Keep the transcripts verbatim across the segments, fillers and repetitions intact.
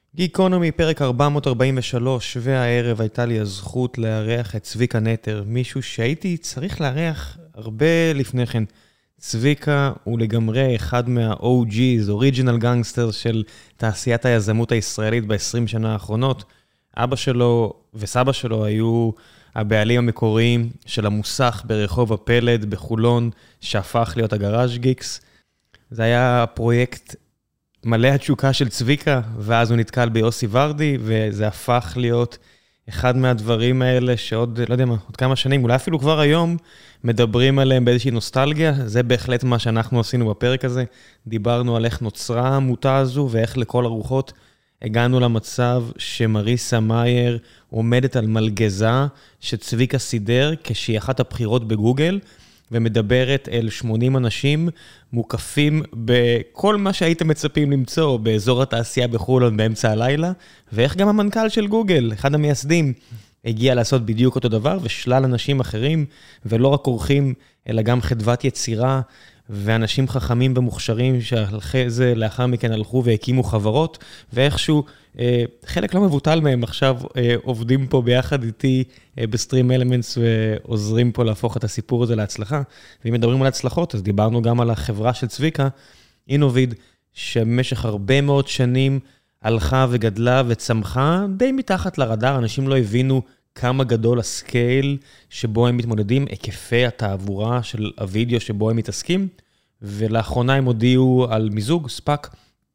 גיקונומי, פרק ארבע מאות ארבעים ושלוש, והערב הייתה לי הזכות לארח את צביקה נטר, מישהו שהייתי צריך לארח הרבה לפני כן. צביקה הוא לגמרי אחד מה-או ג'יז, Original Gangsters של תעשיית היזמות הישראלית ב-עשרים שנה האחרונות. אבא שלו וסבא שלו היו הבעלים המקוריים של המוסך ברחוב הפלד בחולון, שהפך להיות הגראז' גיקס. זה היה פרויקט מלא התשוקה של צביקה, ואז הוא נתקל ביוסי ורדי, וזה הפך להיות אחד מהדברים האלה שעוד, לא יודע מה, עוד כמה שנים, אולי אפילו כבר היום, מדברים עליהם באיזושהי נוסטלגיה. זה בהחלט מה שאנחנו עשינו בפרק הזה. דיברנו על איך נוצרה העמותה הזו, ואיך לכל הרוחות הגענו למצב שמריסה מאייר עומדת על מלגזה שצביקה סידר כשהיא אחת הבחירות בגוגל, ומדברת אל שמונים אנשים מוקפים בכל מה שהייתם מצפים למצוא באזור התעשייה בחולון באמצע הלילה, ואיך גם המנכ"ל של גוגל, אחד המייסדים, הגיע לעשות בדיוק אותו דבר, ושלל אנשים אחרים, ולא רק אורחים, אלא גם חדוות יצירה, ואנשים חכמים ומוכשרים שאחרי זה לאחר מכן הלכו והקימו חברות, ואיכשהו חלק לא מבוטל מהם עכשיו עובדים פה ביחד איתי בסטרים אלמנטס ועוזרים פה להפוך את הסיפור הזה להצלחה. ואם מדברים על הצלחות, אז דיברנו גם על החברה של צביקה, אינוביד, שבמשך הרבה מאוד שנים הלכה וגדלה וצמחה די מתחת לרדאר. אנשים לא הבינו כמה גדול הסקייל שבו הם מתמודדים, היקפי התעבורה של הוידאו שבו הם מתעסקים, ולאחרונה הם הודיעו על מיזוג, ספאק,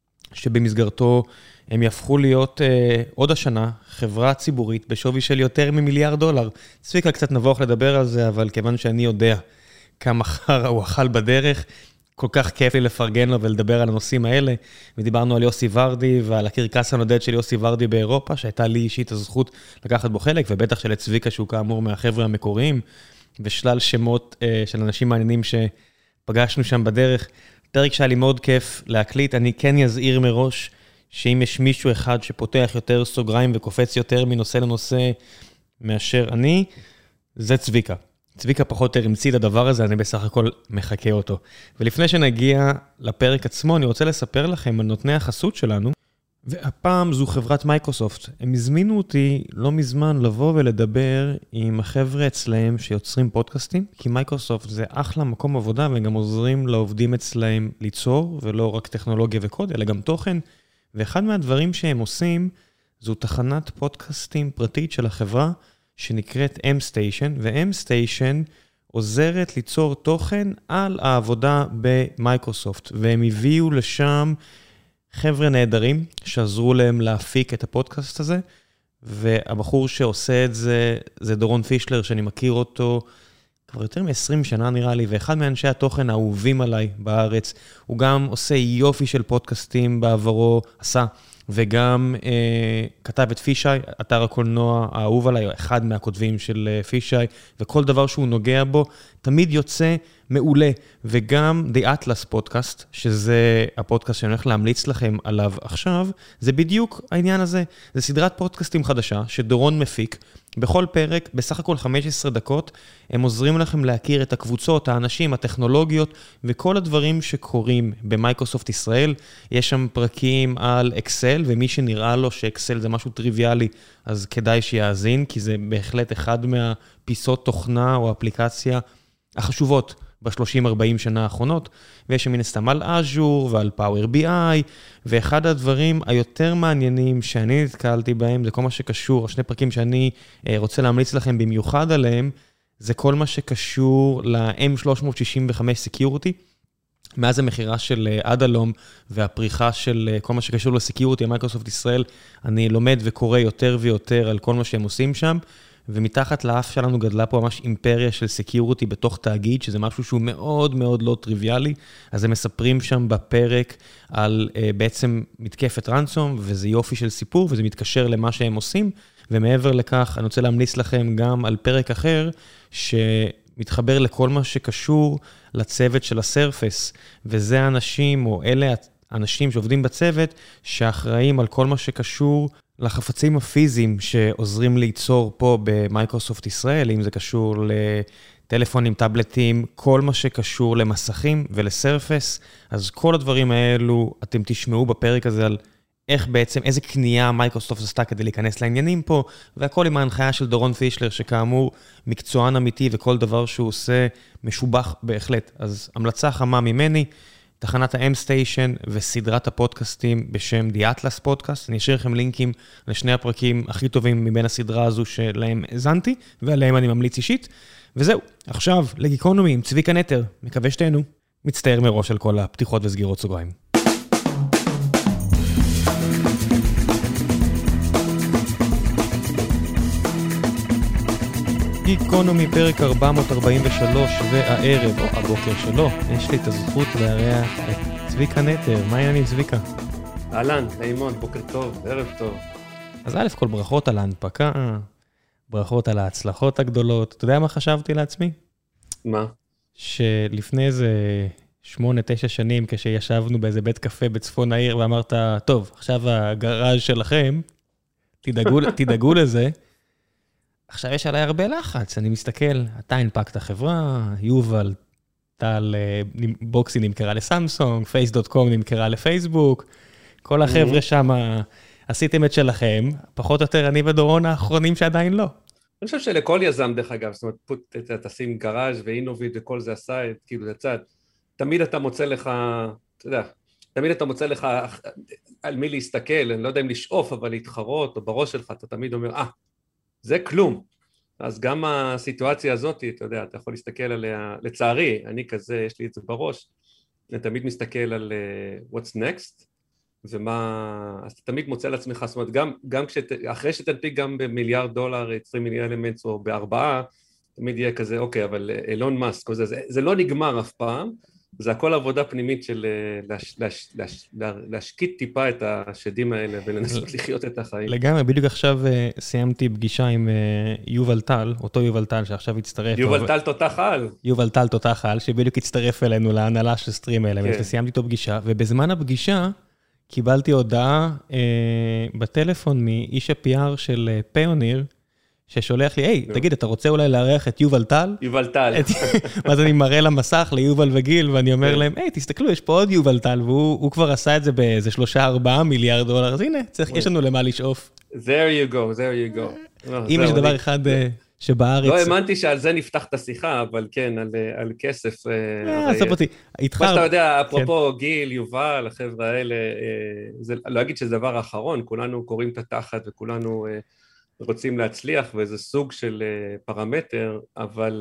שבמסגרתו הם יהפכו להיות אה, עוד השנה חברה ציבורית בשווי של יותר ממיליארד דולר. צביקה קצת נבוך לדבר על זה, אבל כיוון שאני יודע כמה חרא הוא אכל בדרך, כל כך כיף לי לפרגן לו ולדבר על הנושאים האלה, ודיברנו על יוסי ורדי ועל הקרקס הנודד של יוסי ורדי באירופה, שהייתה לי אישית הזכות לקחת בו חלק, ובטח של צביקה שהוא כאמור מהחבר'ה המקוריים, ושלל שמות אה, של אנשים מעניינים שפגשנו שם בדרך. פרק שהיה לי מאוד כיף להקליט. אני כן יזהיר מראש, שאם יש מישהו אחד שפותח יותר סוגריים וקופץ יותר מנושא לנושא מאשר אני, זה צביקה. צביקה פחות יותר המציא לדבר הזה, אני בסך הכל מחכה אותו. ולפני שנגיע לפרק עצמו, אני רוצה לספר לכם על נותני החסות שלנו, והפעם זו חברת מייקרוסופט. הם הזמינו אותי לא מזמן לבוא ולדבר עם החבר'ה אצלהם שיוצרים פודקאסטים, כי מייקרוסופט זה אחלה מקום עבודה, והם גם עוזרים לעובדים אצלהם ליצור, ולא רק טכנולוגיה וקוד, אלא גם תוכן. ואחד מהדברים שהם עושים, זו תחנת פודקאסטים פרטית של החברה, שנקראת M-Station, ו-M-Station עוזרת ליצור תוכן על העבודה במייקרוסופט, והם הביאו לשם חבר'ה נהדרים, שעזרו להם להפיק את הפודקאסט הזה, והבחור שעושה את זה, זה דורון פישלר, שאני מכיר אותו כבר יותר מ-עשרים שנה נראה לי, ואחד מאנשי התוכן האהובים עליי בארץ, הוא גם עושה יופי של פודקאסטים בעברו, עשה, וגם אה, כתב את פישי, אתר הקולנוע האהוב עליי, אחד מהכותבים של אה, פישי, וכל דבר שהוא נוגע בו, תמיד יוצא מעולה. וגם The Atlas פודקאסט, שזה הפודקאסט שאני הולך להמליץ לכם עליו עכשיו, זה בדיוק העניין הזה. זה סדרת פודקאסטים חדשה, שדורון מפיק, בכל פרק, בסך הכל חמש עשרה דקות, הם עוזרים לכם להכיר את הקבוצות, האנשים, הטכנולוגיות, וכל הדברים שקורים במייקרוסופט ישראל. יש שם פרקים על אקסל, ומי שנראה לו שאקסל זה משהו טריוויאלי, אז כדאי שיאזין, כי זה בהחלט אחד מהפיסות תוכנה או אפליקציה החשובות ב-שלושים ארבעים שנה האחרונות, ויש שם מן הסתם על אז'ור ועל פאוור בי איי, ואחד הדברים היותר מעניינים שאני נתקלתי בהם, זה כל מה שקשור, השני פרקים שאני רוצה להמליץ לכם במיוחד עליהם, זה כל מה שקשור ל-אם שלוש מאות שישים וחמש Security, מאז המחירה של אדלום והפריחה של כל מה שקשור לסקיוריטי, מייקרוסופט ישראל, אני לומד וקורא יותר ויותר על כל מה שהם עושים שם, ומתחת לאף שלנו גדלה פה ממש אימפריה של סקיוריטי בתוך תאגיד, שזה משהו שהוא מאוד מאוד לא טריוויאלי, אז הם מספרים שם בפרק על uh, בעצם מתקפת רנסום, וזה יופי של סיפור, וזה מתקשר למה שהם עושים, ומעבר לכך אני רוצה להמליץ לכם גם על פרק אחר, שמתחבר לכל מה שקשור לצוות של הסרפס, וזה האנשים, או אלה האנשים שעובדים בצוות, שאחראים על כל מה שקשור לחפצים הפיזיים שעוזרים ליצור פה במייקרוסופט ישראל, אם זה קשור לטלפונים, טאבלטים, כל מה שקשור למסכים ולסרפס, אז כל הדברים האלו אתם תשמעו בפרק הזה על איך בעצם, איזה קנייה מייקרוסופט עשתה כדי להיכנס לעניינים פה, והכל עם ההנחיה של דורון פישלר, שכאמור מקצוען אמיתי, וכל דבר שהוא עושה משובח בהחלט. אז המלצה חמה ממני, תחנת ה-M Station וסדרת הפודקאסטים בשם The Atlas Podcast. אני אשאיר לכם לינקים לשני הפרקים הכי טובים מבין הסדרה הזו שלהם הזנתי, ועליהם אני ממליץ אישית. וזהו, עכשיו לגיקונומי עם צביקה נטר, מקווה שתהנו. מצטער מראש על כל הפתיחות וסגירות סוגריים. גיקונומי פרק ארבע מאות ארבעים ושלוש, והערב, או הבוקר שלו, יש לי את הזכות לארח את צביקה נטר. מה העניינים, צביקה? אהלן, נעימון, בוקר טוב, ערב טוב. אז א' כל ברכות על ההנפקה, ברכות על ההצלחות הגדולות. אתה יודע מה חשבתי לעצמי? מה? שלפני איזה שמונה, תשע שנים, כשישבנו באיזה בית קפה בצפון העיר, ואמרת, טוב, עכשיו הגראז' שלכם, תדאגו, תדאגו לזה. עכשיו יש עליי הרבה לחץ, אני מסתכל, אתה הנפקת חברה, יובל, טל, בוקסי נמכרה לסמסונג, פייס דוט קום נמכרה לפייסבוק, כל החבר'ה שם עשיתם את שלכם, פחות או יותר אני ודורון האחרונים שעדיין לא. אני חושב שלכל יזם דרך אגב, זאת אומרת, תשים גראז' ואינוביט וכל זה עשה, כאילו זה צד, תמיד אתה מוצא לך, אתה יודע, תמיד אתה מוצא לך על מי להסתכל, אני לא יודע אם לשאוף, אבל להתחרות, או בראש שלך, אתה תמיד אומר, אה, זה כלום. אז גם הסיטואציה הזאת, אתה יודע, אתה יכול להסתכל עליה, לצערי, אני כזה, יש לי את זה בראש, אני תמיד מסתכל על uh, what's next, ומה, אז אתה תמיד מוצא לעצמך, זאת אומרת, גם, גם כשת, אחרי שתנפיק גם במיליארד דולר, עשרים מיליון אלמנטס, או בארבעה, תמיד יהיה כזה, אוקיי, אבל אילון מאסק, זה, זה, זה לא נגמר אף פעם, זה הכל עבודה פנימית של להש, להש, להש, להשקיט טיפה את השדים האלה ולנסות לחיות את החיים. לגמרי, בדיוק עכשיו סיימתי פגישה עם יובל טל, אותו יובל טל שעכשיו הצטרף. יובל טל תותח על. יובל טל תותח על, שבדיוק הצטרף אלינו להנהלה של סטרים אלמנטס, וסיימתי איתו פגישה, ובזמן הפגישה קיבלתי הודעה בטלפון מאיש ה-פי אר של פיוניר, ששולח לי, היי, תגיד, אתה רוצה אולי לארח את יובל טל? יובל טל. אז אני מראה למסך ליובל וגיל, ואני אומר להם, היי, תסתכלו, יש פה עוד יובל טל, והוא כבר עשה את זה באיזה שלושה, ארבעה מיליארד דולר, אז הנה, יש לנו למה לשאוף. There you go, there you go. אם יש דבר אחד שבארץ... לא האמנתי שעל זה נפתח את השיחה, אבל כן, על כסף. עזוב אותי, איתך... מה שאתה יודע, אפרופו גיל, יובל, החבר'ה האלה, לא אגיד שזה דבר האחרון, כולנו קוראים את התחת וכולנו... רוצים להצליח, וזה סוג של פרמטר, אבל,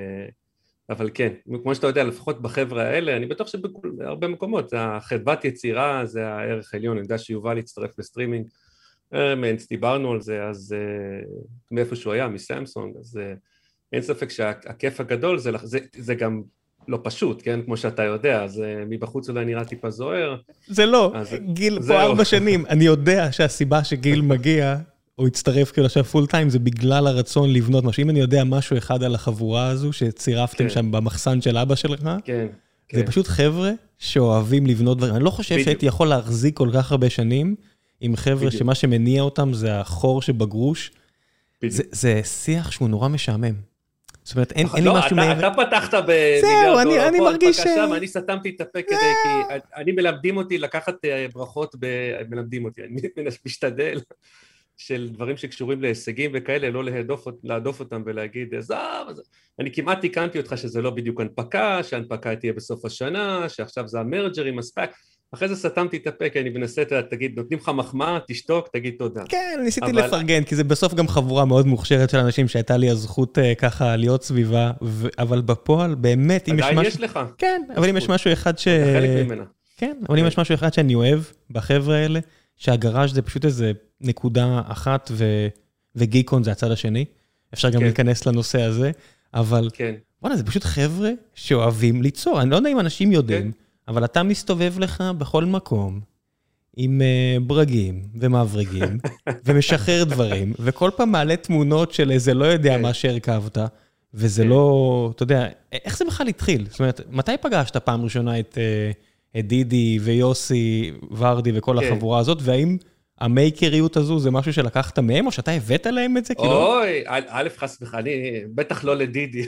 אבל כן, כמו שאתה יודע, לפחות בחבר'ה האלה, אני בטוח שבהרבה מקומות, החדוות יצירה, זה הערך העליון, אני יודע שיובל יצטרף לסטרימינג, מנס, דיברנו על זה, אז מאיפה שהוא היה, מסמסונג, אז אין ספק שהכיף הגדול, זה, זה, זה גם לא פשוט, כן, כמו שאתה יודע, אז מבחוץ אולי נראה טיפה זוהר. זה לא, אז, גיל פה ארבע שנים, אני יודע שהסיבה שגיל מגיע, הוא הצטרף כאילו עכשיו פול טיים, זה בגלל הרצון לבנות משהו. אם אני יודע משהו אחד על החבורה הזו, שצירפתם שם במחסן של אבא שלך, זה פשוט חבר'ה שאוהבים לבנות דברים. אני לא חושב שהייתי יכול להחזיק כל כך הרבה שנים, עם חבר'ה שמה שמניע אותם זה החור שבגרוש. זה שיח שהוא נורא משעמם. זאת אומרת, אין לי משהו מעבר. אתה פתחת במיליארד דולר, אני מרגיש ש... אני סתמתי את הפה כדי, כי אני מלמדים אותי לקחת ברכות, מלמדים אותי, אני משתדל. של דברים שקשורים להישגים וכאלה, לא להדוף, להדוף אותם ולהגיד, זו, אני כמעט תיקנתי אותך שזה לא בדיוק הנפקה, שההנפקה תהיה בסוף השנה, שעכשיו זה המרג'ר עם הספק, אחרי זה סתמתי את הפה, כי אני מנסה, תגיד, נותנים לך מחמאה, תשתוק, תגיד תודה. כן, ניסיתי אבל... לפרגן, כי זה בסוף גם חבורה מאוד מוכשרת של אנשים, שהייתה לי הזכות ככה להיות סביבה, ו... אבל בפועל, באמת, אם יש משהו... יש לך. כן, אבל אם יש משהו אחד ש... אתה חלק ממנה. כן, אבל אם יש משהו אחד שאני אוהב בחבר'ה האלה, שהגראז' זה פשוט איזה נקודה אחת, ו... וגיקון זה הצד השני. אפשר גם כן. להיכנס לנושא הזה, אבל כן. בוא'נה, זה פשוט חבר'ה שאוהבים ליצור. אני לא יודע אם אנשים יודעים, כן. אבל אתה מסתובב לך בכל מקום, עם uh, ברגים ומעברגים, ומשחרר דברים, וכל פעם מעלה תמונות של איזה לא יודע כן. מה שהרכבת, וזה כן. לא, אתה יודע, איך זה בכלל התחיל? זאת אומרת, מתי פגשת פעם ראשונה את... Uh, את דידי ויוסי ורדי וכל החבורה הזאת, והאם המייקריות הזו זה משהו שלקחת מהם, או שאתה הבאת להם את זה? אוי, א' חס וחלילה, אני בטח לא לדידי,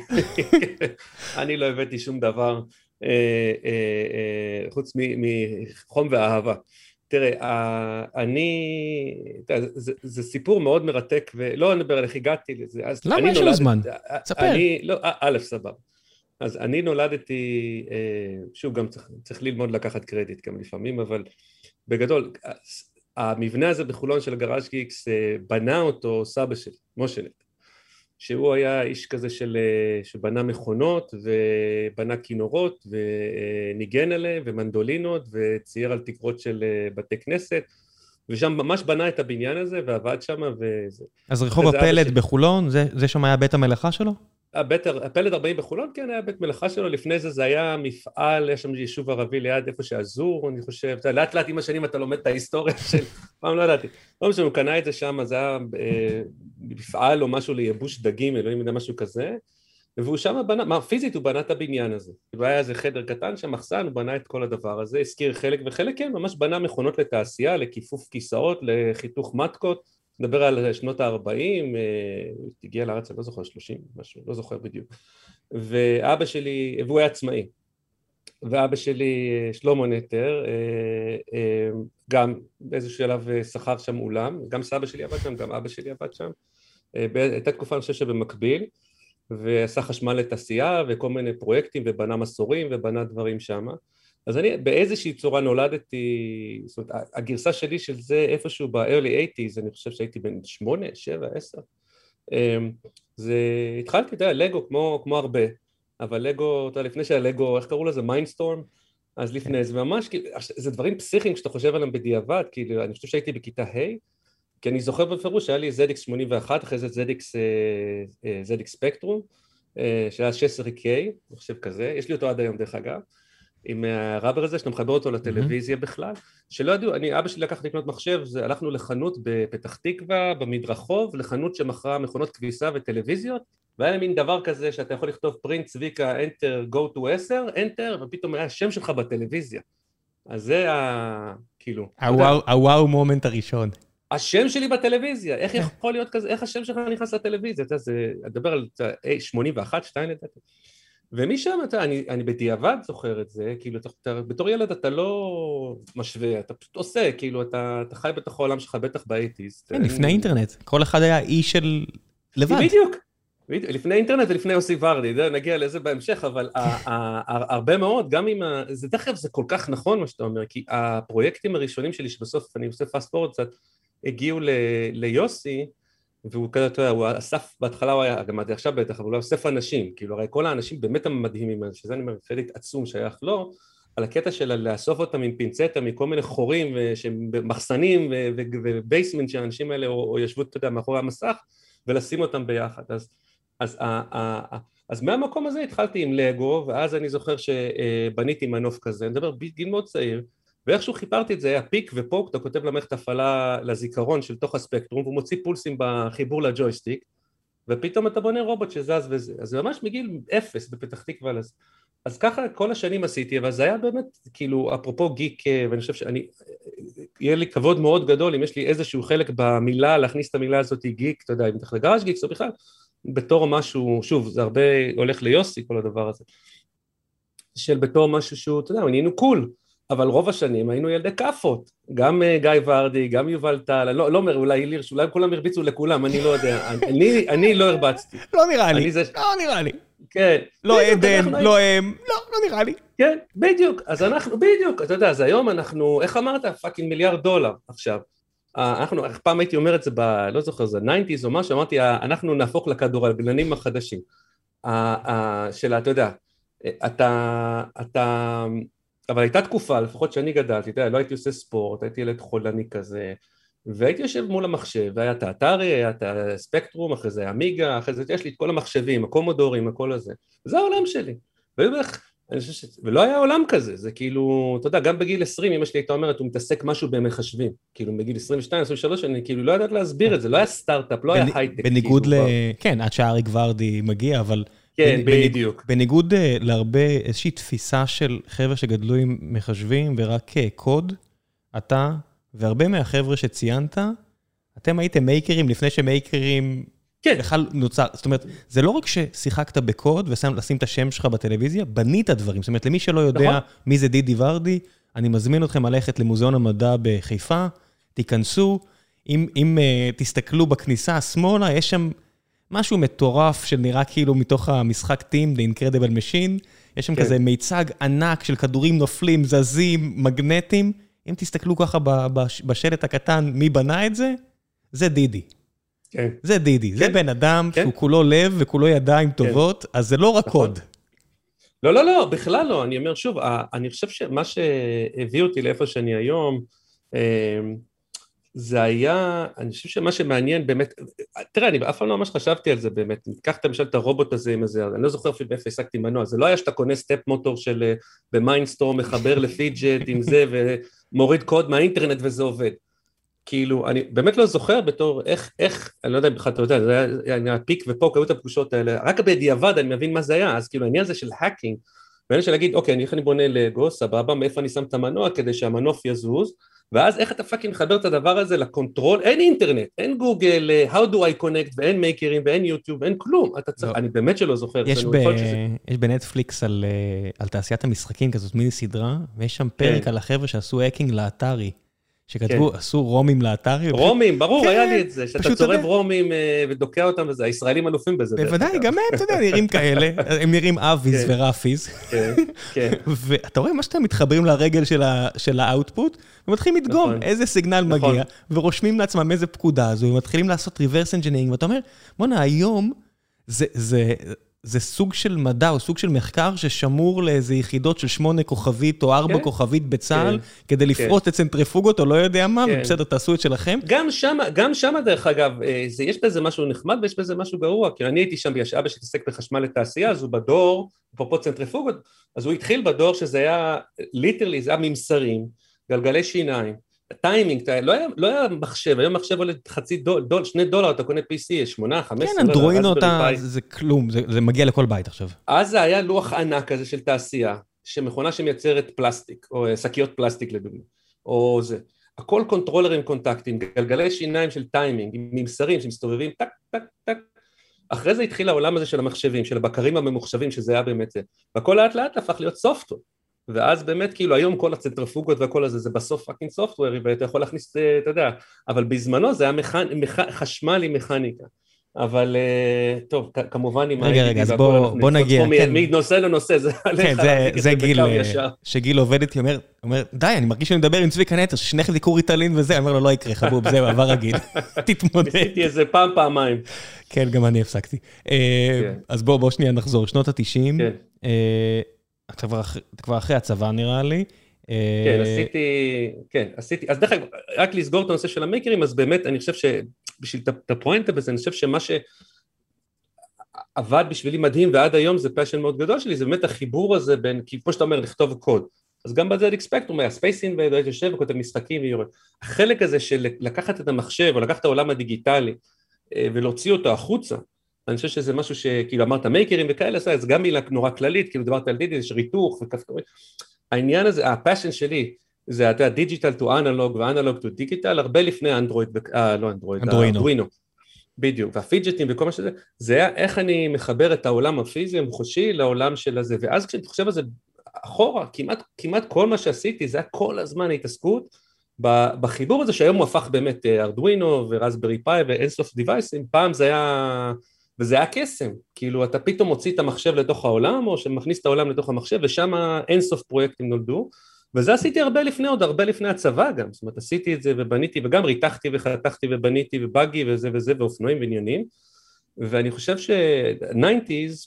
אני לא הבאתי שום דבר, חוץ מחום ואהבה. תראה, אני, זה, זה סיפור מאוד מרתק, ולא נדבר על איך הגעתי לזה. למה יש לו זמן? ספר. אני, לא, א', סבב. אז אני נולדתי, שוב, גם צריך, צריך ללמוד לקחת קרדיט גם לפעמים, אבל בגדול, המבנה הזה בחולון של הגראז' גיקס, בנה אותו סבא שלי, משה נטר, שהוא היה איש כזה של, שבנה מכונות ובנה כינורות וניגן עליהם ומנדולינות וצייר על תקרות של בתי כנסת, ושם ממש בנה את הבניין הזה ועבד שם וזה. אז רחוב הפלד בחולון, זה, זה שם היה בית המלאכה שלו? הבית, הפלד ארבעים בחולון, כן, היה בית מלאכה שלו, לפני זה זה היה מפעל, יש שם יישוב ערבי ליד איפה שעזור, אני חושב, לאט לאט עם השנים אתה לומד את ההיסטוריה של, פעם לא ידעתי, לא משהו, הוא קנה את זה שם, זה היה אה, מפעל או משהו לייבוש דגים, אלוהים יודע משהו כזה, והוא שם בנה, מה, פיזית הוא בנה את הבניין הזה, והיה איזה חדר קטן שם, מחסן, הוא בנה את כל הדבר הזה, הזכיר חלק וחלק, כן, ממש בנה מכונות לתעשייה, לכיפוף כיסאות, לחיתוך מתקות, נדבר על שנות ה-ארבעים, הגיע לארץ, אני לא זוכר, שלושים, משהו, לא זוכר בדיוק. ואבא שלי, והוא היה עצמאי, ואבא שלי, שלמה נטר, גם באיזשהו שלב שכר שם אולם, גם סבא שלי עבד שם, גם אבא שלי עבד שם. הייתה תקופה, אני חושב שבמקביל, ועשה חשמל לתעשייה, וכל מיני פרויקטים, ובנה מסורים, ובנה דברים שם. אז אני באיזושהי צורה נולדתי, זאת אומרת, הגרסה שלי של זה איפשהו ב-early eighties, אני חושב שהייתי בן שמונה, שבע, עשר, זה, התחלתי, אתה יודע, לגו כמו, כמו הרבה, אבל לגו, אתה יודע, לפני שהלגו, איך קראו לזה? מיינדסטורם? אז לפני זה, ממש, זה דברים פסיכיים שאתה חושב עליהם בדיעבד, כאילו, אני חושב שהייתי בכיתה ה', כי אני זוכר בפירוש שהיה לי זד אקס שמונים ואחת, אחרי זה זד אקס, זד אקס ספקטרום, שהיה שש עשרה קיי, אני חושב כזה, יש לי אותו עד היום דרך אגב, עם הרבר הזה, שאתה מחבר אותו לטלוויזיה בכלל, שלא ידעו, אני, אבא שלי לקח לקנות מחשב, זה, הלכנו לחנות בפתח תקווה, במדרחוב, לחנות שמכרה מכונות כביסה וטלוויזיות, והיה מין דבר כזה שאתה יכול לכתוב פרינט צביקה, enter, go to עשר, enter, ופתאום היה השם שלך בטלוויזיה. אז זה ה... כאילו... הוואו מומנט הראשון. השם שלי בטלוויזיה, איך יכול להיות כזה, איך השם שלך נכנס לטלוויזיה? אתה יודע, זה, אדבר על שמונים ואחת, שתיים לדעתי. ומשם אתה, אני, אני בדיעבד זוכר את זה, כאילו, אתה, בתור ילד אתה לא משווה, אתה פשוט עושה, כאילו, אתה, אתה חי בתוך העולם שלך, בטח באייטיז. כן, לפני אינטרנט, כל אחד היה אי של לבד. בדיוק, לפני אינטרנט ולפני יוסי ורדי, נגיע לזה בהמשך, אבל הרבה מאוד, גם אם, זה דרך זה כל כך נכון מה שאתה אומר, כי הפרויקטים הראשונים שלי, שבסוף אני עושה פאסט פורט קצת, הגיעו ליוסי, והוא כזה, אתה יודע, הוא אסף, בהתחלה הוא היה, גם עד עכשיו בטח, אבל הוא אסף אנשים, כאילו, הרי כל האנשים באמת המדהימים, שזה אני אומר, פלט עצום שייך לו, על הקטע של לאסוף אותם עם פינצטה, מכל מיני חורים, מחסנים ובייסמנט שהאנשים האלה, או ישבו, אתה יודע, מאחורי המסך, ולשים אותם ביחד. אז, אז, אז מהמקום הזה התחלתי עם לגו, ואז אני זוכר שבניתי מנוף כזה, אני מדבר בגיל מאוד צעיר, ואיכשהו חיפרתי את זה, היה פיק ופוק, אתה כותב למערכת הפעלה לזיכרון של תוך הספקטרום, והוא מוציא פולסים בחיבור לג'ויסטיק, ופתאום אתה בונה רובוט שזז וזה, אז זה ממש מגיל אפס בפתח תקווה לזה. אז ככה כל השנים עשיתי, אבל זה היה באמת, כאילו, אפרופו גיק, ואני חושב שאני, יהיה לי כבוד מאוד גדול, אם יש לי איזשהו חלק במילה, להכניס את המילה הזאת גיק, אתה יודע, אם תחת לגרש גיק, או בכלל, בתור משהו, שוב, זה הרבה הולך ליוסי, כל הדבר הזה, של בתור משהו שהוא, אתה יודע, נהיינו קול, אבל רוב השנים היינו ילדי קפות, גם גיא ורדי, גם יובל טל, אני לא, לא אומר, אולי לירש, אולי כולם הרביצו לכולם, אני לא יודע, אני, אני לא הרבצתי. לא נראה לי, זה... לא נראה לי. כן. לא עדן, לא הם, לא, לא נראה לי. כן, בדיוק, אז אנחנו, בדיוק, אתה יודע, אז היום אנחנו, איך אמרת? פאקינג מיליארד דולר עכשיו. אנחנו, פעם הייתי אומר את זה ב, לא זוכר, זה ניינטיז או משהו, אמרתי, אנחנו נהפוך לכדורגלנים החדשים. של, אתה יודע, אתה, אתה, אבל הייתה תקופה, לפחות שאני גדלתי, אתה יודע, לא הייתי עושה ספורט, הייתי ילד חולני כזה, והייתי יושב מול המחשב, והיה את האתרי, היה את הספקטרום, אחרי זה אמיגה, אחרי זה יש לי את כל המחשבים, הקומודורים, הכל הזה, וזה העולם שלי, ש... ולא היה עולם כזה, זה כאילו, אתה יודע, גם בגיל עשרים, אמא שלי הייתה אומרת, הוא מתעסק משהו במחשבים, כאילו בגיל עשרים ושתיים, עשרים ושלוש, אני כאילו לא יודעת להסביר את זה, לא היה סטארט-אפ, לא היה הייטק. בניגוד ל... כן, עד שאריק ורדי מגיע, אבל... כן, בדיוק. בניגוד להרבה, איזושהי תפיסה של חבר'ה שגדלו עם מחשבים ורק קוד, אתה והרבה מהחבר'ה שציינת, אתם הייתם מייקרים לפני שמייקרים בכלל נוצר. זאת אומרת, זה לא רק ששיחקת בקוד ושם לשים את השם שלך בטלוויזיה, בנית דברים. זאת אומרת, למי שלא יודע מי זה דידי ורדי, אני מזמין אתכם ללכת למוזיאון המדע בחיפה, תיכנסו, אם, אם uh, תסתכלו בכניסה השמאלה, יש שם משהו מטורף שנראה כאילו מתוך המשחק טים, The Incredible Machine, יש שם כן. כזה מיצג ענק של כדורים נופלים, זזים, מגנטים, אם תסתכלו ככה בשלט הקטן, מי בנה את זה? זה דידי. כן. זה דידי, כן. זה בן אדם כן. שהוא כולו לב וכולו ידיים טובות, כן. אז זה לא רק נכון. קוד. לא, לא, לא, בכלל לא, אני אומר שוב, אני חושב שמה שהביא אותי לאיפה שאני היום, זה היה, אני חושב שמה שמעניין באמת, תראה, אני אף פעם לא ממש חשבתי על זה באמת, ניקח את למשל את הרובוט הזה עם הזה, אני לא זוכר אפילו באיפה העסקתי מנוע, זה לא היה שאתה קונה סטפ מוטור של במיינסטורם, מחבר לפיג'ט עם זה, ומוריד קוד מהאינטרנט וזה עובד. כאילו, אני באמת לא זוכר בתור איך, איך, אני לא יודע אם בכלל אתה יודע, זה היה פיק ופוק, היו את הפגושות האלה, רק בדיעבד אני מבין מה זה היה, אז כאילו העניין הזה של האקינג, והעניין של להגיד, אוקיי, איך אני בונה לגו, סבבה, מאיפה אני שם את המנוע כדי שהמנוף יזוז, ואז איך אתה פאקינג מחבר את הדבר הזה לקונטרול, אין אינטרנט, אין גוגל, how do I connect, ואין מייקרים, ואין יוטיוב, ואין כלום, אתה צריך, אני באמת שלא זוכר. יש בנטפליקס על תעשיית המשחקים כזאת מיני סדרה, ויש שם פרק על החבר'ה שעשו האקינג לאתרי, שכתבו, עשו רומים לאתרי. רומים, ברור, היה לי את זה, שאתה צורב רומים ודוקע אותם וזה, הישראלים אלופים בזה. בוודאי, גם הם, אתה יודע, נראים כאלה, הם נראים אביז ורפיז. ואתה רואה מה שאתם מתחברים לרגל של האוטפוט, ומתחילים לדגום איזה סיגנל מגיע, ורושמים לעצמם איזה פקודה הזו, ומתחילים לעשות reverse engineering, ואתה אומר, בוא'נה, היום זה... זה סוג של מדע, או סוג של מחקר ששמור לאיזה יחידות של שמונה כוכבית או ארבע כוכבית בצה"ל, כדי לפרוט את צנטריפוגות או לא יודע מה, ובסדר, תעשו את שלכם. גם שם, יש אגב, יש בזה משהו נחמד ויש בזה משהו גרוע, כי אני הייתי שם, אבא שתעסק בחשמל לתעשייה, אז הוא בדור, אפרופו צנטריפוגות, אז הוא התחיל בדור שזה היה, ליטרלי, זה היה ממסרים, גלגלי שיניים, טיימינג, לא היה, לא היה מחשב, היום מחשב עולה חצי דול, דול, שני דולר, אתה קונה פי סי, שמונה, חמש, כן, אנדרואינו, זה כלום, זה, זה מגיע לכל בית עכשיו. אז זה היה לוח ענק כזה של תעשייה, שמכונה שמייצרת פלסטיק, או שקיות פלסטיק לדוגמה, או זה. הכל קונטרולרים קונטקטים, גלגלי שיניים של טיימינג, עם ממסרים שמסתובבים, טק, טק, טק. אחרי זה התחיל העולם הזה של המחשבים, של הבקרים הממוחשבים, שזה היה באמת זה. והכל לאט לאט הפך להיות סופטוור. ואז באמת כאילו היום כל הצנטריפוגות והכל הזה זה בסוף פאקינג סופטוורי ואתה יכול להכניס, אתה יודע, אבל בזמנו זה היה מכנ... מכ... חשמל עם מכניקה, אבל טוב, כמובן עם... רגע, רגע, אז בוא, בוא נגיע, כן. מנושא לנושא, זה כן, זה, זה גיל, שגיל עובד איתי, אומר, אומר, די, אני מרגיש שאני מדבר עם צביקה נטר, ששניכם דיקור ריטלין וזה, אני אומר לו, לא יקרה, חבוב, זהו, עבר רגיל, תתמודד. עשיתי איזה פעם, פעמיים. כן, גם אני הפסקתי. אז בוא, בוא שנייה נחזור, שנות ה-תשעים, אתה כבר אחרי הצבא נראה לי. כן, עשיתי, כן, עשיתי, אז דרך אגב, רק לסגור את הנושא של המייקרים, אז באמת אני חושב שבשביל את הפואנטה בזה, אני חושב שמה שעבד בשבילי מדהים ועד היום זה פשן מאוד גדול שלי, זה באמת החיבור הזה בין, כי כמו שאתה אומר, לכתוב קוד, אז גם בזה ספקטרום, היה ספייסין והייתי יושב וכותב משחקים ויורד. החלק הזה של לקחת את המחשב או לקחת את העולם הדיגיטלי ולהוציא אותו החוצה, אני חושב שזה משהו שכאילו אמרת מייקרים וכאלה, אז גם מילה נורא כללית, כאילו דברת על דידי, יש ריתוך וכפתורים. העניין הזה, הפשן שלי, זה אתה דיגיטל טו אנלוג ואנלוג טו דיגיטל, הרבה לפני אנדרואיד, לא אנדרואיד, אנדרואינו. בדיוק, והפיג'טים וכל מה שזה, זה היה איך אני מחבר את העולם הפיזי המוחשי לעולם של הזה, ואז כשאני חושב על זה אחורה, כמעט, כמעט כל מה שעשיתי, זה היה כל הזמן ההתעסקות, בחיבור הזה שהיום הוא הפך באמת ארדואינו ורסברי פאי ואינסוף דיווייסים, פעם זה היה... וזה היה קסם, כאילו אתה פתאום מוציא את המחשב לתוך העולם, או שמכניס את העולם לתוך המחשב, ושם אינסוף פרויקטים נולדו, וזה עשיתי הרבה לפני, עוד הרבה לפני הצבא גם, זאת אומרת עשיתי את זה ובניתי, וגם ריתחתי וחתכתי ובניתי ובאגי וזה וזה, ואופנועים ועניינים, ואני חושב ש-תשעים,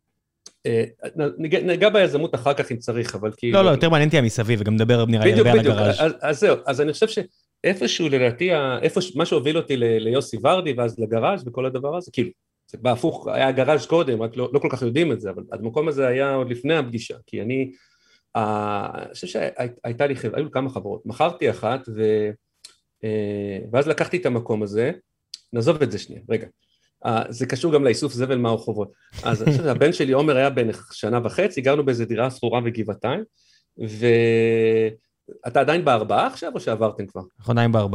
נגע ביזמות אחר כך אם צריך, אבל כאילו... לא, לא, יותר מעניין אותי המסביב, וגם נדבר נראה לי הרבה על הגראז'. אז זהו, אז אני חושב שאיפשהו לדעתי, מה שהוביל אותי ליוסי ורדי, ואז לגראז' וכל הדבר הזה, כאילו, זה בהפוך, היה גראז' קודם, רק לא, לא כל כך יודעים את זה, אבל המקום הזה היה עוד לפני הפגישה, כי אני, אני חושב שהייתה לי, היו כמה חברות, מכרתי אחת, ו, ואז לקחתי את המקום הזה, נעזוב את זה שנייה, רגע, זה קשור גם לאיסוף זבל מהרחובות, אז אני חושב שהבן שלי עומר היה בן שנה וחצי, גרנו באיזה דירה סחורה וגבעתיים, ואתה עדיין בארבעה עכשיו, או שעברתם כבר? אנחנו עדיין בארבעה.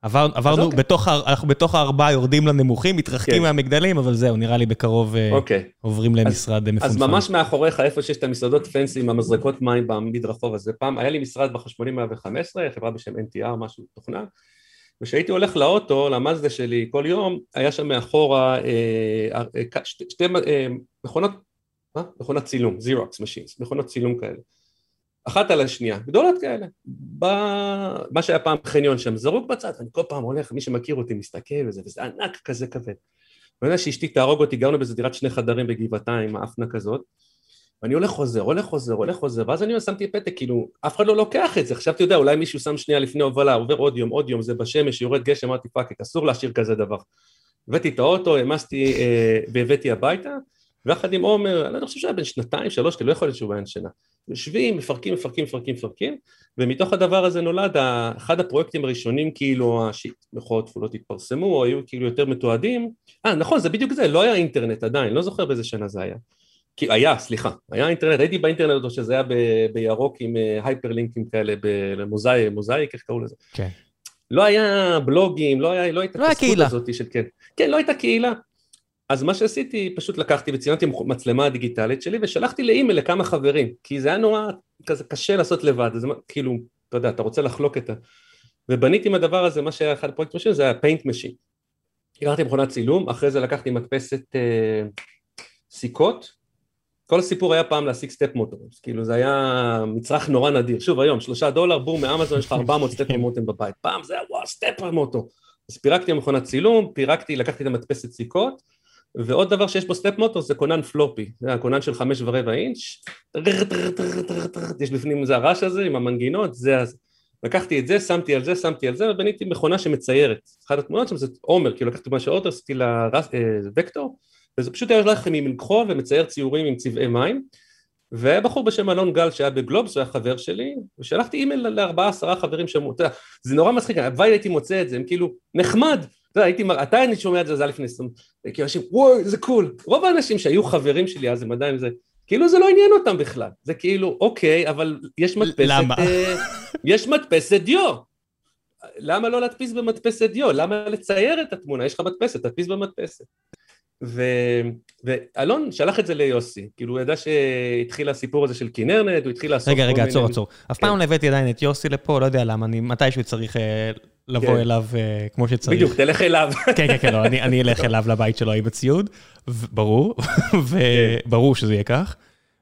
עברנו, אנחנו בתוך הארבעה יורדים לנמוכים, מתרחקים מהמגדלים, אבל זהו, נראה לי בקרוב עוברים למשרד מפונפן. אז ממש מאחוריך, איפה שיש את המסעדות פנסי עם המזרקות מים במדרחוב הזה, פעם היה לי משרד בחשמונים מאה וחמש עשרה, חברה בשם אן טי אר, משהו תוכנה, וכשהייתי הולך לאוטו, למזדה שלי כל יום, היה שם מאחורה שתי מכונות, מכונות צילום, זירוקס משינס, מכונות צילום כאלה. אחת על השנייה, גדולות כאלה, מה שהיה פעם חניון שם, זרוק בצד, אני כל פעם הולך, מי שמכיר אותי מסתכל וזה, וזה ענק כזה כבד. ואני יודע שאשתי תהרוג אותי, גרנו באיזה דירת שני חדרים בגבעתיים, האפנה כזאת, ואני הולך חוזר, הולך חוזר, הולך חוזר, ואז אני שמתי פתק, כאילו, אף אחד לא לוקח את זה, חשבתי, יודע, אולי מישהו שם שנייה לפני הובלה, עובר עוד יום, עוד יום, זה בשמש, יורד גשם, אמרתי, פאק, אסור להשאיר כזה דבר. הבאתי את האוטו, המסתי, אה, והבאתי הביתה, ואחד עם עומר, אני חושב שהיה בין שנתיים, שלוש, כי לא יכול להיות שהוא בעין שינה. יושבים, מפרקים, מפרקים, מפרקים, מפרקים, ומתוך הדבר הזה נולד, אחד הפרויקטים הראשונים, כאילו, המכונות תפולות התפרסמו, או היו כאילו יותר מתועדים. אה, נכון, זה בדיוק זה, לא היה אינטרנט עדיין, לא זוכר באיזה שנה זה היה. כי היה, סליחה, היה אינטרנט, הייתי באינטרנט, או שזה היה ב- בירוק עם הייפרלינקים כאלה, במוזאי, מוזאיק, איך קראו לזה? כן. לא היה בלוגים, לא היה, לא הייתה לא היה קהילה. הזאת של כן. כן, לא הייתה קהילה. אז מה שעשיתי, פשוט לקחתי וציינתי מצלמה הדיגיטלית שלי, ושלחתי לאימייל לכמה חברים, כי זה היה נורא כזה קשה לעשות לבד, זה כאילו, אתה יודע, אתה רוצה לחלוק את ה... ובניתי עם הדבר הזה, מה שהיה אחד הפרויקטים שלי, זה היה פיינט משין. לקחתי מכונת צילום, אחרי זה לקחתי מדפסת אה, סיכות, כל הסיפור היה פעם להשיג סטפ מוטורים, כאילו זה היה מצרך נורא נדיר, שוב היום, שלושה דולר, בום, מאמזון, יש לך ארבע מאות סטפ מוטורים בבית, פעם זה היה וואו, סטפ מוטור, אז פירקתי מכונת צילום, פירקתי, לקחתי את המדפסת סיכות, ועוד דבר שיש בו סטפ מוטור זה קונן פלופי, זה הקונן של חמש ורבע אינץ', יש בפנים זה הרעש הזה עם המנגינות, זה אז, לקחתי את זה, שמתי על זה, שמתי על זה, ובניתי מכונה שמציירת, אחת התמונות שם זה עומר, כאילו לקחתי מה שעוד עשיתי לווקטור, וזה פשוט היה הולך עם מלכחול ומצייר ציורים עם צבעי מים, והיה בחור בשם אלון גל שהיה בגלובס, הוא היה חבר שלי, ושלחתי אימייל לארבעה עשרה חברים שמות, זה נורא מצחיק, הווי הייתי מוצא את זה, הם כאילו נחמד, הייתי, עדיין אני שומע את זה, זה היה לפני עשרים, כי אנשים, וואי, זה קול, רוב האנשים שהיו חברים שלי אז הם עדיין זה, כאילו זה לא עניין אותם בכלל, זה כאילו, אוקיי, אבל יש מדפסת, למה? יש מדפסת דיו, למה לא להדפיס במדפסת דיו, למה לצייר את התמונה, יש לך מדפסת, תדפיס במדפסת, ואלון שלח את זה ליוסי, כאילו הוא ידע שהתחיל הסיפור הזה של כינרנט, הוא התחיל לעשות... רגע, רגע, עצור, עצור, אף פעם לא הבאתי עדיין את יוסי לפה, לא יודע למה, מתישהו צריך... לבוא אליו כמו שצריך. בדיוק, תלך אליו. כן, כן, כן, לא, אני אלך אליו לבית שלו עם הציוד, ברור, וברור שזה יהיה כך.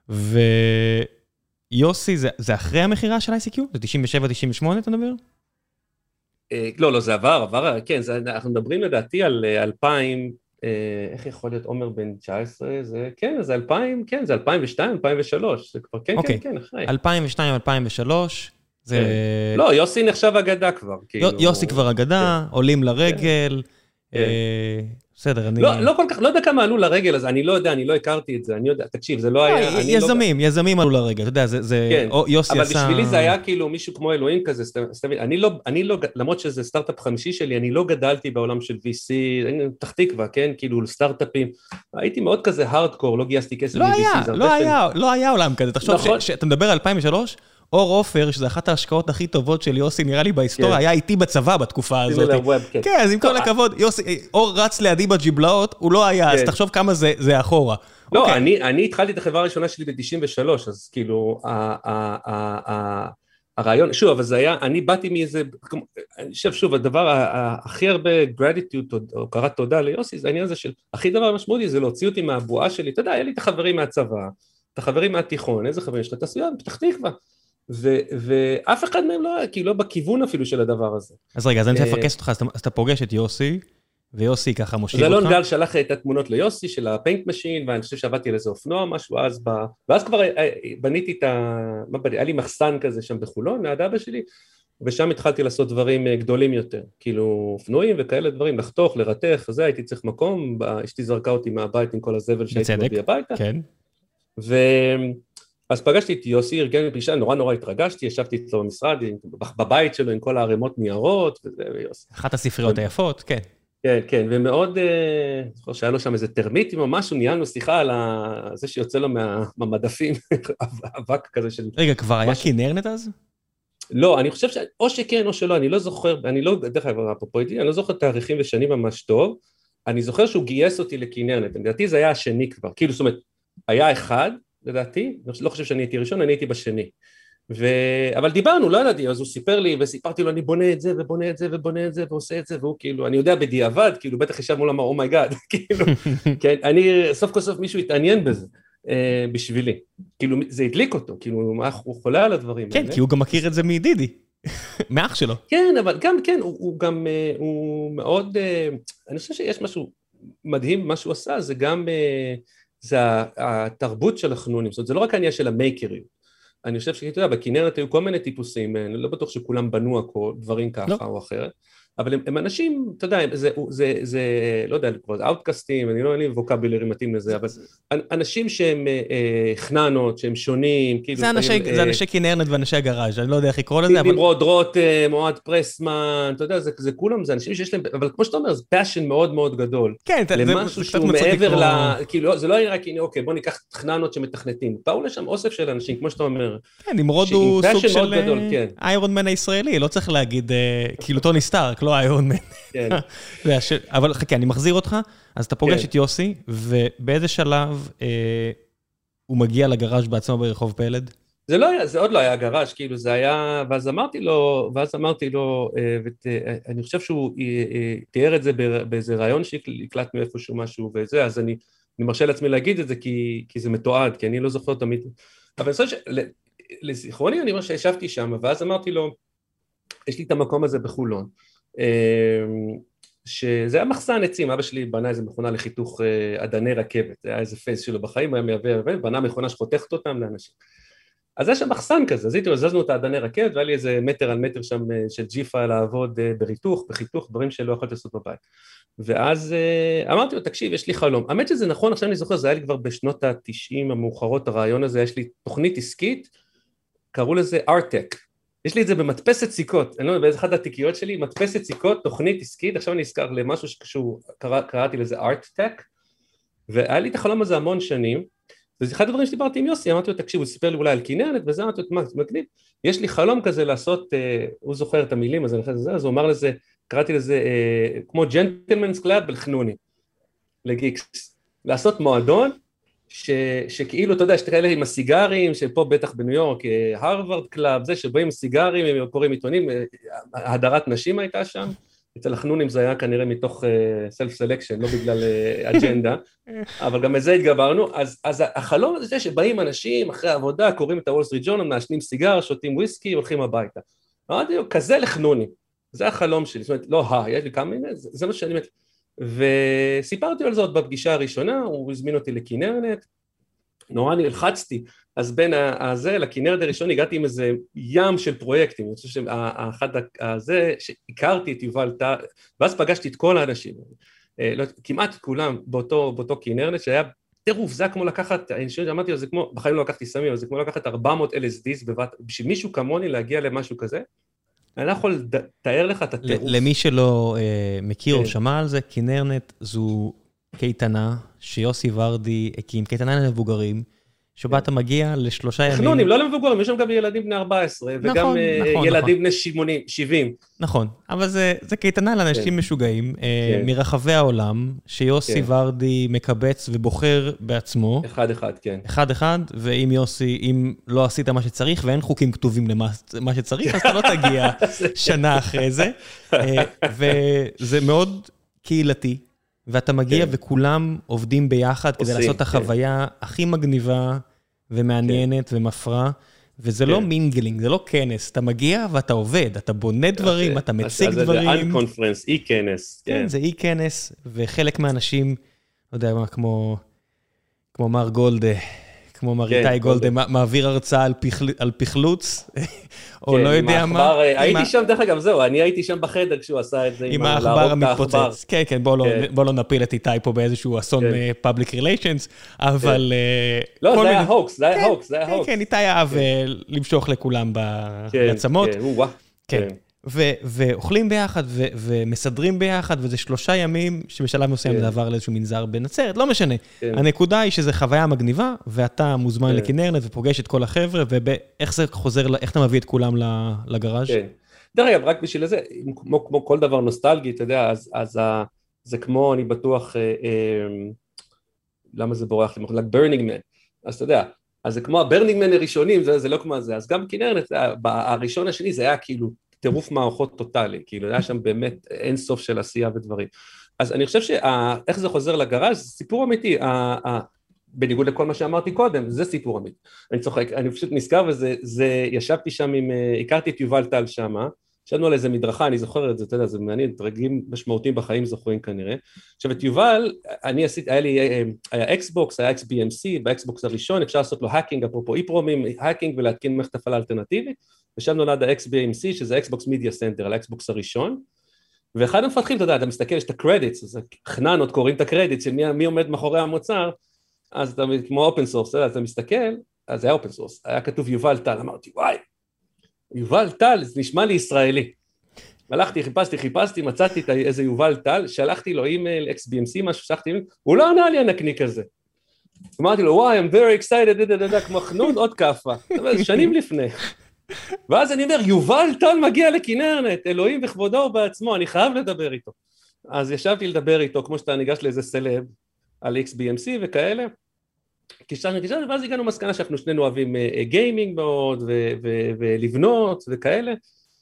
ויוסי, זה אחרי המחירה של איי סי קיו? זה תשעים ושבע תשעים ושמונה, אתה מדבר? לא, לא, זה עבר, עבר, כן, אנחנו מדברים לדעתי על אלפיים, איך יכול להיות עומר בן תשע עשרה, זה, כן, זה אלפיים, כן, זה אלפיים ושתיים, אלפיים ושלוש, זה כבר, כן, כן, כן, אחרי. אלפיים ושתיים, אלפיים ושלוש, לא, יוסי נחשב אגדה כבר. יוסי כבר אגדה, עולים לרגל, בסדר, אני... לא כל כך, לא יודע כמה עלו לרגל, אז אני לא יודע, אני לא הכרתי את זה, אני יודע, תקשיב, זה לא היה... יזמים, יזמים עלו לרגל, אתה יודע, זה... יוסי עשה... אבל בשבילי זה היה כאילו מישהו כמו אלוהים כזה, אני לא, למרות שזה סטארט-אפ חמישי שלי, אני לא גדלתי בעולם של וי סי, פתח תקווה, כן, כאילו סטארט-אפים, הייתי מאוד כזה הארדקור, לא גייסתי כסף ב-וי סי. לא היה, לא היה עולם כזה, תחשוב שאתה מדבר על אלפיים ושלוש, אור עופר, שזה אחת ההשקעות הכי טובות של יוסי, נראה לי בהיסטוריה, היה איתי בצבא בתקופה הזאת. כן, אז עם כל הכבוד, יוסי, אור רץ לידי בג'יבלאות, הוא לא היה, אז תחשוב כמה זה אחורה. לא, אני התחלתי את החברה הראשונה שלי ב-תשעים ושלוש, אז כאילו, הרעיון, שוב, אבל זה היה, אני באתי מאיזה, אני חושב, שוב, הדבר הכי הרבה gratitude, או קראת תודה ליוסי, זה העניין הזה של, הכי דבר משמעותי, זה להוציא אותי מהבועה שלי, אתה יודע, היה לי את החברים מהצבא, את החברים מהתיכון, איזה חברים יש לך, תעשייה, פתח תקווה. ואף אחד מהם לא היה, כי לא בכיוון אפילו של הדבר הזה. אז רגע, אז אני רוצה לפקס אותך, אז אתה פוגש את יוסי, ויוסי ככה מושיב אותך. אז אלון גל שלח את התמונות ליוסי של הפיינט משין, ואני חושב שעבדתי על איזה אופנוע, משהו, ואז כבר בניתי את ה... מה בניתי? היה לי מחסן כזה שם בחולון, ליד אבא שלי, ושם התחלתי לעשות דברים גדולים יותר, כאילו אופנועים וכאלה דברים, לחתוך, לרתך, זה, הייתי צריך מקום, אשתי זרקה אותי מהבית עם כל הזבל שהייתי מביא הביתה. כן. ו... אז פגשתי את יוסי, ארגן בפגישה, נורא נורא התרגשתי, ישבתי אצלו במשרד, בבית שלו עם כל הערימות ניירות, וזה, ויוסי. אחת הספריות היפות, כן. כן, כן, ומאוד, זוכר שהיה לו שם איזה טרמיטים או משהו, ניהלנו שיחה על זה שיוצא לו מהמדפים, אבק כזה של... רגע, כבר היה כינרנט אז? לא, אני חושב ש... או שכן או שלא, אני לא זוכר, אני לא, דרך אגב, אפרופו איתי, אני לא זוכר תאריכים ושנים ממש טוב, אני זוכר שהוא גייס אותי לכנרת, לדעתי זה היה השני כבר, כאילו, זאת אומרת, היה אחד, לדעתי, אני לא חושב שאני הייתי ראשון, אני הייתי בשני. ו... אבל דיברנו, לא ידעתי, אז הוא סיפר לי, וסיפרתי לו, אני בונה את זה, ובונה את זה, ובונה את זה, ועושה את זה, והוא כאילו, אני יודע בדיעבד, כאילו, בטח ישב מול אמר, אומייגאד, כאילו, כן, אני, סוף כל סוף מישהו התעניין בזה, אה, בשבילי, כאילו, זה הדליק אותו, כאילו, הוא חולה על הדברים כן, האלה. כי הוא גם מכיר את זה מדידי, מאח שלו. כן, אבל גם, כן, הוא, הוא גם, הוא מאוד, אני חושב שיש משהו מדהים, מה שהוא עשה, זה גם, זה התרבות של החנונים, זאת אומרת, זה לא רק העניין של המייקריות, אני חושב שאתה יודע, בכנרת היו כל מיני טיפוסים, אני לא בטוח שכולם בנו הכל, דברים ככה לא. או אחרת, אבל הם, הם אנשים, אתה יודע, זה, זה, זה לא יודע, אאוטקאסטים, אני לא, אין לי ווקאבילרי מתאים לזה, אבל אנשים שהם אה, חננות, שהם שונים, כאילו... זה אנשי, אה, זה אנשי כנרנט ואנשי הגראז', אני לא יודע איך לקרוא לזה, אבל... נמרוד רותם, אוהד פרסמן, אתה יודע, זה, זה כולם, זה אנשים שיש להם, אבל כמו שאתה אומר, זה passion מאוד מאוד גדול. כן, למשהו שהוא מעבר ל... כאילו, זה לא היה רק, אוקיי, בוא ניקח חננות שמתכנתים, באו לשם אוסף של אנשים, כמו שאתה אומר. כן, נמרוד הוא סוג של איירון מן הישראלי, לא צריך להגיד, כאילו טוני סטארק, לא איירון מן. כן. אבל חכה, אני מחזיר אותך, אז אתה פוגש את יוסי, ובאיזה שלב הוא מגיע לגראז' בעצמו ברחוב פלד? זה לא היה, זה עוד לא היה גראז', כאילו זה היה, ואז אמרתי לו, ואז אמרתי לו, אני חושב שהוא תיאר את זה באיזה רעיון שהקלטנו איפשהו משהו וזה, אז אני מרשה לעצמי להגיד את זה, כי זה מתועד, כי אני לא זוכר תמיד, אבל אני חושב שלזיכרוני, אני אומר שישבתי שם, ואז אמרתי לו, יש לי את המקום הזה בחולון, שזה היה מחסן עצים, אבא שלי בנה איזה מכונה לחיתוך עדני רכבת, זה היה איזה פייס שלו בחיים, היה מייבא, בנה מכונה שחותכת אותם לאנשים. אז היה שם מחסן כזה, אז הייתי, הזזנו את העדני רכבת, והיה לי איזה מטר על מטר שם של ג'יפה לעבוד בריתוך, בחיתוך, דברים שלא יכולתי לעשות בבית. ואז אמרתי לו, תקשיב, יש לי חלום. האמת שזה נכון, עכשיו אני זוכר, זה היה לי כבר בשנות ה-תשעים המאוחרות, הרעיון הזה, יש לי תוכנית עסקית, קראו לזה ארטק. יש לי את זה במדפסת סיכות, אני לא יודע, באיזה אחד התיקיות שלי, מדפסת סיכות, תוכנית עסקית, עכשיו אני נזכר למשהו שקשור, קרא, קראתי לזה ארט-טק, והיה לי את החלום הזה המון שנים, וזה אחד הדברים שדיברתי עם יוסי, אמרתי לו, תקשיב, הוא סיפר לי אולי על כנרת, וזה אמרתי לו, מה, זה מגניב, יש לי חלום כזה לעשות, אה, הוא זוכר את המילים, אז, לזה, אז הוא אמר לזה, קראתי לזה, אה, כמו ג'נטלמנס קלאב בלחנוני, לגיקס, לעשות מועדון, ש, שכאילו, אתה יודע, שתראה אלה עם הסיגרים, שפה בטח בניו יורק, הרווארד קלאב, זה שבאים סיגרים, הם קוראים עיתונים, הדרת נשים הייתה שם, אצל החנונים זה היה כנראה מתוך סלף סלקשן, לא בגלל אג'נדה, אבל גם את זה התגברנו, אז, אז החלום הזה שבאים אנשים אחרי העבודה, קוראים את הוול סטריט ג'ורנל, מעשנים סיגר, שותים וויסקי, הולכים הביתה. אמרתי לו, כזה לחנונים, זה החלום שלי, זאת אומרת, לא, אה, יש לי כמה מיני, זה, זה מה שאני... וסיפרתי על זאת בפגישה הראשונה, הוא הזמין אותי לכנרת, נורא נלחצתי, אז בין הזה לכנרת הראשון הגעתי עם איזה ים של פרויקטים, אני חושב שהאחד הזה שהכרתי את יובל טל, ואז פגשתי את כל האנשים, כמעט כולם באותו, באותו כנרת, שהיה טירוף, זה כמו לקחת, אני חושב שאמרתי לו, זה כמו, בחיים לא לקחתי סמים, אבל זה כמו לקחת ארבע מאות אל אס די בבת, בשביל מישהו כמוני להגיע למשהו כזה, אני לא יכול לתאר לך את הטירוף. למי שלא מכיר או שמע על זה, כנרת זו קייטנה שיוסי ורדי הקים, קייטנה למבוגרים, שבה אתה מגיע לשלושה ימים. חנונים, לא למבוגרים, יש שם גם ילדים בני ארבע עשרה, וגם ילדים בני שבעים. נכון, אבל זה קייטנה לאנשים משוגעים, מרחבי העולם, שיוסי ורדי מקבץ ובוחר בעצמו. אחד אחד, כן. אחד אחד, ואם יוסי, אם לא עשית מה שצריך, ואין חוקים כתובים למה שצריך, אז אתה לא תגיע שנה אחרי זה. וזה מאוד קהילתי. ואתה מגיע וכולם עובדים ביחד כדי לעשות את החוויה הכי מגניבה ומעניינת ומפרה, וזה לא מינגלינג, זה לא כנס, אתה מגיע ואתה עובד, אתה בונה דברים, אתה מציג דברים. זה אנקונפרנס, אי כנס. כן, זה אי כנס, וחלק מהאנשים, לא יודע מה, כמו מר גולדה, כמו מר איתי גולדה, מעביר הרצאה על פחלוץ, או לא יודע מה. הייתי שם, דרך אגב, זהו, אני הייתי שם בחדר כשהוא עשה את זה. עם העכבר המתפוצץ. כן, כן, בוא לא נפיל את איתי פה באיזשהו אסון public relations, אבל... לא, זה היה הוקס, זה היה הוקס, זה היה הוקס. כן, איתי אהב למשוך לכולם בעצמות. כן, ואוכלים ביחד, ומסדרים ביחד, וזה שלושה ימים שבשלב מסוים זה עבר לאיזשהו מנזר בנצרת, לא משנה. הנקודה היא שזו חוויה מגניבה, ואתה מוזמן לכנרנט ופוגש את כל החבר'ה, ואיך זה חוזר, איך אתה מביא את כולם לגראז'? כן. דרך אגב, רק בשביל זה, כמו כל דבר נוסטלגי, אתה יודע, אז זה כמו, אני בטוח, למה זה בורח לי? like burning man. אז אתה יודע, אז זה כמו הברנינג מן הראשונים, זה, זה לא כמו זה, אז גם כנרנט, הראשון השני זה היה כאילו טירוף מערכות טוטלי, כאילו היה שם באמת אין סוף של עשייה ודברים. אז אני חושב שאיך זה חוזר לגראז' זה סיפור אמיתי, בניגוד לכל מה שאמרתי קודם, זה סיפור אמיתי. אני צוחק, אני פשוט נזכר וזה, זה, ישבתי שם עם, הכרתי את יובל טל שמה, ישבנו על איזה מדרכה, אני זוכר את זה, אתה יודע, זה מעניין, דרגים משמעותיים בחיים זוכרים כנראה. עכשיו את יובל, אני עשיתי, היה לי, היה אקסבוקס, היה אקס בי אם סי, באקסבוקס הראשון, אפשר לעשות לו האקינג, אפרופו איפרומים, האקינג ולהתקין מערכת הפעלה אלטרנטיבית, ושם נולד ה-אקס בי אם סי, שזה אקסבוקס מידיה סנטר, על האקסבוקס הראשון, ואחד המפתחים, אתה יודע, אתה מסתכל, יש את הקרדיטס, אז חננות קוראים את הקרדיטס, של מי, מי עומד מאחורי המוצר, אז אתה, כמו אופן סורס, אתה מסתכל, אז זה היה אופן סורס, היה כתוב יובל טל, אמרתי, וואי, יובל טל, זה נשמע לי ישראלי. הלכתי, חיפשתי, חיפשתי, מצאתי איזה יובל טל, שלחתי לו אימייל, אקס בי אם סי, משהו, שלחתי אימייל, הוא לא ענה לי הנקניק הזה. אמרתי לו, וואי, I'm very excited, דה, דה, דה, כמו חנון, עוד כאפה. שנים לפני. ואז אני אומר, יובל טל מגיע לכנרנט, אלוהים וכבודו בעצמו, אני חייב לדבר איתו. אז ישבתי לדבר איתו, כמו שאתה ניגש לאיזה סלב, על אקס בי אם סי וכאלה, קישרנו, קישרנו, ואז הגענו מסקנה שאנחנו שנינו אוהבים גיימינג מאוד, ולבנות וכאלה,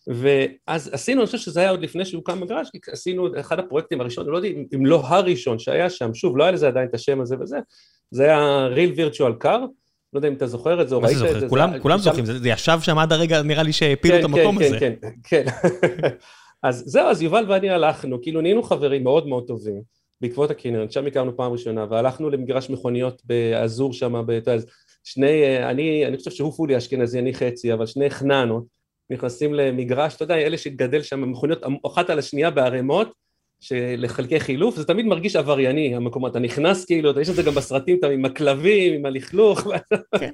ואז עשינו, אני חושב שזה היה עוד לפני שהוקם הגראז', עשינו אחד הפרויקטים הראשון, אני לא יודע אם לא הראשון שהיה שם, שוב, לא היה לזה עדיין את השם הזה וזה, זה היה Real Virtual Car, לא יודע אם אתה זוכר את זה, או ראית את זה. כולם זוכרים, זה ישב שם עד הרגע, נראה לי שהפילו את המקום הזה. כן, כן, כן. אז זהו, אז יובל ואני הלכנו, כאילו נהיינו חברים מאוד מאוד טובים, בעקבות הכנרנט, שם הכרנו פעם ראשונה, והלכנו למגרש מכוניות באזור שם, שני, אני, אני חושב שהוא פולי אשכנזי, אני חצי, אבל שני חננות, נכנסים למגרש, אתה יודע, אלה שגדל שם, מכוניות, אחת על השנייה בערימות, שלחלקי חילוף, זה תמיד מרגיש עברייני, המקומות, אתה נכנס כאילו, יש את זה גם בסרטים, אתה עם הכלבים, עם הלכלוך. כן,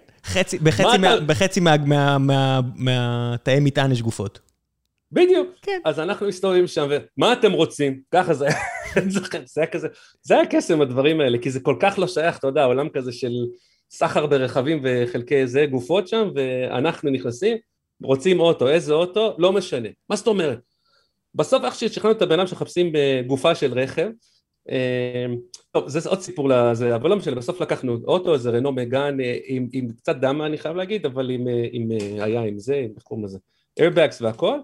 בחצי מהתאי מטען יש גופות. בדיוק, אז אנחנו מסתובבים שם, ומה אתם רוצים? ככה זה היה כזה, זה היה קסם הדברים האלה, כי זה כל כך לא שייך, אתה יודע, עולם כזה של סחר ברכבים וחלקי זה, גופות שם, ואנחנו נכנסים, רוצים אוטו, איזה אוטו, לא משנה. מה זאת אומרת? בסוף איך ששכננו את הבנם שמחפשים בגופה של רכב, טוב, זה עוד סיפור לזה, אבל לא משנה, בסוף לקחנו אוטו, איזה רנו מגן, עם, עם קצת דמה אני חייב להגיד, אבל עם, עם, היה עם זה, עם קוראים לזה, איירבקס והכל,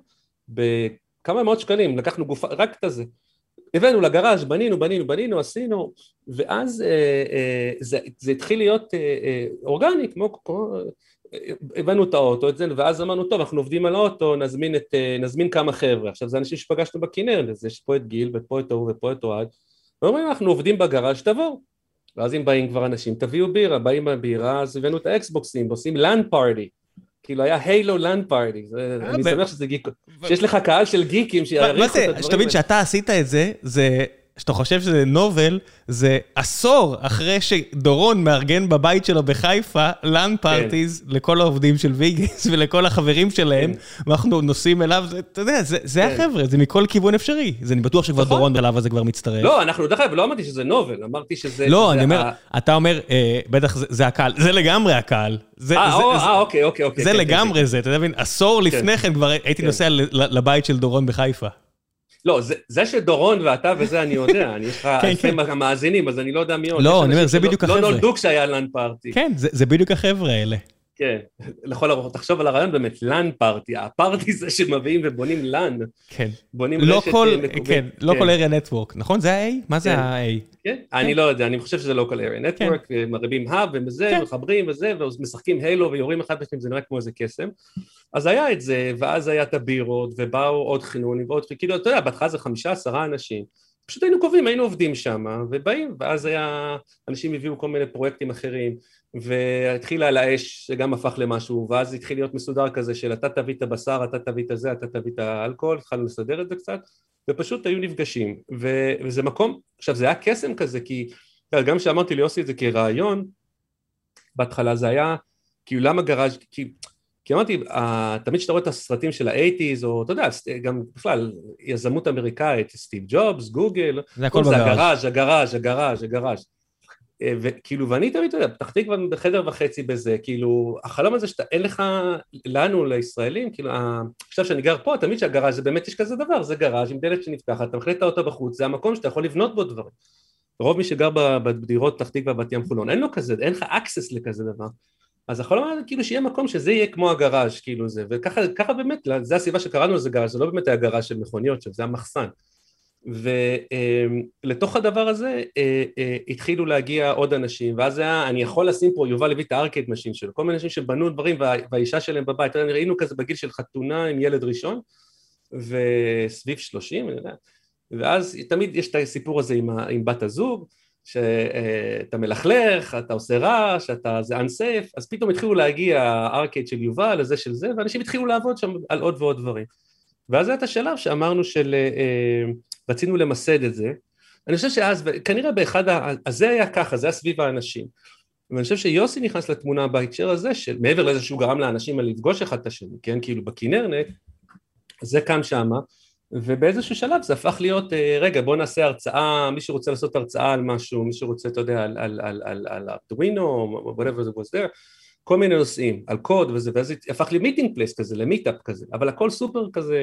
בכמה מאות שקלים, לקחנו גופה, רק את הזה. הבאנו לגראז', בנינו, בנינו, בנינו, עשינו, ואז אה, אה, זה, זה התחיל להיות אה, אה, אורגני, כמו, כמו, הבאנו את האוטו, את זה, ואז אמרנו, טוב, אנחנו עובדים על האוטו, נזמין, את, נזמין כמה חבר'ה. עכשיו, זה אנשים שפגשנו בכנרת, אז יש פה את גיל, ופה את ההוא, ופה את אוהד, ואומרים, אנחנו עובדים בגראז', תבואו. ואז אם באים כבר אנשים, תביאו בירה, באים בבירה, אז הבאנו את האקסבוקסים, ועושים לנד פארטי. כאילו היה הילו לנד פארטי. אני שמח שזה גיק, שיש לך קהל של גיקים שיעריכו את הדברים האלה. שתבין שאתה עשית את זה, זה... שאתה חושב שזה נובל, זה עשור אחרי שדורון מארגן בבית שלו בחיפה, לן פארטיז לכל העובדים של ויגס ולכל החברים שלהם, ואנחנו נוסעים אליו, אתה יודע, זה החבר'ה, זה מכל כיוון אפשרי. זה אני בטוח שכבר דורון אליו הזה כבר מצטרף. לא, אנחנו דרך אגב, לא אמרתי שזה נובל, אמרתי שזה... לא, אני אומר, אתה אומר, בטח זה הקהל, זה לגמרי הקהל. אה, אוקיי, אוקיי, אוקיי. זה לגמרי זה, אתה יודע, עשור לפני כן כבר הייתי נוסע לבית של דורון בחיפה. לא, זה, זה שדורון ואתה וזה אני יודע, אני יש לך אלפי מאזינים, אז אני לא יודע מי עוד. לא, אני אומר, זה בדיוק החבר'ה. לא נולדו כשהיה לן פארטי. כן, זה, זה בדיוק החבר'ה האלה. כן, לכל הרוח, תחשוב על הרעיון באמת, לן פארטי, הפארטי זה שמביאים ובונים לן. כן. בונים לא רשת כל, מקובלת. כן, לא כל area network, נכון? זה ה-A? מה זה ה-A? כן, אני לא יודע, אני חושב שזה local area network, מרבים hub וזה, מחברים וזה, ומשחקים הילו ויורים אחד בשנים, זה נראה כמו איזה קסם. אז היה את זה, ואז היה את הבירות, ובאו עוד חינונים ועוד חינונים, כאילו, אתה יודע, בהתחלה זה חמישה, עשרה אנשים, פשוט היינו קובעים, היינו עובדים שם, ובאים, ואז היה, אנשים הביאו כל מיני פרויקטים אחרים, והתחילה על האש, שגם הפך למשהו, ואז התחיל להיות מסודר כזה, של אתה תביא את הבשר, אתה תביא את זה, אתה תביא את האלכוהול, התחלנו לסדר את זה קצת, ופשוט היו נפגשים, ו- וזה מקום, עכשיו זה היה קסם כזה, כי גם שאמרתי לי עושה את זה כרעיון, בהתחלה זה היה, כאילו למה גראז', כי כי אמרתי, תמיד שאתה רואה את הסרטים של ה-שמונים, או אתה יודע, גם בכלל, יזמות אמריקאית, סטיב ג'ובס, גוגל, זה הכל בגראז'. הגראז', הגראז', הגראז', הגראז'. וכאילו, ואני תמיד, אתה יודע, פתח תקווה בחדר וחצי בזה, כאילו, החלום הזה שאתה, אין לך, לנו, לישראלים, כאילו, עכשיו שאני גר פה, תמיד שהגראז' זה באמת יש כזה דבר, זה גראז' עם דלת שנפתחת, אתה מחליט אותה בחוץ, זה המקום שאתה יכול לבנות בו דברים. רוב מי שגר בדירות פתח תקווה בת ים חולון, אין לו כזה, אין לך access לכזה דבר. אז החלום היה כאילו שיהיה מקום שזה יהיה כמו הגראז' כאילו זה, וככה ככה באמת, זה הסיבה שקראנו לזה גראז', זה לא באמת היה גראז' של מכוניות, זה היה מחסן. ולתוך הדבר הזה התחילו להגיע עוד אנשים, ואז היה, אני יכול לשים פה, יובל הביא את הארקייד משין שלו, כל מיני אנשים שבנו דברים, והאישה שלהם בבית, ראינו כזה בגיל של חתונה עם ילד ראשון, וסביב שלושים, אני יודע, ואז תמיד יש את הסיפור הזה עם, עם בת הזוג, שאתה מלכלך, אתה עושה רעש, אתה זה unsafe, אז פתאום התחילו להגיע הארקייד של יובל, לזה של זה, ואנשים התחילו לעבוד שם על עוד ועוד דברים. ואז היה את השלב שאמרנו של, רצינו למסד את זה, אני חושב שאז, כנראה באחד, אז זה היה ככה, זה היה סביב האנשים, ואני חושב שיוסי נכנס לתמונה בהקשר הזה, של מעבר לזה שהוא גרם לאנשים על לפגוש אחד את השני, כן, כאילו בכינרנט, זה קם שמה, ובאיזשהו שלב זה הפך להיות, רגע, בוא נעשה הרצאה, מי שרוצה לעשות הרצאה על משהו, מי שרוצה, אתה יודע, על, על, על, על, על ארדואינו, whatever it was there, כל מיני נושאים, על קוד וזה, ואז זה הפך לי מיטינג פלייס כזה, למיטאפ כזה, אבל הכל סופר כזה,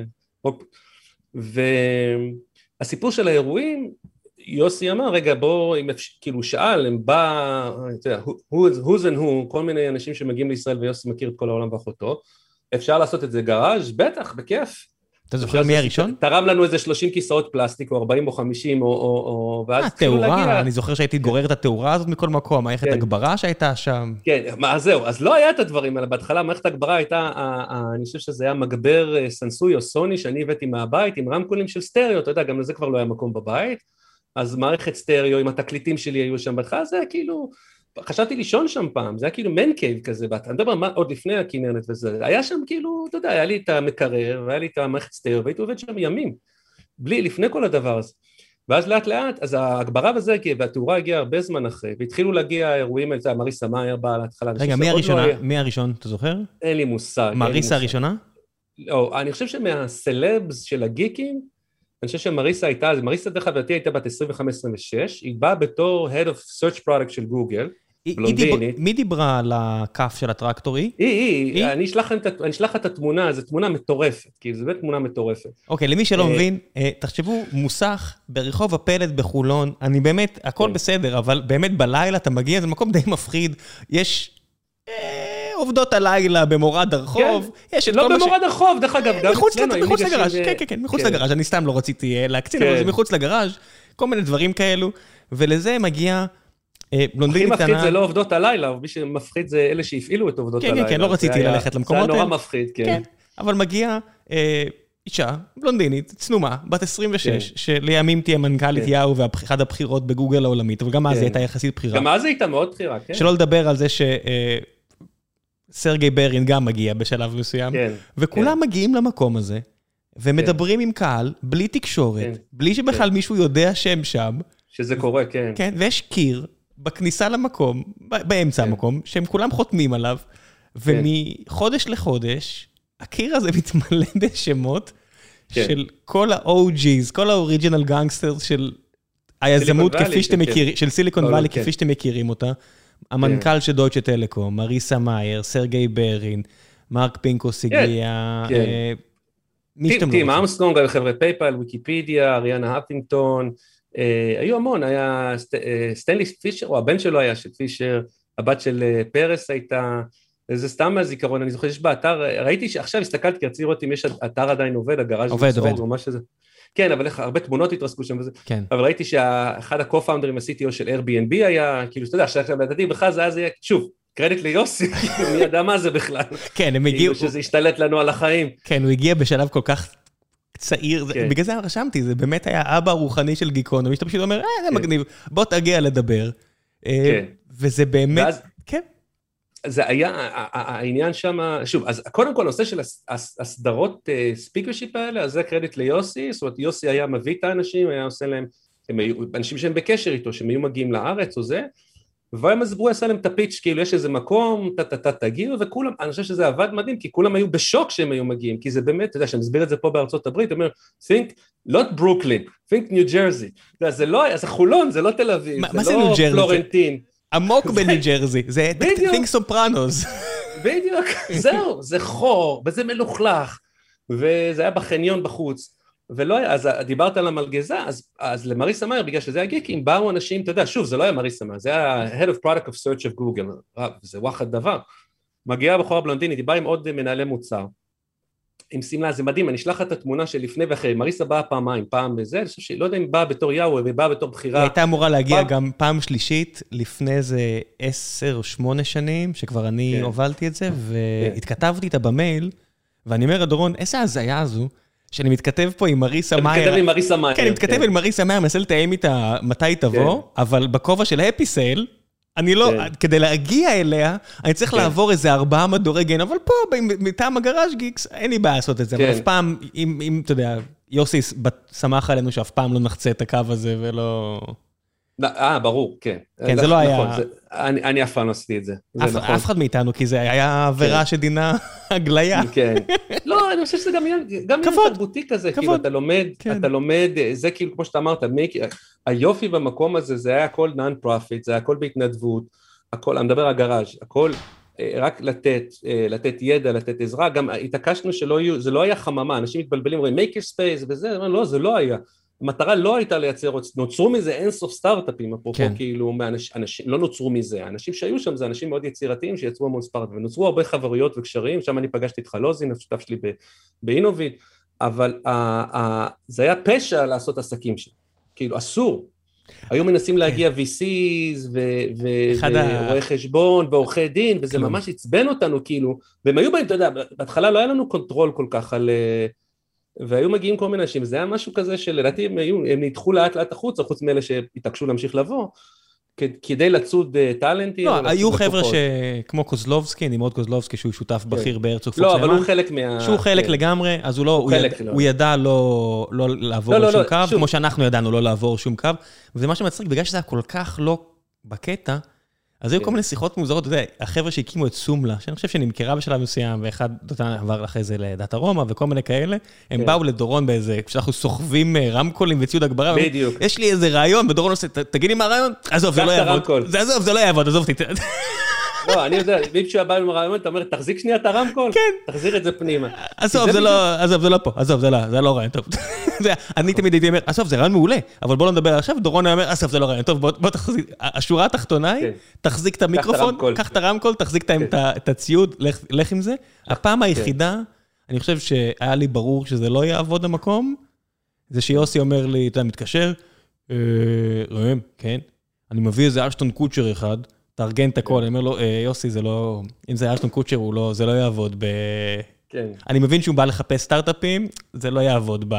והסיפור של האירועים, יוסי אמר, רגע, בוא, כאילו שאל, הם בא, אתה יודע, who's and who, כל מיני אנשים שמגיעים לישראל, ויוסי מכיר את כל העולם ואחותו, אפשר לעשות את זה גראז'? בטח, בכיף. אתה זוכר מי הראשון? תרם לנו איזה שלושים כיסאות פלסטיק, או ארבעים או חמישים, או... אה, תאורה, אני זוכר שהייתי גורר את התאורה הזאת מכל מקום, מערכת הגברה שהייתה שם. כן, אז זהו, אז לא היה את הדברים האלה, בהתחלה מערכת הגברה הייתה, אני חושב שזה היה מגבר סנסוי או סוני, שאני הבאתי מהבית, עם רמקולים של סטריאו, אתה יודע, גם לזה כבר לא היה מקום בבית, אז מערכת סטריאו, עם התקליטים שלי היו שם בהתחלה, זה כאילו... חשבתי לישון שם פעם, זה היה כאילו מן קייב כזה, אני מדבר עוד לפני הכינרנט וזה, היה שם כאילו, אתה יודע, היה לי את המקרר, והיה לי את המערכת סטריאו, והייתי עובד שם ימים, בלי, לפני כל הדבר הזה, ואז לאט לאט, אז ההגברה וזה, והתאורה הגיעה הרבה זמן אחרי, והתחילו להגיע אירועים, מריסה מאייר באה להתחלה. רגע, מי הראשונה, מי הראשון, אתה זוכר? אין לי מושג. מריסה הראשונה? לא, אני חושב שמהסלבס של הגיקים, אני חושב שמריסה הייתה, מריסה דרך חברתי הייתה בת עשרים וחמש עשרים ושש, היא באה בתור Head of Search Product של גוגל, בלונדינית. מי דיברה על הכף של הטרקטורי? היא, היא, אני אשלח את התמונה, זו תמונה מטורפת, כי זו באמת תמונה מטורפת. אוקיי, למי שלא מבין, תחשבו, מוסך ברחוב הפלט בחולון, אני באמת, הכל בסדר, אבל באמת בלילה אתה מגיע, זה מקום די מפחיד, יש... עובדות הלילה במורד הרחוב. לא במורד הרחוב, דרך אגב. מחוץ לגראז', כן, כן, כן, מחוץ לגראז', אני סתם לא רציתי להקצין, אבל זה מחוץ לגראז', כל מיני דברים כאלו, ולזה מגיע בלונדינית קטנה. הכי מפחיד זה לא עובדות הלילה, מי שמפחיד זה אלה שהפעילו את עובדות הלילה. כן, כן, לא רציתי ללכת למקומות האלה. זה היה נורא מפחיד, כן. אבל מגיע אישה, בלונדינית, צנומה, בת עשרים ושש, שלימים תהיה מנכ"לית יאו ואחד הבחירות בגוגל העולמית, אבל גם אז היא הייתה יחסית בחירה. גם אז היא הייתה מאוד בחירה, כן. שלא לדבר על זה ש... סרגי ברין גם מגיע בשלב מסוים, כן, וכולם כן. מגיעים למקום הזה, ומדברים כן. עם קהל, בלי תקשורת, כן. בלי שבכלל כן. מישהו יודע שהם שם. שזה קורה, כן. כן, ויש קיר בכניסה למקום, באמצע כן. המקום, שהם כולם חותמים עליו, כן. ומחודש לחודש, הקיר הזה מתמלא בשמות, כן. של כל ה-או ג'יז, כל ה-Original Gangsters של היזמות כפי שאתם מכירים, של סיליקון ואלי כפי שאתם מכירים אותה, המנכ"ל של דויטשה טלקום, מריסה מאייר, סרגי ברין, מרק פינקוס הגיע, מי שאתם לא רוצים. טים אמסטרונג, חבר'ה פייפל, ויקיפדיה, אריאנה הפינגטון, היו המון, היה סטנלי פישר, או הבן שלו היה של פישר, הבת של פרס הייתה, זה סתם מהזיכרון, אני זוכר שיש באתר, ראיתי שעכשיו הסתכלתי, כי רציתי לראות אם יש אתר עדיין עובד, הגראז' עובד, עובד. כן, אבל הרבה תמונות התרסקו שם וזה, כן. אבל ראיתי שאחד הקו-פאונדרים, ה-סי טי או של Airbnb היה, כאילו, אתה יודע, עכשיו לדעתי, בכלל זה היה, שוב, קרדיט ליוסי, מי ידע מה זה בכלל. כן, הם הגיעו... שזה השתלט לנו על החיים. כן, הוא הגיע בשלב כל כך צעיר, בגלל זה רשמתי, זה באמת היה אבא הרוחני של גיקונומי, שאתה פשוט אומר, אה, זה מגניב, בוא תגיע לדבר. וזה באמת, כן. זה היה, העניין שם, שוב, אז קודם כל, הנושא של הסדרות ספיקרשיפ האלה, אז זה קרדיט ליוסי, זאת אומרת, יוסי היה מביא את האנשים, היה עושה להם, הם היו, אנשים שהם בקשר איתו, שהם היו מגיעים לארץ או זה, והם עזבו עשה להם את הפיץ', כאילו יש איזה מקום, טה-טה-טה תגיעו, וכולם, אני חושב שזה עבד מדהים, כי כולם היו בשוק שהם היו מגיעים, כי זה באמת, אתה יודע, שאני מסביר את זה פה בארצות הברית, אומר, think, לא ברוקלין, think ניו ג'רזי, זה לא, זה חולון, זה לא תל אביב, זה לא פלורנטין. עמוק בניו ג'רזי, זה think סופרנוס. בדיוק, זהו, זה חור, וזה מלוכלך, וזה היה בחניון בחוץ, ולא היה, אז דיברת על המלגזה, אז, אז למריסה מאייר, בגלל שזה היה גיקים, באו אנשים, אתה יודע, שוב, זה לא היה מריסה מאייר, זה היה Head of Product of Search of Google, זה וואחד דבר, מגיעה בחורה בלונדינית, דיבר עם עוד מנהלי מוצר, עם סמלה, זה מדהים, אני אשלח את התמונה של לפני ואחרי, מריסה באה פעמיים, פעם בזה, אני חושב שהיא לא יודע אם באה בתור יאו, ובאה בתור בחירה. היא הייתה אמורה להגיע גם פעם שלישית, לפני איזה עשר או שמונה שנים, שכבר אני הובלתי את זה, והתכתבתי איתה במייל, ואני אומר, דורון, איזה הזיה הזו, שאני מתכתב פה עם מריסה מאייר. אתה מתכתב עם מריסה מאייר. כן, אני מתכתב עם מריסה מאייר, מנסה לתאם איתה מתי תבוא, אבל בכובע של הפי סייל, אני לא, כדי להגיע אליה, אני צריך לעבור איזה ארבעה מדורי גן, אבל פה, מטעם הגראז' גיקס, אין לי בעיה לעשות את זה, אבל אף פעם, אם, אתה יודע, יוסי שמח עלינו שאף פעם לא נחצה את הקו הזה, ולא... אה, ברור, כן. כן, זה לא היה... אני אף פעם לא עשיתי את זה. אף אחד מאיתנו, כי זה היה עבירה שדינה הגליה. כן. לא, אני חושב שזה גם עניין תרבותי כזה, כאילו, אתה לומד, אתה לומד, זה כאילו, כמו שאתה אמרת, היופי במקום הזה, זה היה הכל non-profit, זה היה הכל בהתנדבות, הכל, אני מדבר על גראז', הכל רק לתת, לתת ידע, לתת עזרה, גם התעקשנו שלא יהיו, זה לא היה חממה, אנשים מתבלבלים, רואים, make your space וזה, לא, זה לא היה. המטרה לא הייתה לייצר, נוצרו מזה אינסוף סטארט-אפים, אפרופו כאילו, אנשים, לא נוצרו מזה, האנשים שהיו שם זה אנשים מאוד יצירתיים שיצרו המון סטארט-אפים, ונוצרו הרבה חברויות וקשרים, שם אני פגשתי את חלוזין, השותף שלי באינוביט, אבל זה היה פשע לעשות עסקים שם, כאילו אסור, היו מנסים להגיע וי סיז ורואי חשבון ועורכי דין, וזה ממש עצבן אותנו כאילו, והם היו בהם, אתה יודע, בהתחלה לא היה לנו קונטרול כל כך על... והיו מגיעים כל מיני אנשים, זה היה משהו כזה שלדעתי הם, הם נדחו לאט לאט החוצה, חוץ מאלה שהתעקשו להמשיך לבוא, כדי לצוד טלנטים. לא, היו חבר'ה שכמו קוזלובסקי, נמרוד קוזלובסקי, שהוא שותף בכיר בהרצוג פוקס. לא, אבל הוא חלק מה... שהוא חלק לגמרי, אז הוא ידע לא לעבור שום קו, כמו שאנחנו ידענו לא לעבור שום קו, וזה מה שמצחיק, בגלל שזה היה כל כך לא בקטע, אז היו כל מיני שיחות מוזרות, אתה יודע, החבר'ה שהקימו את סומלה, שאני חושב שנמכרה בשלב מסוים, ואחד עבר אחרי זה לדאטה רומא, וכל מיני כאלה, הם באו לדורון באיזה, כשאנחנו סוחבים רמקולים וציוד הגברה, בדיוק. יש לי איזה רעיון, ודורון עושה, תגיד לי מה הרעיון? עזוב, זה לא יעבוד. זה עזוב, זה לא יעבוד, עזוב אותי. לא, אני יודע, ואם שהוא בא עם הרעיון, אתה אומר, תחזיק שנייה את הרמקול, תחזיר את זה פנימה. עזוב, זה לא פה, עזוב, זה לא רעיון טוב. אני תמיד הייתי אומר, עזוב, זה רעיון מעולה, אבל בוא לא נדבר עכשיו, דורון אומר, עזוב, זה לא רעיון טוב, בוא תחזיק, השורה התחתונה היא, תחזיק את המיקרופון, קח את הרמקול, תחזיק את הציוד, לך עם זה. הפעם היחידה, אני חושב שהיה לי ברור שזה לא יעבוד המקום, זה שיוסי אומר לי, אתה מתקשר, ראם, כן, אני מביא איזה אשטון קוצ'ר אחד, תארגן את הכל, אני אומר לו, יוסי, זה לא, אם זה אשטון קוצ'ר, זה לא יעבוד ב... אני מבין שהוא בא לחפש סטארט-אפים, זה לא יעבוד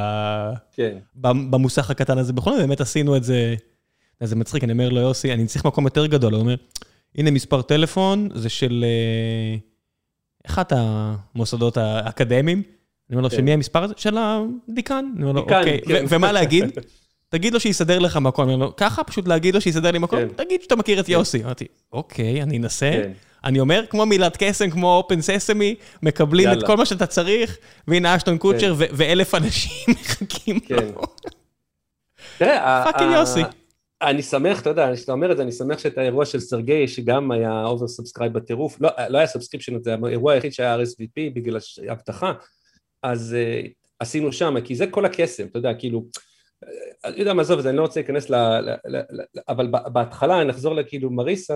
במוסך הקטן הזה בכל זאת, באמת עשינו את זה, זה מצחיק, אני אומר לו, יוסי, אני צריך מקום יותר גדול, הוא אומר, הנה מספר טלפון, זה של אחת המוסדות האקדמיים, אני אומר לו, של מי המספר הזה? של הדיקן, אני אומר לו, אוקיי, ומה להגיד? תגיד לו שיסדר לך מקום, אני אומר לו, ככה פשוט להגיד לו שיסדר לי מקום, תגיד שאתה מכיר את יוסי. אמרתי, אוקיי, אני אנסה, אני אומר, כמו מילת קסם, כמו אופן ססמי, מקבלים את כל מה שאתה צריך, והנה אשטון קוצ'ר, ואלף אנשים מחכים לו. פאקינג יוסי. אני שמח, אתה יודע, כשאתה אומר את זה, אני שמח שאת האירוע של סרגי, שגם היה אובר סאבסקרייב בטירוף, לא היה סאבסקריפשן, זה האירוע היחיד שהיה אר אס וי פי, בגלל הבטחה, אז עשינו שם, כי זה כל הקסם, אתה יודע, כאילו, אני יודע מה עזוב, אני לא רוצה להיכנס ל... אבל בהתחלה, נחזור לכאילו מריסה,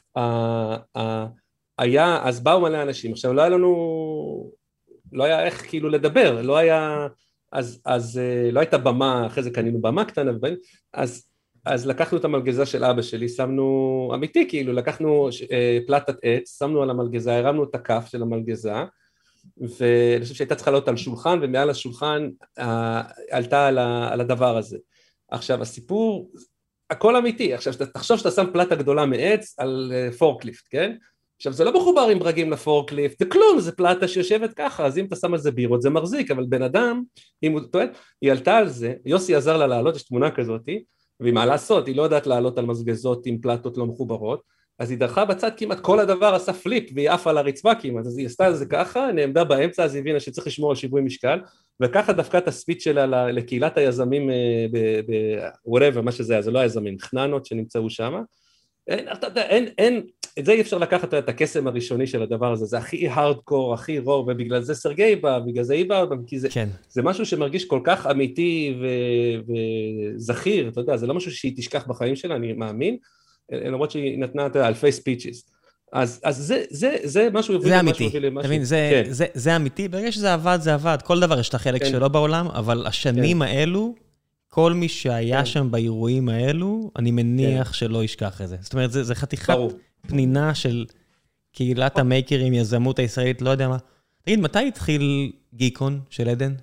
היה, אז באו מלא אנשים, עכשיו לא היה לנו, לא היה איך כאילו לדבר, לא היה, אז, אז לא הייתה במה, אחרי זה קנינו במה קטנה, אז, אז לקחנו את המלגזה של אבא שלי, שמנו, אמיתי כאילו, לקחנו פלטת עץ, שמנו על המלגזה, הרמנו את הכף של המלגזה, ואני חושב שהייתה צריכה להיות על שולחן, ומעל השולחן עלתה על הדבר הזה. עכשיו, הסיפור, הכל אמיתי, עכשיו, תחשוב שאתה שם פלטה גדולה מעץ על פורקליפט, כן? עכשיו, זה לא מחובר עם ברגים לפורקליפט, זה כלום, זה פלטה שיושבת ככה, אז אם אתה שם על זה בירות, זה מחזיק, אבל בן אדם, אם הוא טוען, היא עלתה על זה, יוסי עזר לה לעלות, יש תמונה כזאת, והיא מה לעשות, היא לא יודעת לעלות על מזגזות עם פלטות לא מחוברות, אז היא דרכה בצד כמעט, כל הדבר עשה פליפ, והיא עפה על הרצפה כמעט, אז היא עשתה את זה ככה, נעמדה באמצע, אז היא הבינה שצריך לשמור על שיווי משקל, וככה דווקא את הספיץ שלה לקהילת היזמים, ב-whatever, מה שזה היה, זה לא היזמים, חננות שנמצאו שם, אין, אין, אין, את זה אי אפשר לקחת את הקסם הראשוני של הדבר הזה, זה הכי הארדקור, הכי רור, ובגלל זה סרגי בא, בגלל זה היא באה, כי זה, כן. זה משהו שמרגיש כל כך אמיתי ו- וזכיר, אתה יודע, זה לא משהו שהיא תשכח בחיים שלה, אני מאמין, למרות שהיא נתנה את אלפי ספיצ'יס. אז, אז זה, זה, זה משהו... זה אמיתי, תבין, זה, כן. זה, זה אמיתי, ברגע שזה עבד, זה עבד, כל דבר יש את החלק כן. שלו בעולם, אבל השנים כן. האלו, כל מי שהיה כן. שם באירועים האלו, אני מניח כן. שלא ישכח את זה. זאת אומרת, זה, זה חתיכת ברור. פנינה של קהילת המייקרים, יזמות הישראלית, לא יודע מה. תגיד, מתי התחיל גיקון של עדן?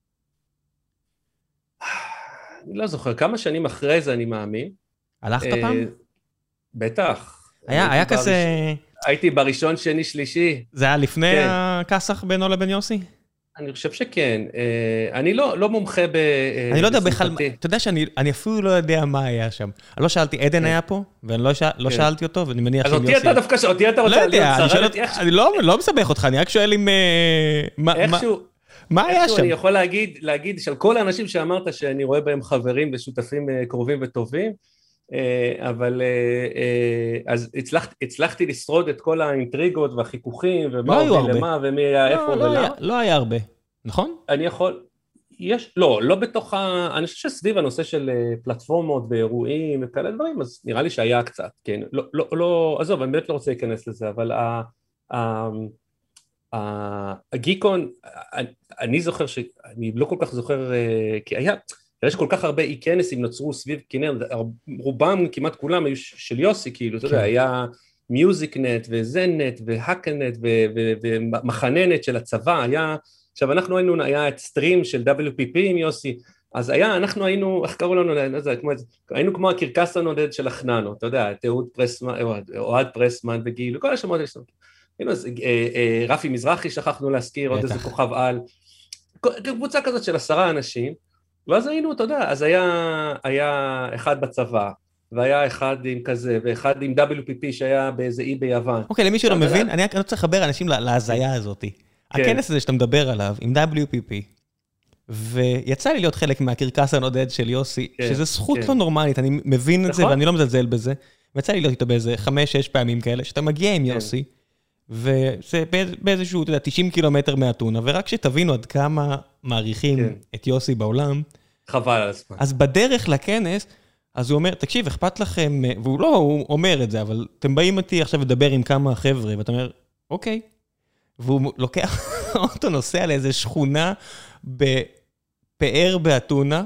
אני לא זוכר, כמה שנים אחרי זה אני מאמין. הלכת פעם? בטח. היה, היה כזה... הייתי בראשון, שני, שלישי. זה היה לפני הכסח בינו לבין יוסי? אני חושב שכן. אני לא, לא מומחה ב... אני לא יודע בכלל, אתה יודע שאני אפילו לא יודע מה היה שם. אני לא שאלתי, עדן היה פה, ואני לא שאלתי אותו, ואני מניח עם יוסי... אז אותי אתה דווקא, אותי אתה רוצה... לא יודע, אני לא מסבך אותך, אני רק שואל אם... איכשהו... מה היה שם? אני יכול להגיד, להגיד של כל האנשים שאמרת שאני רואה בהם חברים ושותפים קרובים וטובים, אבל אז הצלחתי לשרוד את כל האינטריגות והחיכוכים ומה הוביל למה ומי היה איפה ולמה. לא היה הרבה, נכון? אני יכול, יש, לא, לא בתוך, אני חושב שסביב הנושא של פלטפורמות ואירועים וכאלה דברים, אז נראה לי שהיה קצת, כן, לא, לא, לא, עזוב, אני באמת לא רוצה להיכנס לזה, אבל הגיקון, אני זוכר שאני לא כל כך זוכר, כי היה, יש כל כך הרבה אי-כנסים נוצרו סביב כנר, רובם כמעט כולם היו של יוסי, כאילו, אתה יודע, היה מיוזיקנט וזנט והקנט ומחננת של הצבא, היה, עכשיו אנחנו היינו, היה את סטרים של דאבליו פי פי עם יוסי, אז היה, אנחנו היינו, איך קראו לנו, היינו כמו הקרקס הנודד של החננו, אתה יודע, אהוד פרסמן, אוהד פרסמן וגיל, וכל השמות, רפי מזרחי שכחנו להזכיר, עוד איזה כוכב על, קבוצה כזאת של עשרה אנשים, ואז היינו, אתה יודע, אז היה, היה אחד בצבא, והיה אחד עם כזה, ואחד עם דאבליו פי פי שהיה באיזה אי ביוון. אוקיי, למי שלא מבין, אני רק רוצה לחבר אנשים להזיה הזאת. הכנס הזה שאתה מדבר עליו, עם דאבליו פי פי, ויצא לי להיות חלק מהקרקס הנודד של יוסי, שזו זכות לא נורמלית, אני מבין את זה, ואני לא מזלזל בזה, ויצא לי להיות איתו באיזה חמש, שש פעמים כאלה, שאתה מגיע עם יוסי, וזה באיזשהו, אתה יודע, תשעים קילומטר מהטונה, ורק שתבינו עד כמה מעריכים את יוסי בעולם, חבל על הזמן. אז בדרך לכנס, אז הוא אומר, תקשיב, אכפת לכם, והוא לא, הוא אומר את זה, אבל אתם באים איתי עכשיו לדבר עם כמה חבר'ה, ואתה אומר, אוקיי, והוא לוקח אותו נוסע לאיזו שכונה בפאר באתונה,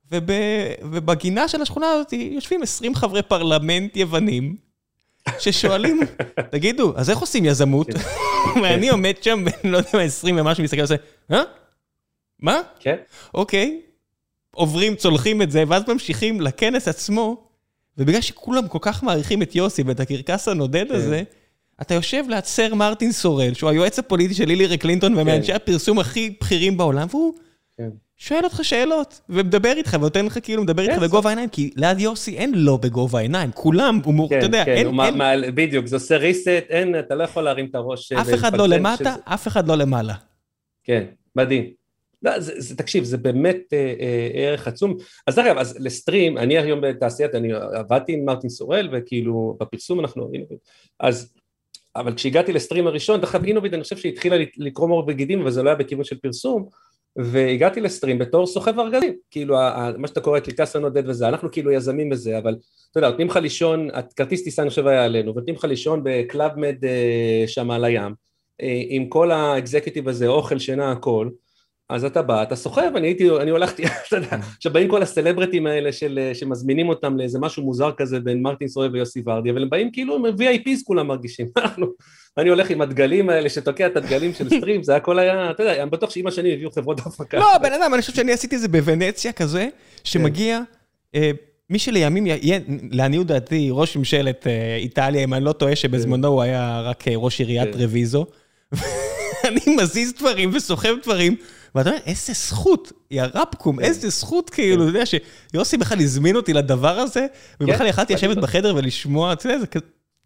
ובגינה של השכונה הזאת יושבים עשרים חברי פרלמנט יוונים, ששואלים, תגידו, אז איך עושים יזמות? ואני עומד שם, לא יודע מה, עשרים ומשהו, מסתכל ועושה, אה? מה? כן. אוקיי. עוברים, צולחים את זה, ואז ממשיכים לכנס עצמו, ובגלל שכולם כל כך מעריכים את יוסי ואת הקרקס הנודד הזה, אתה יושב ליד סר מרטין סורל, שהוא היועץ הפוליטי של הילרי קלינטון, ומאנשי הפרסום הכי בכירים בעולם, והוא שואל אותך שאלות, ומדבר איתך, ונותן לך כאילו, מדבר איתך בגובה העיניים, כי ליד יוסי אין לו בגובה העיניים, כולם, אתה יודע, אין... בדיוק, זה עושה ריסט, אין, אתה לא יכול להרים את הראש. אף אחד לא למטה, אף אחד לא למעלה. כן, מדהים. לא, זה, זה, תקשיב, זה באמת אה, אה, ערך עצום. אז דרך אז לסטרים, אני היום בתעשיית, אני עבדתי עם מרטין סורל, וכאילו בפרסום אנחנו, אז, אבל כשהגעתי לסטרים הראשון, דרך אגב אינוביט, אני חושב שהתחילה לקרוא מור בגידים, אבל זה לא היה בכיוון של פרסום, והגעתי לסטרים בתור סוחב ארגזים, כאילו, מה שאתה קורא קרקס הנודד וזה, אנחנו כאילו יזמים בזה, אבל, אתה יודע, נותנים לך לישון, כרטיס טיסה אני חושב היה עלינו, ונותנים לך לישון בקלאב מד שם על הים, עם כל האקזקיוטיב הזה, אוכל, שינה, הכל, אז אתה בא, אתה סוחב, אני הייתי, אני הולכתי, אתה יודע, שבאים כל הסלברטים האלה של, שמזמינים אותם לאיזה משהו מוזר כזה בין מרטין סורל ויוסי ורדי, אבל הם באים כאילו, הם וי איי פיז כולם מרגישים, אני הולך עם הדגלים האלה שתוקע את הדגלים של סטרים, זה הכל היה, אתה יודע, אני בטוח שאמא שני הביאו חברות הפקה. לא, בן אדם, אני חושב שאני עשיתי את זה בוונציה כזה, שמגיע, מי שלימים, לעניות דעתי, ראש ממשלת איטליה, אם אני לא טועה שבזמנו הוא היה רק ראש עיריית רוויזו, אני מזיז דברים וסוחב דברים, ואתה אומר, איזה זכות, יא רפקום, איזה זכות, כאילו, אתה יודע, שיוסי בכלל הזמין אותי לדבר הזה, ובכלל יכלתי לשבת בחדר ולשמוע, אתה יודע,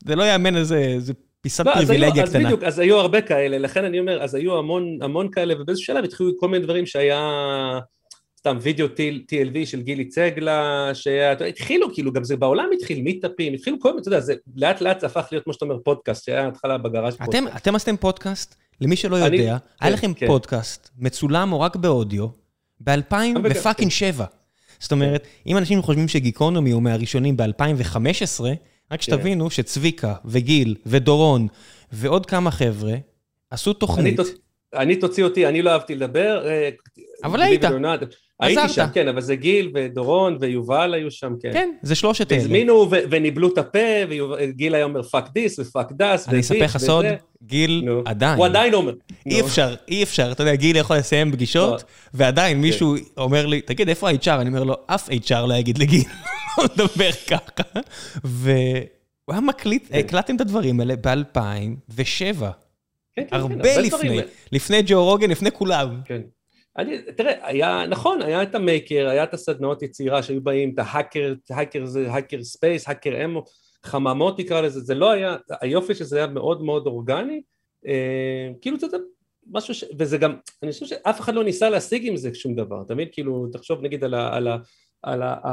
זה לא יאמן איזה פיסת פריבילגיה קטנה. אז בדיוק, אז היו הרבה כאלה, לכן אני אומר, אז היו המון, המון כאלה, ובאיזשהו שלב התחילו כל מיני דברים שהיה, סתם וידאו טי אל וי של גילי צגלה, שהתחילו, כאילו, גם זה בעולם התחיל, מיטאפים, התחילו כל מיני, אתה יודע, זה לאט לאט זה הפך להיות, כמו שאתה אומר, פודקאסט, שהיה התחלה בגראז' פודקאסט. אתם עשיתם פודקאסט, למי שלא יודע, היה לכם פודקאסט, מצולם או רק באודיו, ב-אלפיים ופאקינג שבע. זאת אומרת, אם אנשים חושבים שגיקונומי הוא מהראשונים ב-אלפיים וחמש עשרה, רק שתבינו שצביקה וגיל ודורון ועוד כמה חבר'ה עשו תוכנית. אני תוציא אותי, אני לא אהבתי לדבר. אבל היית. הייתי שם, כן, אבל זה גיל ודורון ויובל היו שם, כן. כן, זה שלושת אלה. הזמינו וניבלו את הפה, וגיל היה אומר פאק דיס ופאק דס. אני אספר לך סוד, גיל עדיין. הוא עדיין אומר. אי אפשר, אי אפשר, אתה יודע, גיל יכול לסיים פגישות, ועדיין מישהו אומר לי, תגיד, איפה ה-אייץ' אר? אני אומר לו, אף אייץ' אר לא יגיד לגיל, לא לדבר ככה. והוא היה מקליט, הקלטתם את הדברים האלה ב-אלפיים ושבע. הרבה לפני, לפני ג'ו רוגן, לפני כולם. כן. אני, תראה, היה, נכון, היה את המייקר, היה את הסדנאות יצירה שהיו באים, את ההאקר, האקר זה, האקר ספייס, האקר אמו, חממות תקרא לזה, זה לא היה, היופי שזה היה מאוד מאוד אורגני, אה, כאילו זה משהו ש... וזה גם, אני חושב שאף אחד לא ניסה להשיג עם זה שום דבר, תמיד כאילו, תחשוב נגיד על ה... על ה... על ה...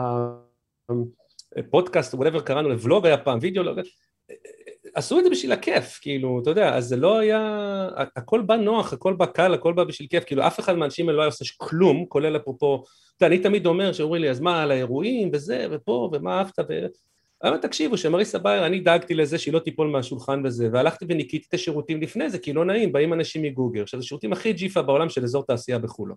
פודקאסט, whatever קראנו, לבלוג היה פעם, וידאו, לא... עשו את זה בשביל הכיף, כאילו, אתה יודע, אז זה לא היה, הכל בא נוח, הכל בא קל, הכל בא בשביל כיף, כאילו, אף אחד מהאנשים לא היה עושה כלום, כולל אפרופו, אתה יודע, אני תמיד אומר, שאומרים לי, אז מה, על האירועים, וזה, ופה, ומה אהבת, ו... אבל תקשיבו, שמריסה בייר, אני דאגתי לזה שהיא לא תיפול מהשולחן וזה, והלכתי וניקיתי את השירותים לפני זה, כי לא נעים, באים אנשים מגוגל, שזה שירותים הכי ג'יפה בעולם של אזור תעשייה בחולו.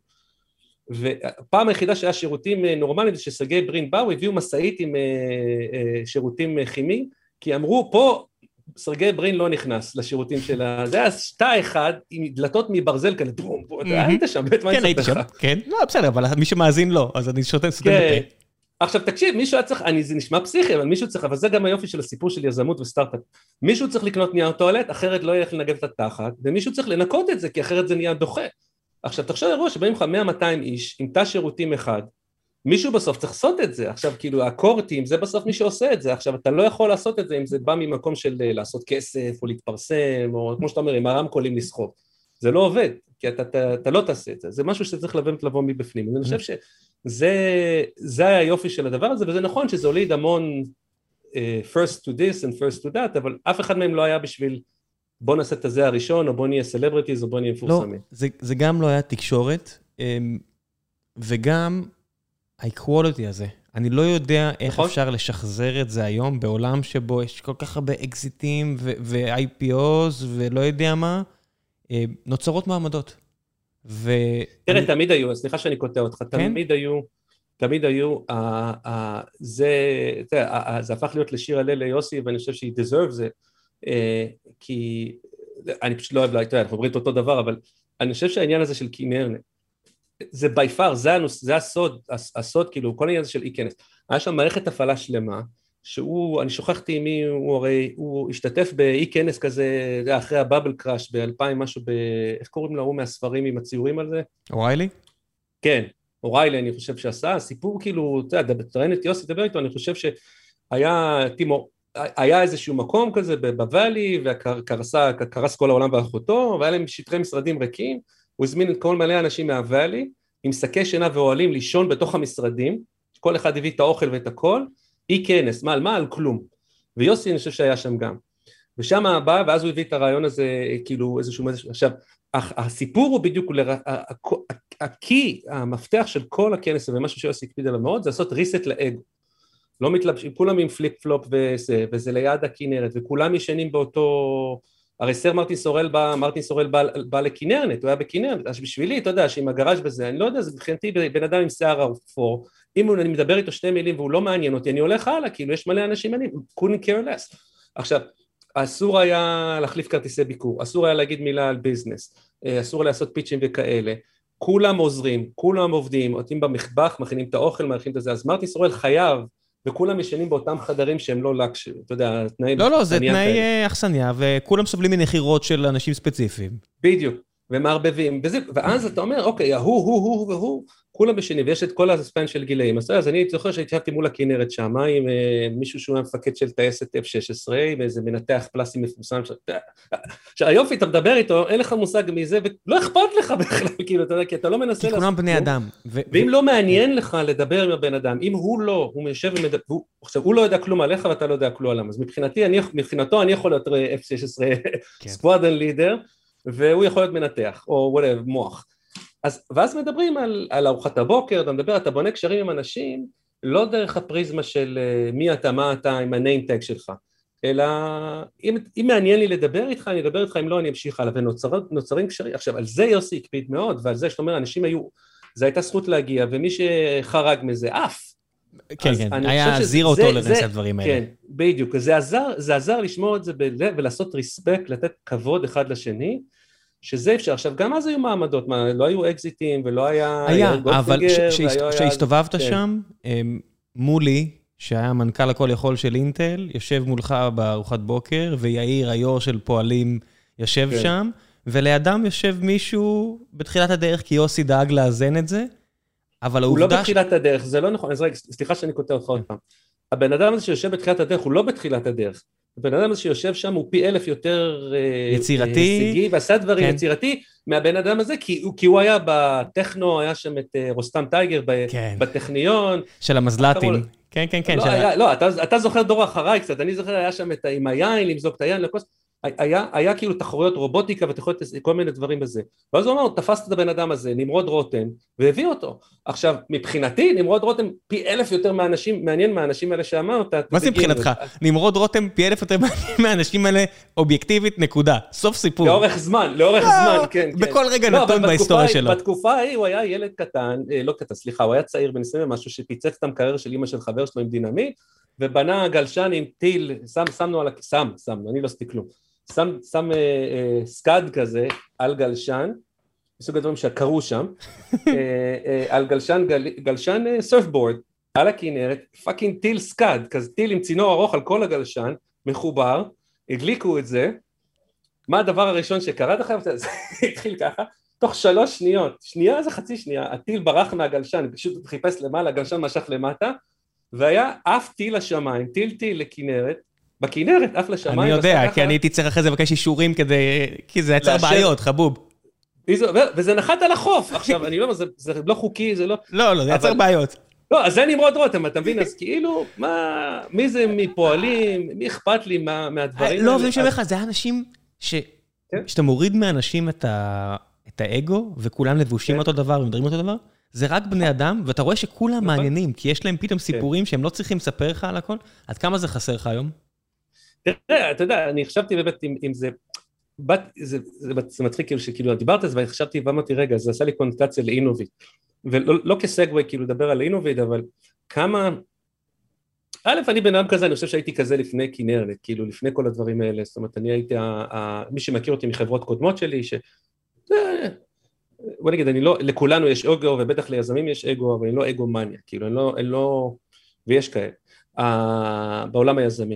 ופעם היחידה שהיה שירותים נורמליים, זה שסגי ברין באו, הביאו מסעית עם שירותים כימיים, כי אמרו, פה סרגי ברין לא נכנס לשירותים שלה, זה היה שתה אחד עם דלתות מברזל כאלה, דרום, היית שם, בית מה אני סופר לך? כן, לא, בסדר, אבל מי שמאזין לא, אז אני שותה סותם בפה. עכשיו תקשיב, מישהו היה צריך, זה נשמע פסיכי, אבל מישהו צריך, אבל זה גם היופי של הסיפור של יזמות וסטארט-אפ, מישהו צריך לקנות נייר טואלט, אחרת לא ילך לנגב את התחת, ומישהו צריך לנקות את זה, כי אחרת זה נהיה דוחה. עכשיו תחשוב אירוע שבאים לך מאה מאתיים איש, עם תא שירותים אחד, מישהו בסוף צריך לעשות את זה, עכשיו כאילו הקורטים, זה בסוף מי שעושה את זה, עכשיו אתה לא יכול לעשות את זה אם זה בא ממקום של לעשות כסף או להתפרסם, או כמו שאתה אומר, עם הרמקולים לסחוב, זה לא עובד, כי אתה, אתה, אתה לא תעשה את זה, זה משהו שצריך לבוא, לבוא מבפנים, אני חושב שזה זה היופי של הדבר הזה, וזה נכון שזה הוליד המון uh, first to this and first to that, אבל אף אחד מהם לא היה בשביל, בוא נעשה את הזה הראשון, או בוא נהיה celebrities, או בוא נהיה מפורסמים. לא, זה, זה גם לא היה תקשורת, וגם ה-equality הזה. אני לא יודע איך נכון? אפשר לשחזר את זה היום, בעולם שבו יש כל כך הרבה אקזיטים ו-איי פי או'ס ולא יודע מה, נוצרות מעמדות. ו... תראה, אני... תמיד היו, סליחה שאני קוטע אותך, כן? תמיד היו, תמיד היו, uh, uh, זה, תראה, uh, uh, זה הפך להיות לשיר הלל ליוסי, ואני חושב שהיא deserve זה, uh, כי אני פשוט לא אוהב לה, תראה, אנחנו אומרים את אותו דבר, אבל אני חושב שהעניין הזה של כנרנט, זה by far, זה, הנוס, זה הסוד, הסוד, כאילו, כל העניין הזה של אי-כנס. היה שם מערכת הפעלה שלמה, שהוא, אני שוכחתי מי, הוא הרי, הוא השתתף באי-כנס כזה, אחרי הבאבל קראש, ב-אלפיים משהו, ב... איך קוראים לו, הוא מהספרים עם הציורים על זה? אוריילי? כן, אוריילי, אני חושב שעשה, סיפור כאילו, אתה יודע, תראיין את יוסי, דבר איתו, אני חושב שהיה, תימו, היה איזשהו מקום כזה בוואלי, וקרס כל העולם באחותו, והיה להם שטרי משרדים ריקים, הוא הזמין את כל מלא אנשים מהוואלי, עם שקי שינה ואוהלים לישון בתוך המשרדים, כל אחד הביא את האוכל ואת הכל, אי כנס, מה על מה? על כלום. ויוסי אני חושב שהיה שם גם. ושם הבא, ואז הוא הביא את הרעיון הזה, כאילו איזשהו, עכשיו, הסיפור הוא בדיוק, הקי, המפתח של כל הכנס, ומשהו שיוסי הקפיד עליו מאוד, זה לעשות ריסט לאגו. לא מתלבשים, כולם עם פליפ פלופ וזה, וזה ליד הכנרת, וכולם ישנים באותו, הרי סר מרטין סורל בא, מרטין סורל בא, בא לכנרנט, הוא היה בכנרנט, אז בשבילי, אתה יודע, שעם הגראז' בזה, אני לא יודע, זה מבחינתי בן אדם עם שיער אפור, אם אני מדבר איתו שתי מילים והוא לא מעניין אותי, אני הולך הלאה, כאילו יש מלא אנשים מעניינים, couldn't care less. עכשיו, אסור היה להחליף כרטיסי ביקור, אסור היה להגיד מילה על ביזנס, אסור לעשות פיצ'ים וכאלה, כולם עוזרים, כולם עובדים, עושים במחבח, מכינים את האוכל, מכינים את זה, אז מרטין סורל חייב, וכולם ישנים באותם חדרים שהם לא לקשרי, אתה יודע, תנאים... לא, לא, זה תנאי אכסניה, וכולם סובלים מנחירות של אנשים ספציפיים. בדיוק, ומערבבים, וזה, ואז אתה אומר, אוקיי, ההוא, הוא, הוא והוא, כולם בשני, ויש את כל הספן של גילאים. אז אני זוכר שהתיישבתי מול הכנרת שם, עם מישהו שהוא המפקד של טייסת אף שש עשרה, ואיזה מנתח פלסטי מפורסם, שהיופי, אתה מדבר איתו, אין לך מושג מזה, ולא אכפת לך בכלל, כאילו, אתה יודע, כי אתה לא מנסה... כי כולם בני אדם. ואם לא מעניין לך לדבר עם הבן אדם, אם הוא לא, הוא יושב ומדבר, עכשיו, הוא לא יודע כלום עליך, ואתה לא יודע כלום עליו, אז מבחינתי, מבחינתו, אני יכול להיות אף שש עשרה סקואדרן לידר, והוא יכול להיות מנתח, או whatever, מוח. אז, ואז מדברים על, על ארוחת הבוקר, אתה מדבר, אתה בונה קשרים עם אנשים, לא דרך הפריזמה של מי אתה, מה אתה, עם ה-name tag שלך, אלא אם, אם מעניין לי לדבר איתך, אני אדבר איתך, אם לא, אני אמשיך הלאה, ונוצרים קשרים. עכשיו, על זה יוסי הקפיד מאוד, ועל זה שאתה אומר, אנשים היו, זה הייתה זכות להגיע, ומי שחרג מזה, אף. כן, כן, היה זירו טולרנס הדברים האלה. כן, בדיוק, זה עזר, זה עזר לשמור את זה ולעשות ריספקט, לתת כבוד אחד לשני, שזה אפשר. עכשיו, גם אז היו מעמדות, לא היו אקזיטים ולא היה... היה, אבל כשהסתובבת שם, מולי, שהיה מנכ"ל הכל יכול של אינטל, יושב מולך בארוחת בוקר, ויאיר, היור של פועלים, יושב שם, ולידם יושב מישהו בתחילת הדרך, כי יוסי דאג לאזן את זה, אבל הוא לא בתחילת הדרך, זה לא נכון, אז רגע, סליחה שאני כותב אותך עוד פעם. הבן אדם הזה שיושב בתחילת הדרך, הוא לא בתחילת הדרך. הבן אדם הזה שיושב שם הוא פי אלף יותר יצירתי, הישגי, ועשה דברים יצירתי מהבן אדם הזה, כי הוא היה בטכנו, היה שם את רוסטם טייגר בטכניון. של המזל"טים. כן, כן, כן. לא, אתה זוכר דור אחריי קצת, אני זוכר היה שם עם היין, למזוג את היין, לכוס, היה, היה כאילו תחרויות רובוטיקה ותחרויות כל מיני דברים בזה. ואז הוא אמר, תפסת את הבן אדם הזה, נמרוד רותם, והביא אותו. עכשיו, מבחינתי, נמרוד רותם פי אלף יותר מהאנשים, מעניין מהאנשים האלה שאמרת. מה זה מבחינתך? נמרוד רותם פי אלף יותר מעניין מהאנשים האלה, אובייקטיבית, נקודה. סוף סיפור. לאורך זמן, לאורך זמן, כן, כן. בכל רגע נתון בהיסטוריה שלו. בתקופה ההיא הוא היה ילד קטן, לא קטן, סליחה, הוא היה צעיר בן עשרים ומשהו, שפיצץ את המקרר של אמא של חבר שלו עם דינמיט, ובנה גלשן עם טיל, שם, שמנו על הכיסם, שם, אני לא עשיתי כלום. שם, שם אה, אה, סקאד כזה על גלשן, מסוג הדברים שקרו שם, אה, אה, על גלשן, גל, גלשן אה, סרפבורד, על הכנרת, פאקינג טיל סקאד, כזה טיל עם צינור ארוך על כל הגלשן, מחובר, הגליקו את זה, מה הדבר הראשון שקרה לך? זה התחיל ככה, תוך שלוש שניות, שנייה זה חצי שנייה, הטיל ברח מהגלשן, פשוט חיפש למעלה, הגלשן משך למטה, והיה אף טיל לשמיים, טיל טיל לכנרת, בכנרת, אף לשמיים. אני יודע, כי אני הייתי צריך אחרי זה לבקש אישורים כדי, כי זה יצר בעיות, חבוב. וזה נחת על החוף, עכשיו, אני לא, זה לא חוקי, זה לא... לא, לא, זה יצר בעיות. לא, אז זה נמרוד רותם, אתה מבין, אז כאילו, מה, מי זה מפועלים, מי אכפת לי מהדברים האלה? לא, זה משהו לך, זה האנשים שאתה מוריד מאנשים את האגו, וכולם לבושים אותו דבר ומדברים אותו דבר, זה רק בני אדם, ואתה רואה שכולם מעניינים, כי יש להם פתאום סיפורים שהם לא צריכים לספר לך על הכל, עד כמה זה חסר לך היום? תראה, אתה יודע, אני חשבתי באמת אם זה, זה מצחיק כאילו שכאילו דיברת על זה, וחשבתי ואמרתי רגע, זה עשה לי קונוטציה לאינוביט, ולא כסגווי כאילו לדבר על אינוביט, אבל כמה, א', אני בן אדם כזה, אני חושב שהייתי כזה לפני כנרת, כאילו לפני כל הדברים האלה, זאת אומרת, אני הייתי, מי שמכיר אותי מחברות קודמות שלי, ש... בוא נגיד, אני לא, לכולנו יש אגו, ובטח ליזמים יש אגו, אבל אני לא אגו מניה, כאילו, אני לא, אני לא, ויש כאלה, בעולם היזמי.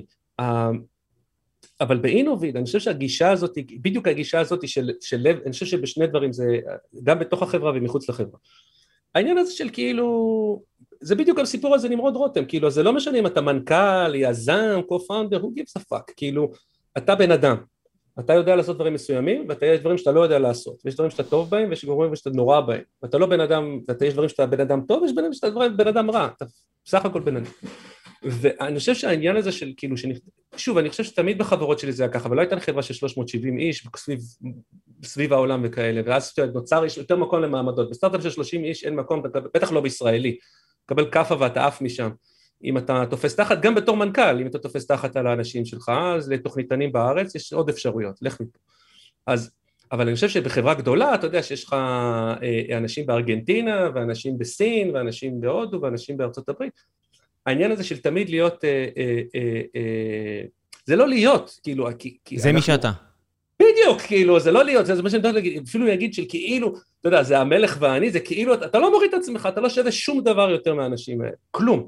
אבל באינוביט, אני חושב שהגישה הזאת, בדיוק הגישה הזאת של, של לב, אני חושב שבשני דברים זה, גם בתוך החברה ומחוץ לחברה. העניין הזה של כאילו, זה בדיוק הסיפור הזה נמרוד רותם, כאילו, זה לא משנה אם אתה מנכ"ל, יזם, co-founder, who gives a fuck, כאילו, אתה בן אדם, אתה יודע לעשות דברים מסוימים, ואתה יש דברים שאתה לא יודע לעשות, ויש דברים שאתה טוב בהם, ויש דברים שאתה נורא בהם, ואתה לא בן אדם, ואתה יש דברים שאתה בן אדם טוב, ויש דברים שאתה בן אדם רע, אתה בסך הכל בן אדם. ואני חושב שהעניין הזה של כאילו, שוב, אני חושב שתמיד בחברות שלי זה היה ככה, אבל לא הייתה חברה של שלוש מאות שבעים איש סביב, סביב העולם וכאלה, ואז נוצר יש יותר מקום למעמדות, בסטארט-אפ של שלושים איש אין מקום, בטח לא בישראלי, קבל קפה ואתה עף משם, אם אתה תופס תחת, גם בתור מנכ"ל, אם אתה תופס תחת על האנשים שלך, אז לתוכניתנים בארץ יש עוד אפשרויות, לך מפה. אז, אבל אני חושב שבחברה גדולה, אתה יודע שיש לך אנשים בארגנטינה, ואנשים בסין, ואנשים בהודו, ואנשים בארצות הברית, העניין הזה של תמיד להיות, אה, אה, אה, אה, זה לא להיות, כאילו, כי, כי זה אנחנו, מי שאתה. בדיוק, כאילו, זה לא להיות, זה מה שאני מדבר להגיד, אפילו יגיד של כאילו, אתה יודע, זה המלך ואני, זה כאילו, אתה לא מוריד את עצמך, אתה לא שווה שום דבר יותר מהאנשים האלה, כלום,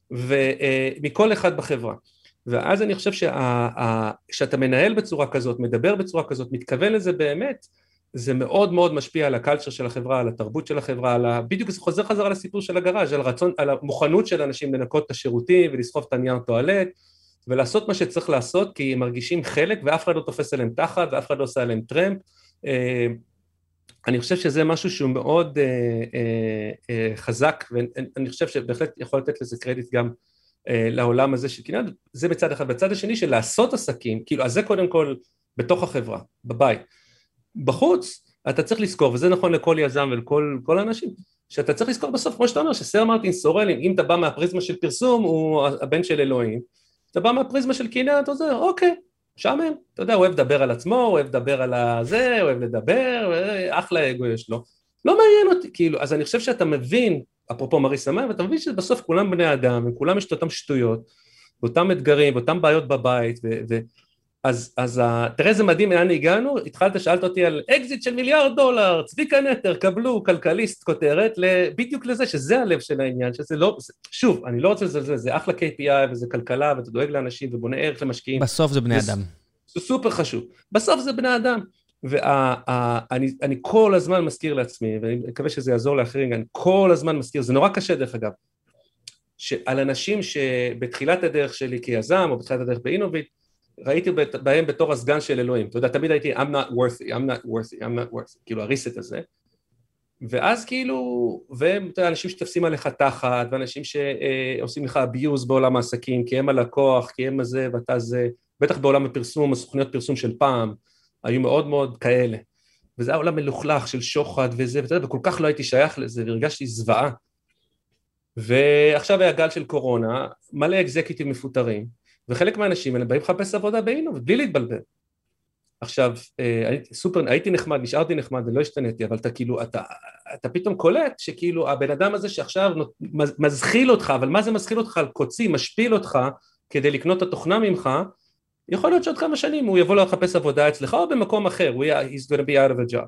ומכל אחד בחברה. ואז אני חושב שה, ה, שאתה מנהל בצורה כזאת, מדבר בצורה כזאת, מתכוון לזה באמת, זה מאוד מאוד משפיע על הקלצ'ר של החברה, על התרבות של החברה, על ה... בדיוק זה חוזר חזרה לסיפור של הגראז', על רצון, על המוכנות של אנשים לנקות את השירותים ולסחוב את הנייר טואלט, ולעשות מה שצריך לעשות, כי הם מרגישים חלק, ואף אחד לא תופס עליהם תחת, ואף אחד לא עושה עליהם טרמפ. אני חושב שזה משהו שהוא מאוד חזק, ואני חושב שבהחלט יכול לתת לזה קרדיט גם לעולם הזה של קניין, זה בצד אחד. בצד השני של לעשות עסקים, כאילו, אז זה קודם כל בתוך החברה, בבית. בחוץ, אתה צריך לזכור, וזה נכון לכל יזם ולכל כל האנשים, שאתה צריך לזכור בסוף, כמו שאתה אומר, שסר מרטין סורל, אם אתה בא מהפריזמה של פרסום, הוא הבן של אלוהים, אתה בא מהפריזמה של קניין, אתה אומר, אוקיי, שמן, אתה יודע, הוא אוהב לדבר על עצמו, הוא אוהב לדבר על הזה, הוא אוהב לדבר, אחלה אגו יש לו. לא מעניין אותי, כאילו, אז אני חושב שאתה מבין, אפרופו מרי סמאי, ואתה מבין שבסוף כולם בני אדם, וכולם יש אותם שטויות, ואותם אתגרים, ואותם בעיות בבית, ו... ו אז, אז תראה איזה מדהים, לאן הגענו, התחלת, שאלת אותי על אקזיט של מיליארד דולר, צביקה נטר, קבלו, כלכליסט, כותרת, בדיוק לזה, שזה הלב של העניין, שזה לא, שוב, אני לא רוצה לזה, זה אחלה קיי פי איי, וזה כלכלה, ואתה דואג לאנשים, ובונה ערך למשקיעים. בסוף זה בני אדם. זה סופר חשוב. בסוף זה בני אדם. ואני אני כל הזמן מזכיר לעצמי, ואני מקווה שזה יעזור לאחרים, אני כל הזמן מזכיר, זה נורא קשה דרך אגב, שעל אנשים שבתחילת הדרך שלי כיזם, או בתחילת הדרך באינוביט, ראיתי בהם בתור הסגן של אלוהים, אתה יודע, תמיד הייתי, I'm not worthy, I'm not worthy, I'm not worthy, כאילו הריסט הזה, ואז כאילו, והם אנשים שתפסים עליך תחת, ואנשים שעושים לך abuse בעולם העסקים, כי הם הלקוח, כי הם הזה ואתה זה, בטח בעולם הפרסום, הסוכניות פרסום של פעם, היו מאוד מאוד כאלה, וזה היה עולם מלוכלך של שוחד וזה, ואתה יודע, וכל כך לא הייתי שייך לזה, והרגשתי זוועה, ועכשיו היה גל של קורונה, מלא אקזקיוטיב מפוטרים, וחלק מהאנשים האלה באים לחפש עבודה באינוביט, בלי להתבלבל. עכשיו, הייתי, סופר, הייתי נחמד, נשארתי נחמד ולא השתניתי, אבל אתה כאילו, אתה, אתה פתאום קולט שכאילו הבן אדם הזה שעכשיו מזחיל אותך, אבל מה זה מזחיל אותך על קוצי, משפיל אותך כדי לקנות את התוכנה ממך, יכול להיות שעוד כמה שנים הוא יבוא לחפש עבודה אצלך או במקום אחר, he's going to be out of a job.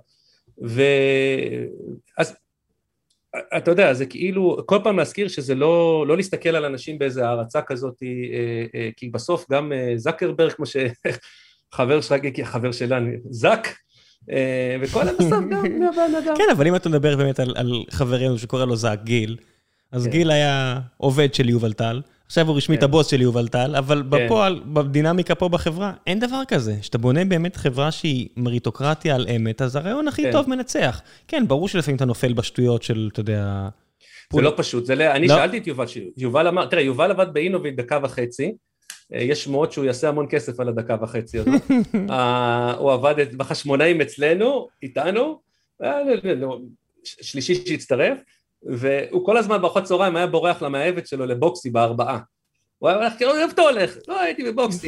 ואז, אתה יודע, זה כאילו, כל פעם להזכיר שזה לא, לא להסתכל על אנשים באיזו הערצה כזאת, כי בסוף גם זקרברג, כמו שחבר שלך, חבר שלנו, זק, וכל הבסוף גם מהבן אדם. כן, אבל אם אתה מדבר באמת על, על חברנו שקורא לו זק, גיל, אז כן. גיל היה עובד של יובל טל, עכשיו הוא רשמית כן. הבוס של יובל טל, אבל כן. בפועל, בדינמיקה פה בחברה, אין דבר כזה, שאתה בונה באמת חברה שהיא מריטוקרטיה על אמת, אז הרעיון הכי כן. טוב מנצח. כן, ברור שלפעמים אתה נופל בשטויות של, אתה יודע... זה פול... לא פשוט, זה לא... אני לא... שאלתי את יובל, יובל אמר, תראה, יובל עבד באינוביט דקה וחצי, יש שמועות שהוא יעשה המון כסף על הדקה וחצי, הוא עבד בחשמונאים אצלנו, איתנו, שלישי שהצטרף, והוא כל הזמן בארוחת צהריים היה בורח למאהבת שלו לבוקסי בארבעה. הוא היה הולך, כאילו, איפה אתה הולך? לא, הייתי בבוקסי.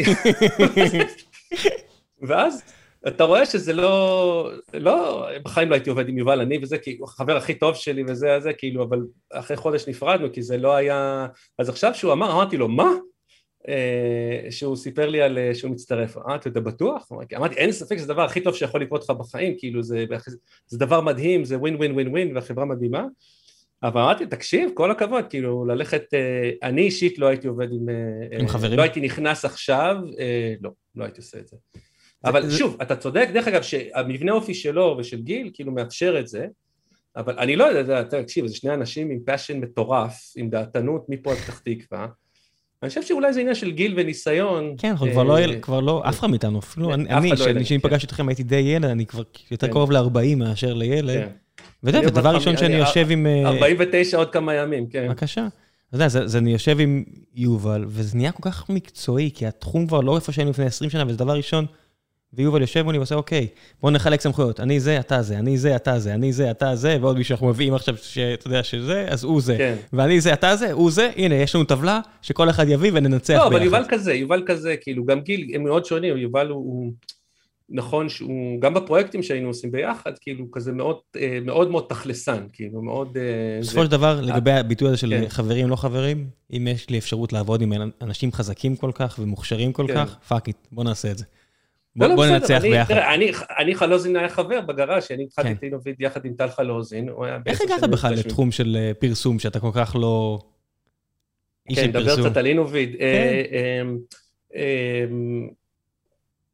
ואז אתה רואה שזה לא, לא, בחיים לא הייתי עובד עם יובל, אני וזה, כי הוא החבר הכי טוב שלי וזה, זה, כאילו, אבל אחרי חודש נפרדנו, כי זה לא היה... אז עכשיו שהוא אמר, אמרתי לו, מה? שהוא סיפר לי על שהוא מצטרף. אה, אתה בטוח? אמרתי, אין ספק שזה הדבר הכי טוב שיכול לקרות לך בחיים, כאילו, זה, זה דבר מדהים, זה ווין ווין ווין ווין, והחברה מדהימה. אבל אמרתי, תקשיב, כל הכבוד, כאילו, ללכת, אני אישית לא הייתי עובד עם... עם חברים? לא הייתי נכנס עכשיו, לא, לא הייתי עושה את זה. אבל שוב, אתה צודק, דרך אגב, שהמבנה אופי שלו ושל גיל, כאילו, מאפשר את זה, אבל אני לא יודע, תקשיב, זה שני אנשים עם פאשן מטורף, עם דעתנות מפה עד פתח תקווה, אני חושב שאולי זה עניין של גיל וניסיון. כן, אנחנו כבר לא, כבר לא, אף אחד מאיתנו, אפילו אני, שאני פגש אתכם, הייתי די ילד, אני כבר יותר קרוב ל-ארבעים מאשר לילד. ואתה יודע, ודבר ראשון שאני יושב עם... ארבעים ותשע עוד כמה ימים, כן. בבקשה. אתה יודע, אז אני יושב עם יובל, וזה נהיה כל כך מקצועי, כי התחום כבר לא איפה שהיינו לפני עשרים שנה, וזה דבר ראשון, ויובל יושב מולי ועושה, אוקיי, בואו נחלק סמכויות, אני זה, אתה זה, אני זה, אתה זה, אני זה, אתה זה, ועוד מישהו אנחנו מביאים עכשיו שאתה יודע שזה, אז הוא זה. כן. ואני זה, אתה זה, הוא זה, הנה, יש לנו טבלה שכל אחד יביא וננצח ביחד. לא, אבל יובל כזה, יובל כזה, כאילו, גם גיל, הם מאוד שונים, יובל הוא, נכון, שהוא, גם בפרויקטים שהיינו עושים ביחד, כאילו, כזה מאוד, מאוד מאוד תכלסן, כאילו, מאוד... בסופו של דבר, לגבי הביטוי הזה של חברים, לא חברים, אם יש לי אפשרות לעבוד עם אנשים חזקים כל כך ומוכשרים כל כך, פאק איט, בוא נעשה את זה. בוא ננצח ביחד. אני חלוזין היה חבר בגרש, שאני התחלתי את אינוביט יחד עם טל חלוזין. איך הגעת בכלל לתחום של פרסום, שאתה כל כך לא... כן, דבר קצת על אינוביט.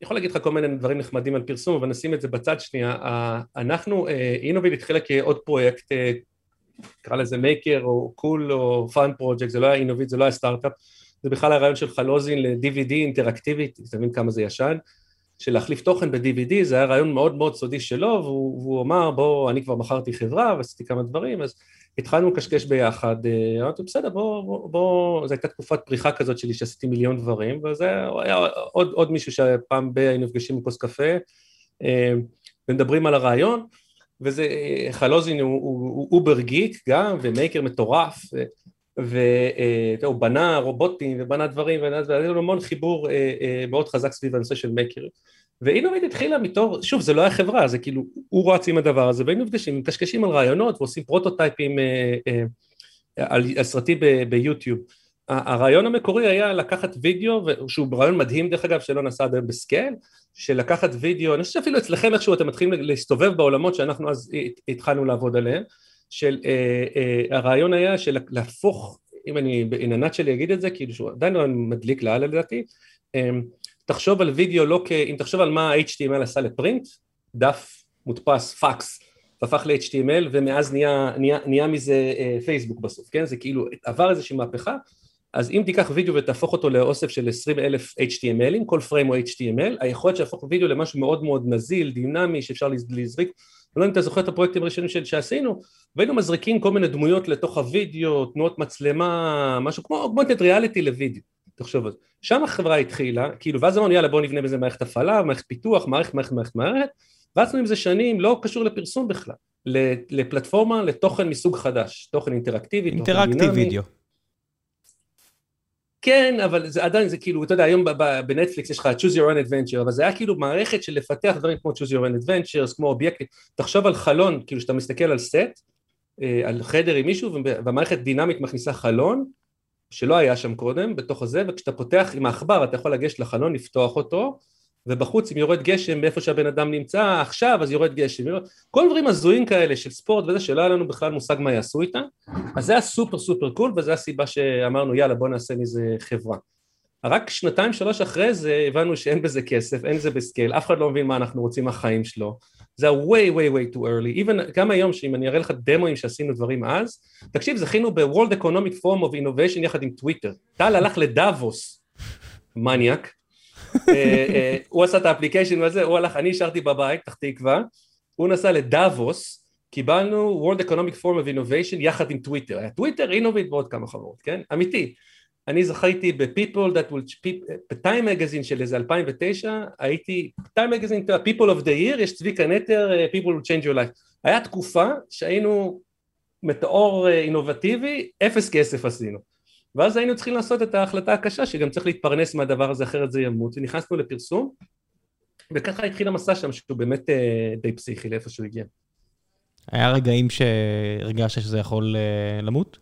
יכול להגיד לך כל מיני דברים נחמדים על פרסום, אבל נשים את זה בצד שנייה. אנחנו, אינוביט התחילה כעוד פרויקט, קרא לזה מייקר או קול או פאן פרויקט, זה לא היה אינוביט, זה לא היה סטארט-אפ, זה בכלל הרעיון של חלוזין ל-די וי די אינטראקטיבית, אתה מבין כמה זה ישן, של להחליף תוכן ב-די וי די, זה היה רעיון מאוד מאוד סודי שלו, והוא, והוא אמר, בוא, אני כבר מכרתי חברה, ועשיתי כמה דברים, אז התחלנו לקשקש ביחד, אמרתי, בסדר, בוא, בוא, בוא, זו הייתה תקופת פריחה כזאת שלי, שעשיתי מיליון דברים, וזה היה עוד, עוד מישהו שפעם בה היינו נפגשים עם כוס קפה, ומדברים על הרעיון, וזה, חלוזין הוא, הוא, הוא אובר גיק גם, ומייקר מטורף, והוא בנה רובוטים, ובנה דברים, והיה לו המון חיבור מאוד חזק סביב הנושא של מייקר, ואינוביט התחילה מתור, שוב, זה לא היה חברה, זה כאילו, הוא רץ עם הדבר הזה, והיינו נפגשים, מקשקשים על רעיונות, ועושים פרוטוטייפים אה, אה, על, על סרטים ב, ביוטיוב. הרעיון המקורי היה לקחת וידאו, שהוא רעיון מדהים דרך אגב, שלא נעשה עד היום בסקייל, של לקחת וידאו, אני חושב שאפילו אצלכם איכשהו אתם מתחילים להסתובב בעולמות שאנחנו אז התחלנו לעבוד עליהם, של אה, אה, הרעיון היה של להפוך, אם אני בעיננת שלי אגיד את זה, כאילו שהוא עדיין לא מדליק לעל לדעתי, אה, תחשוב על וידאו לא כ... אם תחשוב על מה ה-אייץ' טי אם אל עשה לפרינט, דף מודפס, פקס, הפך ל-אייץ' טי אם אל, ומאז נהיה, נהיה, נהיה מזה אה, פייסבוק בסוף, כן? זה כאילו עבר איזושהי מהפכה, אז אם תיקח וידאו ותהפוך אותו לאוסף של עשרים אלף אייץ' טי אם אלים, כל פריים הוא אייץ' טי אם אל, היכולת שהפוך וידאו למשהו מאוד מאוד נזיל, דינמי, שאפשר להזריק, לא אם אתה זוכר את הפרויקטים הראשונים שעשינו, והיינו מזריקים כל מיני דמויות לתוך הוידאו, תנועות מצלמה, משהו כמו אוגמנטד ריאליטי לוידאו. תחשוב על זה. שם החברה התחילה, כאילו, ואז אמרנו, יאללה, בואו נבנה בזה מערכת הפעלה, מערכת פיתוח, מערכת, מערכת, מערכת, מערכת, ועצנו עם זה שנים, לא קשור לפרסום בכלל, לפלטפורמה, לתוכן מסוג חדש, תוכן אינטראקטיבי, אינטראקטיב תוכן דינמי. וידאו. כן, אבל זה עדיין, זה כאילו, אתה יודע, היום בנטפליקס יש לך choose your own adventure, אבל זה היה כאילו מערכת של לפתח דברים כמו choose your own adventures, כמו אובייקטים, תחשוב על חלון, כאילו שאתה מסתכל על סט, על חדר עם מישהו, והמערכת דינמית מכניסה חלון, שלא היה שם קודם, בתוך הזה, וכשאתה פותח עם העכבר, אתה יכול לגשת לחלון, לפתוח אותו, ובחוץ, אם יורד גשם, באיפה שהבן אדם נמצא, עכשיו, אז יורד גשם. כל דברים הזויים כאלה של ספורט, וזה שלא היה לנו בכלל מושג מה יעשו איתה, אז זה היה סופר סופר קול, וזו הסיבה שאמרנו, יאללה, בוא נעשה מזה חברה. רק שנתיים, שלוש אחרי זה, הבנו שאין בזה כסף, אין זה בסקייל, אף אחד לא מבין מה אנחנו רוצים מהחיים שלו, זה היה way, way, way too early, even, גם היום שאם אני אראה לך דמוים שעשינו דברים אז, תקשיב, זכינו ב-World Economic Forum of Innovation יחד עם טוויטר, טל הלך לדאבוס, מניאק, הוא עשה את האפליקיישן וזה, הוא הלך, אני השארתי בבית, תחת תקווה, הוא נסע לדאבוס, קיבלנו World Economic Forum of Innovation יחד עם טוויטר, היה טוויטר, אינוביט ועוד כמה חברות, כן? אמיתי. אני זכיתי ב-People that will, ב-Time Magazine של איזה אלפיים ותשע, הייתי, Time Magazine, People of the Year, יש צביקה נטר, People will change your life. היה תקופה שהיינו מטאור אינובטיבי, אפס כסף עשינו. ואז היינו צריכים לעשות את ההחלטה הקשה, שגם צריך להתפרנס מהדבר הזה, אחרת זה ימות, ונכנסנו לפרסום, וככה התחיל המסע שם, שהוא באמת די פסיכי, לאיפה שהוא הגיע. היה רגעים שהרגשת שזה יכול למות?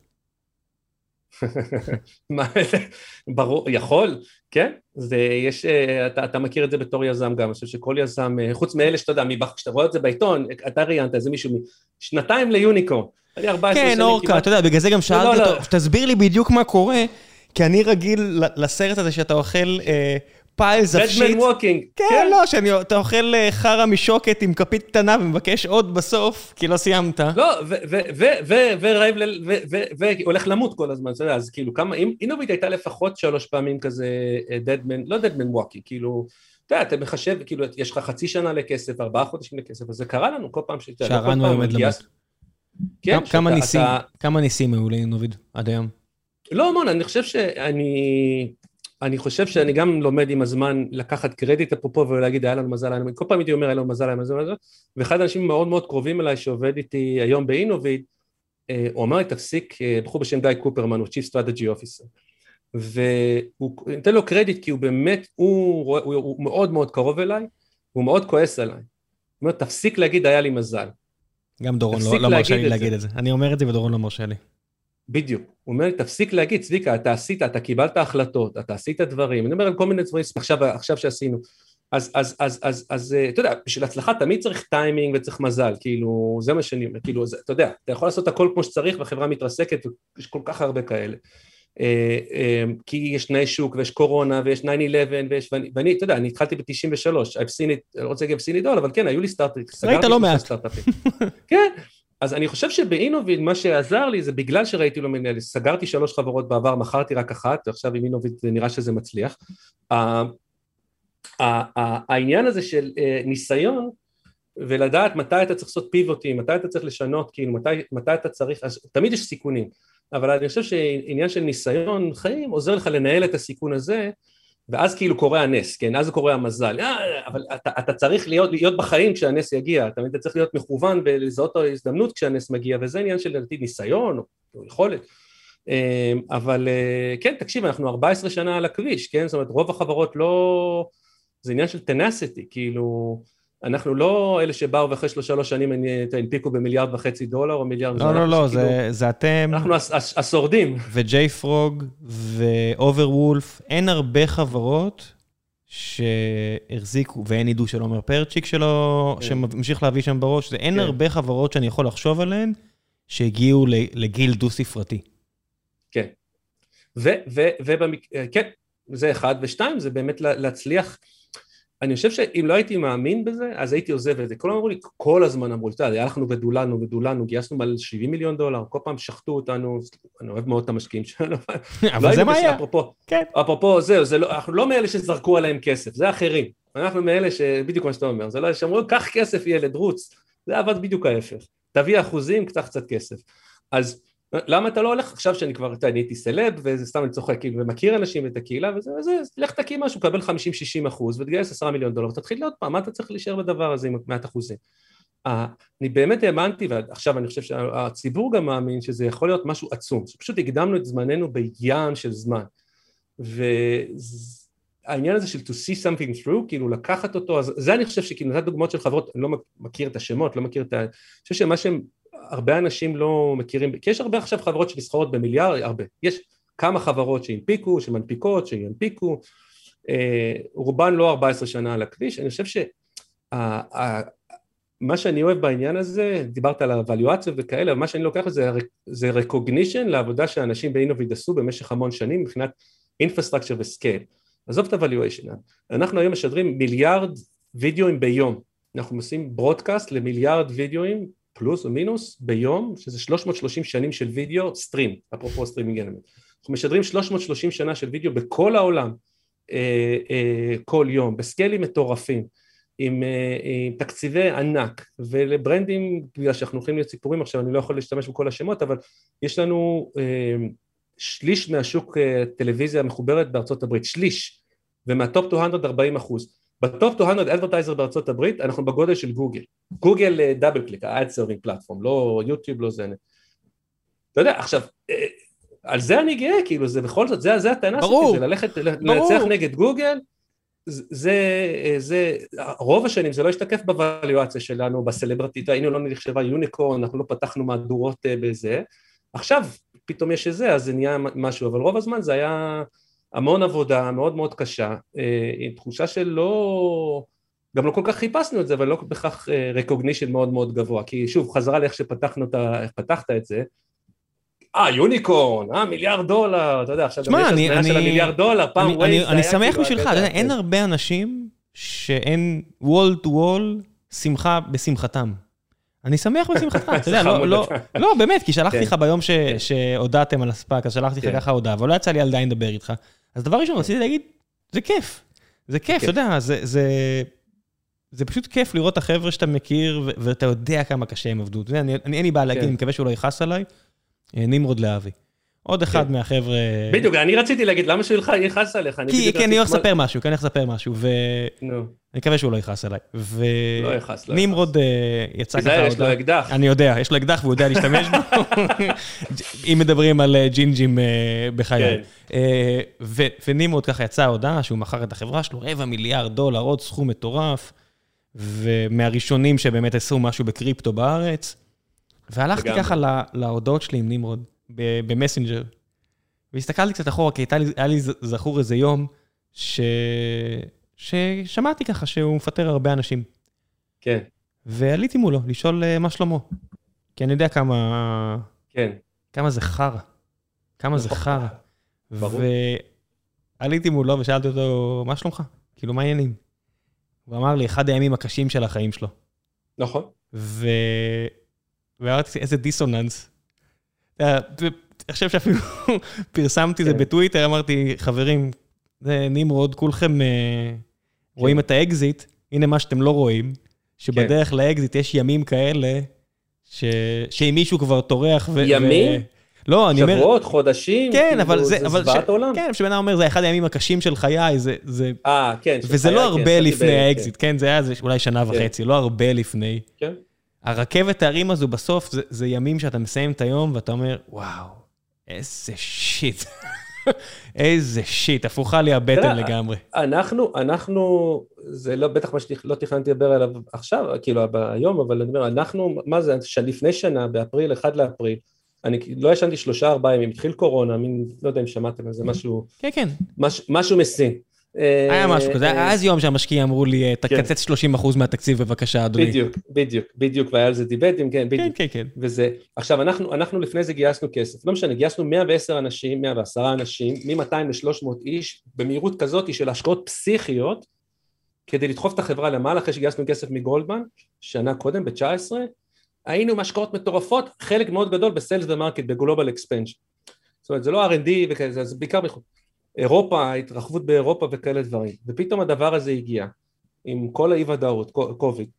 ברור, יכול, כן, זה יש, אתה, אתה מכיר את זה בתור יזם גם, אני חושב שכל יזם, חוץ מאלה שאתה יודע, כשאתה רואה את זה בעיתון, אתה ראיינת איזה מישהו, שנתיים ליוניקורן, אני ארבע עשרה שנים כן, אורקה, אתה יודע, בגלל זה גם שאלתי אותו, שתסביר לי בדיוק מה קורה, כי אני רגיל לסרט הזה שאתה אוכל פיילס אף שיט. Dead man walking. כן, לא, שאתה אוכל חרה משוקת עם כפית קטנה ומבקש עוד בסוף, כי לא סיימת. לא, ורעב, והולך למות כל הזמן, אתה יודע, אז כאילו כמה, אינוביט הייתה לפחות שלוש פעמים כזה dead man, לא dead man walking, כאילו, אתה יודע, אתה מחשב, כאילו, יש לך חצי שנה לכסף, ארבעה חודשים לכסף, אז זה קרה לנו כל פעם שאתה... שהרענו עומד למות. כן, כמה ניסים, כמה ניסים היו לאינוביט עד היום? לא המון, אני חושב שאני... אני חושב שאני גם לומד עם הזמן לקחת קרדיט אפרופו ולהגיד, היה לנו מזל, כל פעם הייתי אומר, היה לנו מזל, היה לנו מזל, ואחד האנשים מאוד מאוד קרובים אליי שעובד איתי היום באינוביט, הוא אמר לי, תפסיק, בחור בשם גיא קופרמן, הוא Chief Strategy Officer, והוא נתן לו קרדיט כי הוא באמת, הוא, הוא, הוא מאוד מאוד קרוב אליי, הוא מאוד כועס עליי, הוא אומר, תפסיק להגיד, היה לי מזל. גם דורון לא, לא מרשה לי להגיד את זה, אני אומר את זה ודורון לא מרשה לי. בדיוק, הוא אומר לי, תפסיק להגיד, צביקה, אתה עשית, אתה קיבלת החלטות, אתה עשית דברים, אני אומר על כל מיני דברים, עכשיו, עכשיו שעשינו, אז, אז, אז, אז, אז, אתה יודע, בשביל הצלחה תמיד צריך טיימינג וצריך מזל, כאילו, זה מה שאני אומר, כאילו, אתה יודע, אתה יכול לעשות הכל כמו שצריך, והחברה מתרסקת, ויש כל כך הרבה כאלה, כי יש תנאי שוק ויש קורונה ויש תשע אחת עשרה ויש, ואני, אתה יודע, אני התחלתי ב-תשעים ושלוש, I've seen it, אני לא רוצה להגיד I've seen it all, אבל כן, היו לי סטארט-אפים. ראית לא מעט. כן, אז אני חושב שבאינוביד מה שעזר לי זה בגלל שראיתי לו מנהל, סגרתי שלוש חברות בעבר, מכרתי רק אחת, ועכשיו עם אינוביד נראה שזה מצליח. העניין הזה של ניסיון, ולדעת מתי אתה צריך לעשות פיבוטים, מתי אתה צריך לשנות, כאילו מתי, מתי אתה צריך, אז תמיד יש סיכונים, אבל אני חושב שעניין של ניסיון חיים עוזר לך לנהל את הסיכון הזה, ואז כאילו קורה הנס, כן, אז קורה המזל, אבל אתה, אתה צריך להיות, להיות בחיים כשהנס יגיע, תמיד אתה צריך להיות מכוון ולזהות ההזדמנות כשהנס מגיע, וזה עניין של ניסיון או יכולת, אבל כן, תקשיב, אנחנו ארבע עשרה שנה על הכביש, כן, זאת אומרת, רוב החברות לא, זה עניין של tenacity, כאילו, אנחנו לא אלה שבאו ואחרי שלוש שנים הנפיקו במיליארד וחצי דולר או מיליארד. לא, לא, לא, זה אתם. אנחנו השורדים. וג'יי פרוג ואוברוולף, אין הרבה חברות שהחזיקו, ואין עידו של עומר פרצ'יק שלו, שממשיך להביא שם בראש, אין הרבה חברות שאני יכול לחשוב עליהן, שהגיעו לגיל דו ספרתי. כן. וכן, זה אחד, ושתיים, זה באמת להצליח, אני חושב שאם לא הייתי מאמין בזה, אז הייתי עוזב את זה. כולם אמרו לי, כל הזמן אמרו לי, אתה יודע, הלכנו ודולנו ודולנו, גייסנו על שבעים מיליון דולר, כל פעם שחטו אותנו, אני אוהב מאוד את המשקיעים שלנו. אבל זה מה היה. אפרופו, זהו, אנחנו לא מאלה שזרקו עליהם כסף, זה אחרים. אנחנו מאלה שבדיוק מה שאתה אומר, זה לא שאמרו, קח כסף ילד, רוץ. זה עבד בדיוק ההפך. תביא אחוזים, קצת קצת כסף. אז למה אתה לא הולך עכשיו שאני כבר, אני הייתי סלב, וזה סתם אני צוחק, ומכיר אנשים את הקהילה, וזה, וזה, לך תקים משהו, קבל חמישים שישים אחוז, ותגייס עשרה מיליון דולר, ותתחיל עוד פעם, מה אתה צריך להישאר בדבר הזה עם מעט אחוזים? אני באמת האמנתי, ועכשיו אני חושב שהציבור גם מאמין, שזה יכול להיות משהו עצום, שפשוט הקדמנו את זמננו בים של זמן, והעניין הזה של to see something through, כאילו לקחת אותו, אז זה אני חושב שכאילו נתת דוגמאות של חברות, אני לא מכיר את השמות, לא מכיר את ה... אני חושב שמה שהם הרבה אנשים לא מכירים, כי יש הרבה עכשיו חברות שנסחרות במיליארד, הרבה, יש כמה חברות שהנפיקו, שמנפיקות, שינפיקו, רובן לא ארבע עשרה שנה על הכביש, אני חושב שמה שאני אוהב בעניין הזה, דיברת על הוואליואציה וכאלה, אבל מה שאני לוקח זה, זה recognition לעבודה שאנשים באינוביד עשו במשך המון שנים, מבחינת infrastructure וסקייל, עזוב את הוואליואשן, אנחנו היום משדרים מיליארד וידאוים ביום, אנחנו עושים ברודקאסט למיליארד וידאוים, פלוס או מינוס ביום, שזה שלוש מאות ושלושים שנים של וידאו, סטרים, אפרופו סטרימינג אלמנט. אנחנו משדרים שלוש מאות ושלושים שנה של וידאו בכל העולם, אה, אה, כל יום, בסקיילים מטורפים, עם, אה, עם תקציבי ענק, ולברנדים, בגלל שאנחנו הולכים להיות סיפורים עכשיו, אני לא יכול להשתמש בכל השמות, אבל יש לנו אה, שליש מהשוק אה, טלוויזיה מחוברת בארצות הברית, שליש, ומהטופ מאתיים ארבעים אחוז. בטופ מאתיים אדברטייזר בארצות הברית, אנחנו בגודל של גוגל. גוגל דאבל קליק, ה-ad serving platform, לא יוטיוב, לא זה. אתה יודע, עכשיו, על זה אני גאה, כאילו, זה בכל זאת, זה, זה הטענה שלי, זה ללכת, לנצח נגד גוגל, זה, זה, רוב השנים זה לא השתקף בוואליואציה שלנו, בסלברטית, היינו לא נחשבה יוניקורן, אנחנו לא פתחנו מהדורות בזה, עכשיו, פתאום יש איזה, אז זה נהיה משהו, אבל רוב הזמן זה היה המון עבודה, מאוד מאוד קשה, עם תחושה של לא, גם לא כל כך חיפשנו את זה, אבל לא בכך recognition מאוד מאוד גבוה, כי שוב, חזרה לאיך שפתחנו את, פתחת את זה, אה, יוניקורן, אה, מיליארד דולר, אתה יודע, עכשיו גם יש הסניה של המיליארד דולר, פעם ווייז, זה היה... אני שמח בשבילך, אין הרבה אנשים שאין וול טו וול שמחה בשמחתם. אני שמח בשמחתך, אתה יודע, לא, באמת, כי שלחתי לך ביום שהודעתם על הספאק, אז שלחתי לך ככה הודעה, אבל לא יצא לי על דיין לדבר איתך. אז דבר ראשון, רציתי להגיד, זה כיף, זה כיף, אתה יודע, זה פשוט כיף לראות את החבר'ה שאתה מכיר, ואתה יודע כמה קשה הם עבדו. אני אין לי בעיה להגיד, אני מקווה שהוא לא יכעס עליי, נמרוד להבי. עוד אחד מהחבר'ה... בדיוק, אני רציתי להגיד, למה שהוא יכעס עליך? כי אני הולך לספר משהו, כי אני הולך לספר משהו, ואני מקווה שהוא לא יכעס עליי. לא יכעס, לא ונמרוד יצא ככה... יש לו אקדח. אני יודע, יש לו אקדח והוא יודע להשתמש בו. אם מדברים על ג'ינג'ים בחיי. ונמרוד ככה יצא הודעה, שהוא מכר את החברה שלו, רבע מיליארד דולר, עוד סכום מטורף, ומהראשונים שבאמת עשו משהו בקריפטו בארץ, והלכתי ככה להודעות שלי עם נמרוד. במסנג'ר, והסתכלתי קצת אחורה, כי היה לי זכור איזה יום, ששמעתי ככה שהוא מפטר הרבה אנשים. כן. ועליתי מולו, לשאול מה שלמה. כי אני יודע כמה... כן. כמה זה חרא. כמה זה חרא. ועליתי מולו ושאלתי אותו, מה שלומך? כאילו, מה העניינים? הוא אמר לי, אחד הימים הקשים של החיים שלו. נכון. ואמרתי, איזה דיסוננס. אני חושב שאפילו פרסמתי זה בטוויטר, אמרתי, חברים, זה נמרוד, כולכם רואים את האקזיט, הנה מה שאתם לא רואים, שבדרך לאקזיט יש ימים כאלה, שאם מישהו כבר טורח... ימים? לא, אני אומר... שבועות, חודשים? כן, אבל זה... זה זוועת העולם? כן, שבנה אומר, זה אחד הימים הקשים של חיי, זה... אה, כן. וזה לא הרבה לפני האקזיט, כן? זה היה אולי שנה וחצי, לא הרבה לפני. כן. הרכבת הערים הזו בסוף, זה ימים שאתה מסיים את היום, ואתה אומר, וואו, איזה שיט. איזה שיט, הפוכה לי הבטן לגמרי. אנחנו, אנחנו, זה לא, בטח מה שלא תכננתי לדבר עליו עכשיו, כאילו, היום, אבל אני אומר, אנחנו, מה זה, לפני שנה, באפריל, אחד לאפריל, אני לא ישנתי שלושה, ארבעה ימים, התחיל קורונה, מין, לא יודע אם שמעתם על זה, משהו, כן, כן. משהו מסין. היה משהו כזה, היה אז יום שהמשקיע אמרו לי, תקצץ שלושים אחוז מהתקציב בבקשה, אדוני. בדיוק, בדיוק, בדיוק, והיה על זה דיבטים, כן, בדיוק. כן, כן, כן. וזה, עכשיו, אנחנו, אנחנו לפני זה גייסנו כסף, לא משנה, גייסנו מאה ועשר אנשים, מאה ועשרה אנשים, מ-מאתיים ל-שלוש מאות איש, במהירות כזאת של השקעות פסיכיות, כדי לדחוף את החברה למעלה, אחרי שגייסנו כסף מגולדמן, שנה קודם, ב-תשע עשרה, היינו משקעות מטורפות, חלק מאוד גדול בסיילס ומרקט, בגלובל אקספנשן. זאת אומרת, זה לא אר אנד די וכזה, זה בעיקר בחוץ. אירופה, התרחבות באירופה וכאלה דברים, ופתאום הדבר הזה הגיע, עם כל האי ודאות, קוביד,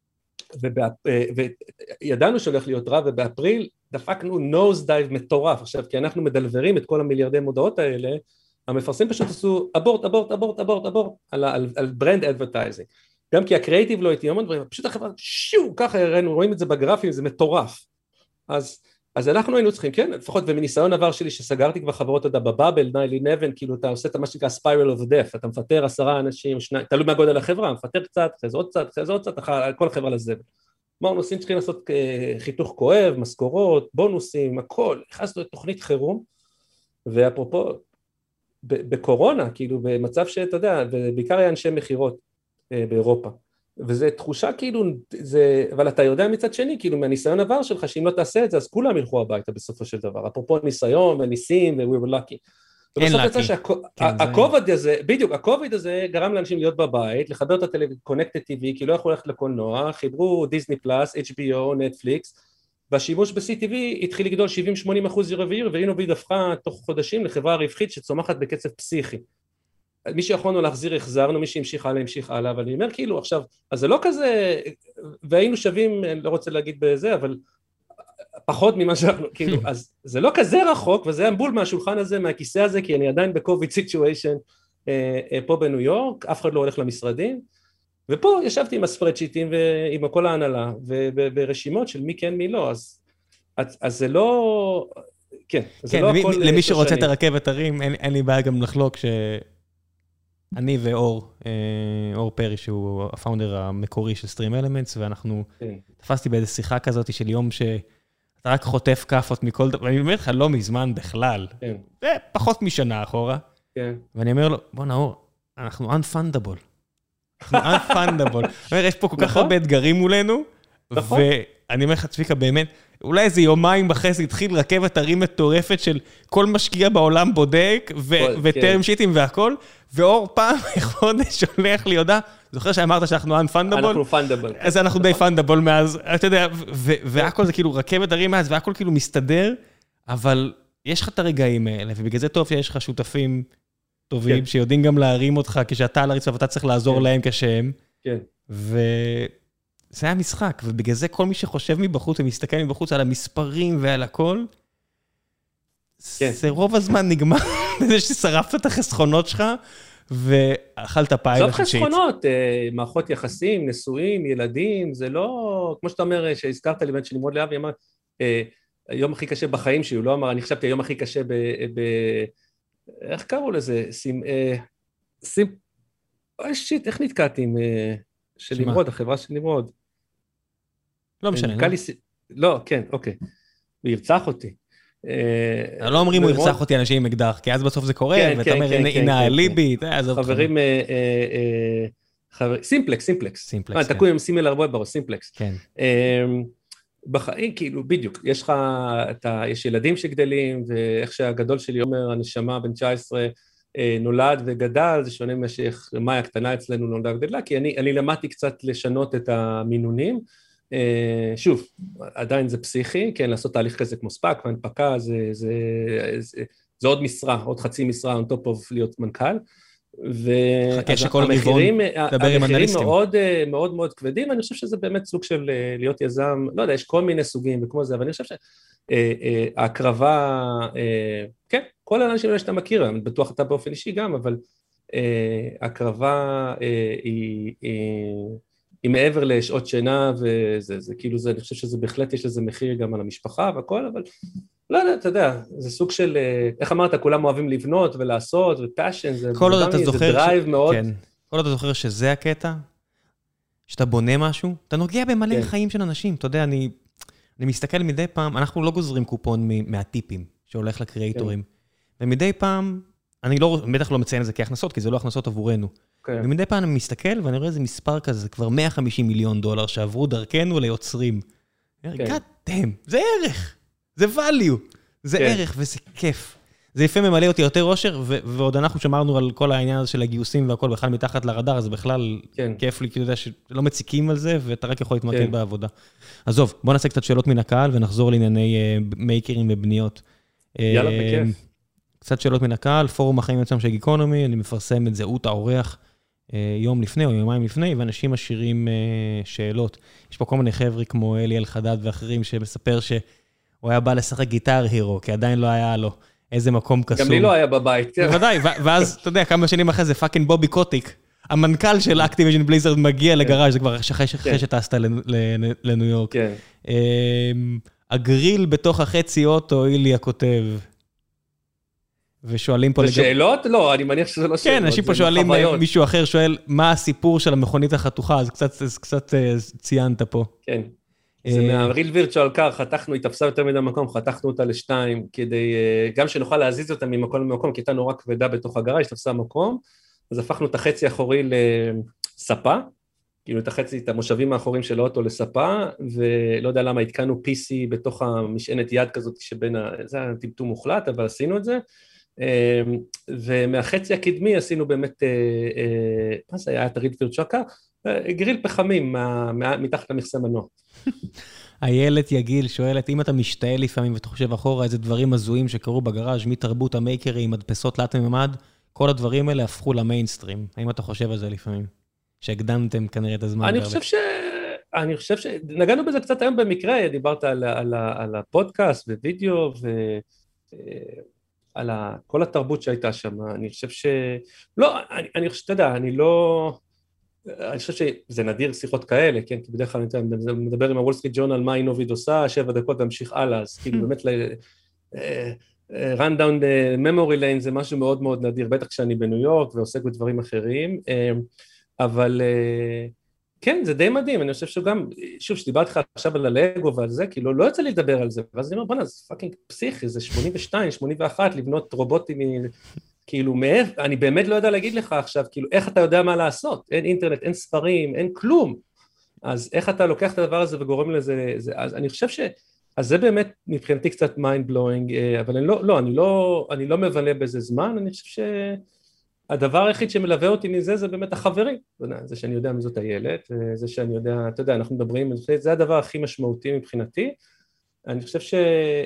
וידענו שהולך להיות רע, ובאפריל דפקנו נוז דייב מטורף, עכשיו, כי אנחנו מדלברים את כל המיליארדי מודעות האלה, המפרסמים פשוט עשו אבורט, אבורט, אבורט, אבורט, אבורט, על, על, על ברנד אדברטייזינג, גם כי הקריאיטיב לא הייתי יומון, פשוט החברה, שו, ככה הראינו, רואים את זה בגרפים, זה מטורף, אז, אז אנחנו היינו צריכים, כן, לפחות ומניסיון עבר שלי שסגרתי כבר חברות עדה בבאבל, ניין אלף, כאילו אתה עושה את מה שנקרא spiral of death, אתה מפטר עשרה אנשים, שניים, תלוי מהגודל החברה, מפטר קצת, אחרי זה עוד קצת, אחרי זה עוד קצת, כל החברה לזבל. אמרנו, עושים צריכים לעשות חיתוך כואב, משכורות, בונוסים, הכל, הכנסנו את תוכנית חירום, ואפרופו, בקורונה, כאילו במצב שאתה יודע, ובעיקר היה אנשי מחירות באירופה, וזו תחושה כאילו, זה, אבל אתה יודע מצד שני, כאילו מהניסיון עבר שלך, שאם לא תעשה את זה, אז כולם ילכו הביתה בסופו של דבר, אפרופו ניסיון וניסים, ו-we were lucky. אין lucky. הקוביד הזה, בדיוק, הקוביד הזה גרם לאנשים להיות בבית, לחבר את הטלוויזיה, קונקטד טי וי, כי לא יכולו ללכת לקולנוע, חיברו דיסני פלאס, אייץ' בי או, נטפליקס, והשימוש ב-סי טי וי התחיל לגדול שבעים שמונים אחוז יום ויום, ואינוביד הפכה תוך חודשים לחברה רווחית שצומחת בקצב פסיכי. מי שיכולנו להחזיר החזרנו, מי שהמשיך הלאה, המשיך הלאה, אבל אני אומר כאילו עכשיו, אז זה לא כזה, והיינו שווים, אני לא רוצה להגיד בזה, אבל פחות ממה שאנחנו, כאילו, אז זה לא כזה רחוק, וזה המבול מהשולחן הזה, מהכיסא הזה, כי אני עדיין בקוביד סיטואשן פה בניו יורק, אף אחד לא הולך למשרדים, ופה ישבתי עם הספרדשיטים ועם כל ההנהלה, וברשימות של מי כן, מי לא, אז, אז זה לא, כן, זה לא הכל... למי שרוצה את הרכבת הרים, אין לי בעיה גם לחלוק ש... אני ואור, אור פרי, שהוא הפאונדר המקורי של סטרים אלמנטס, ואנחנו, תפסתי באיזו שיחה כזאת של יום שאתה רק חוטף כפות מכל דבר, ואני אומר לך, לא מזמן בכלל, זה פחות משנה אחורה, ואני אומר לו, בוא נאור, אנחנו unfundable, אנחנו unfundable, יש פה כל כך הרבה אתגרים מולנו, ואני אומר לך, צביקה, באמת, אולי איזה יומיים בחסי התחיל רכבת הרים מטורפת של כל משקיע בעולם בודק, וטרם שיטים והכל, ואור פעם חודש הולך לי הודעה, זוכר שאמרת שאנחנו unfundable? אנחנו fundable. אז אנחנו די fundable מאז, אתה יודע, והכל זה כאילו רכבת הרים מאז, והכל כאילו מסתדר, אבל יש לך את הרגעים האלה, ובגלל זה טוב שיש לך שותפים טובים, שיודעים גם להרים אותך, כשאתה על הרצפה, ואתה צריך לעזור להם כשהם. כן. זה היה משחק, ובגלל זה כל מי שחושב מבחוץ ומסתכל מבחוץ על המספרים ועל הכל, זה רוב הזמן נגמר בזה ששרפת את החסכונות שלך, ואכלת פעיל החדשית. זאת חסכונות, מערכות יחסים, נשואים, ילדים, זה לא, כמו שאתה אומר, שהזכרת לי בן שנמרוד לאבי, אמר, היום הכי קשה בחיים שלי, הוא לא אמר, אני חשבתי היום הכי קשה ב... איך קראו לזה? שים... אוי שיט, איך נתקעתי עם... של נמרוד, החברה של נמרוד. לא משנה. לא, כן, אוקיי. הוא ירצח אותי. לא אומרים הוא ירצח אותי אנשים עם אקדח, כי אז בסוף זה קורה, ואתה אומר, הנה הליבי, חברים, סימפלקס, סימפלקס. תקעו עם סימל הרבה בראש, סימפלקס. בחיים, כאילו, בדיוק, יש לך, אתה, יש ילדים שגדלים, ואיך שהגדול שלי אומר, הנשמה בן תשע עשרה, נולד וגדל, זה שונה משך, מאי הקטנה אצלנו נולדה וגדלה, כי אני, אני למדתי קצת לשנות את המינונים, שוב, עדיין זה פסיכי, כן, לעשות תהליך כזה כמו ספאק, והנפקה, זה, זה, זה, זה עוד משרה, עוד חצי משרה, on top of להיות מנכ"ל, והמחירים מאוד מאוד מאוד כבדים, אני חושב שזה באמת סוג של להיות יזם, לא יודע, יש כל מיני סוגים וכמו זה, אבל אני חושב שההקרבה, כן, כל האנשים האלה שאתה מכיר, אני בטוח אתה באופן אישי גם, אבל ההקרבה היא היא מעבר לשעות שינה, וזה, זה כאילו זה, אני חושב שזה בהחלט יש לזה מחיר גם על המשפחה והכל, אבל לא יודע, אתה יודע, זה סוג של, איך אמרת, כולם אוהבים לבנות ולעשות, ופאשן, זה דרייב מאוד. כן, כל עוד אתה זוכר שזה הקטע, שאתה בונה משהו, אתה נוגע במלא חיים של אנשים, אתה יודע, אני, אני מסתכל מדי פעם, אנחנו לא גוזרים קופון מהטיפים, שהולך לקריאטורים, ומדי פעם, אני לא, בטח לא מציין את זה כהכנסות, כי זה לא הכנסות עבורנו, ומדי פעם אני מסתכל, ואני רואה איזה מספר כזה, כבר מאה וחמישים מיליון דולר, שעברו דרכנו ליוצרים. God damn, זה ערך. זה value, זה ערך וזה כיף. זה יפה ממלא אותי יותר אושר, ועוד אנחנו שמרנו על כל העניין הזה של הגיוסים והכל בכלל מתחת לרדאר, אז בכלל כיף לי, כי אתה יודע שלא מציקים על זה, ואתה רק יכול להתמקד בעבודה. עזוב, בוא נעשה קצת שאלות מן הקהל, ונחזור לענייני מייקרים ובניות. יאללה, בכיף. קצת שאלות מן הקהל, פורום החיים עצמם של גיקונומי, אני מפרסם את זהות האורח יום לפני או יומיים לפני, ואנשים משאירים שאלות. יש פה כל מיני חבר'ה כמו אלי אלחדד ואחרים, שמספר ש הוא היה בא לשחק גיטר הירו, כי עדיין לא היה לו איזה מקום קסום. גם לי לא היה בבית. בוודאי, ואז, אתה יודע, כמה שנים אחרי זה, פאקינג בובי קוטיק, המנכ"ל של אקטיביז'ן בליזרד מגיע לגראז', זה כבר אחרי שטסת לניו יורק. הגריל בתוך החצי אוטו, איליה כותב, ושואלים פה... זה שאלות? לא, אני מניח שזה לא שאלות. כן, אנשים פה שואלים, מישהו אחר שואל, מה הסיפור של המכונית החתוכה, אז קצת ציינת פה. כן. זה מהריל וירטואל קאר, חתכנו, היא תפסה יותר מדי מקום, חתכנו אותה לשתיים, כדי, גם שנוכל להזיז אותה ממקום למקום, כי הייתה נורא כבדה בתוך הגראז', תפסה מקום, אז הפכנו את החצי האחורי לספה, כאילו את החצי, את המושבים האחוריים של האוטו לספה, ולא יודע למה, התקנו פי סי בתוך המשענת יד כזאת, שבין, זה היה טמטום מוחלט, אבל עשינו את זה, ומהחצי הקדמי עשינו באמת, מה זה היה, את הריל וירטואל קאר, גריל פחמים מתחת למכסה מנוע. איילת יגיל שואלת, אם אתה משתעל לפעמים ואתה חושב אחורה, איזה דברים הזויים שקרו בגראז' מתרבות המייקרים, מדפסות תלת ממד, כל הדברים האלה הפכו למיינסטרים. האם אתה חושב על זה לפעמים? שהקדמתם כנראה את הזמן. אני חושב ש... אני חושב ש... נגענו בזה קצת היום במקרה, דיברת על, על, על הפודקאסט ווידאו ועל כל התרבות שהייתה שם. אני חושב ש... לא, אני, אני חושב, אתה יודע, אני לא... אני חושב שזה נדיר שיחות כאלה, כן, כי בדרך כלל אני מדבר עם הוול סטריט ג'ורנל, מה אינוביד עושה, שבע דקות והמשיך הלאה, אז כאילו באמת, run down the memory lane זה משהו מאוד מאוד נדיר, בטח כשאני בניו יורק ועוסק בדברים אחרים, אבל כן, זה די מדהים, אני חושב שגם, שוב, שדיברתי לך עכשיו על הלגו ועל זה, כאילו לא יוצא לי לדבר על זה, ואז אני אומר, בוא נה, זה פאקינג פסיכי, זה שמונים ושתיים, שמונים ואחת, לבנות רובוטים כאילו, אני באמת לא יודע להגיד לך עכשיו, כאילו, איך אתה יודע מה לעשות? אין אינטרנט, אין ספרים, אין כלום. אז איך אתה לוקח את הדבר הזה וגורם לזה, זה, אז אני חושב ש... אז זה באמת מבחינתי קצת mind blowing, אבל אני לא, לא, אני לא, אני לא מבנה בזה זמן, אני חושב שהדבר היחיד שמלווה אותי מזה, זה באמת החברים. זה שאני יודע מי זאת הילד, זה שאני יודע, אתה יודע, אנחנו מדברים, זה הדבר הכי משמעותי מבחינתי. אני חושב ש...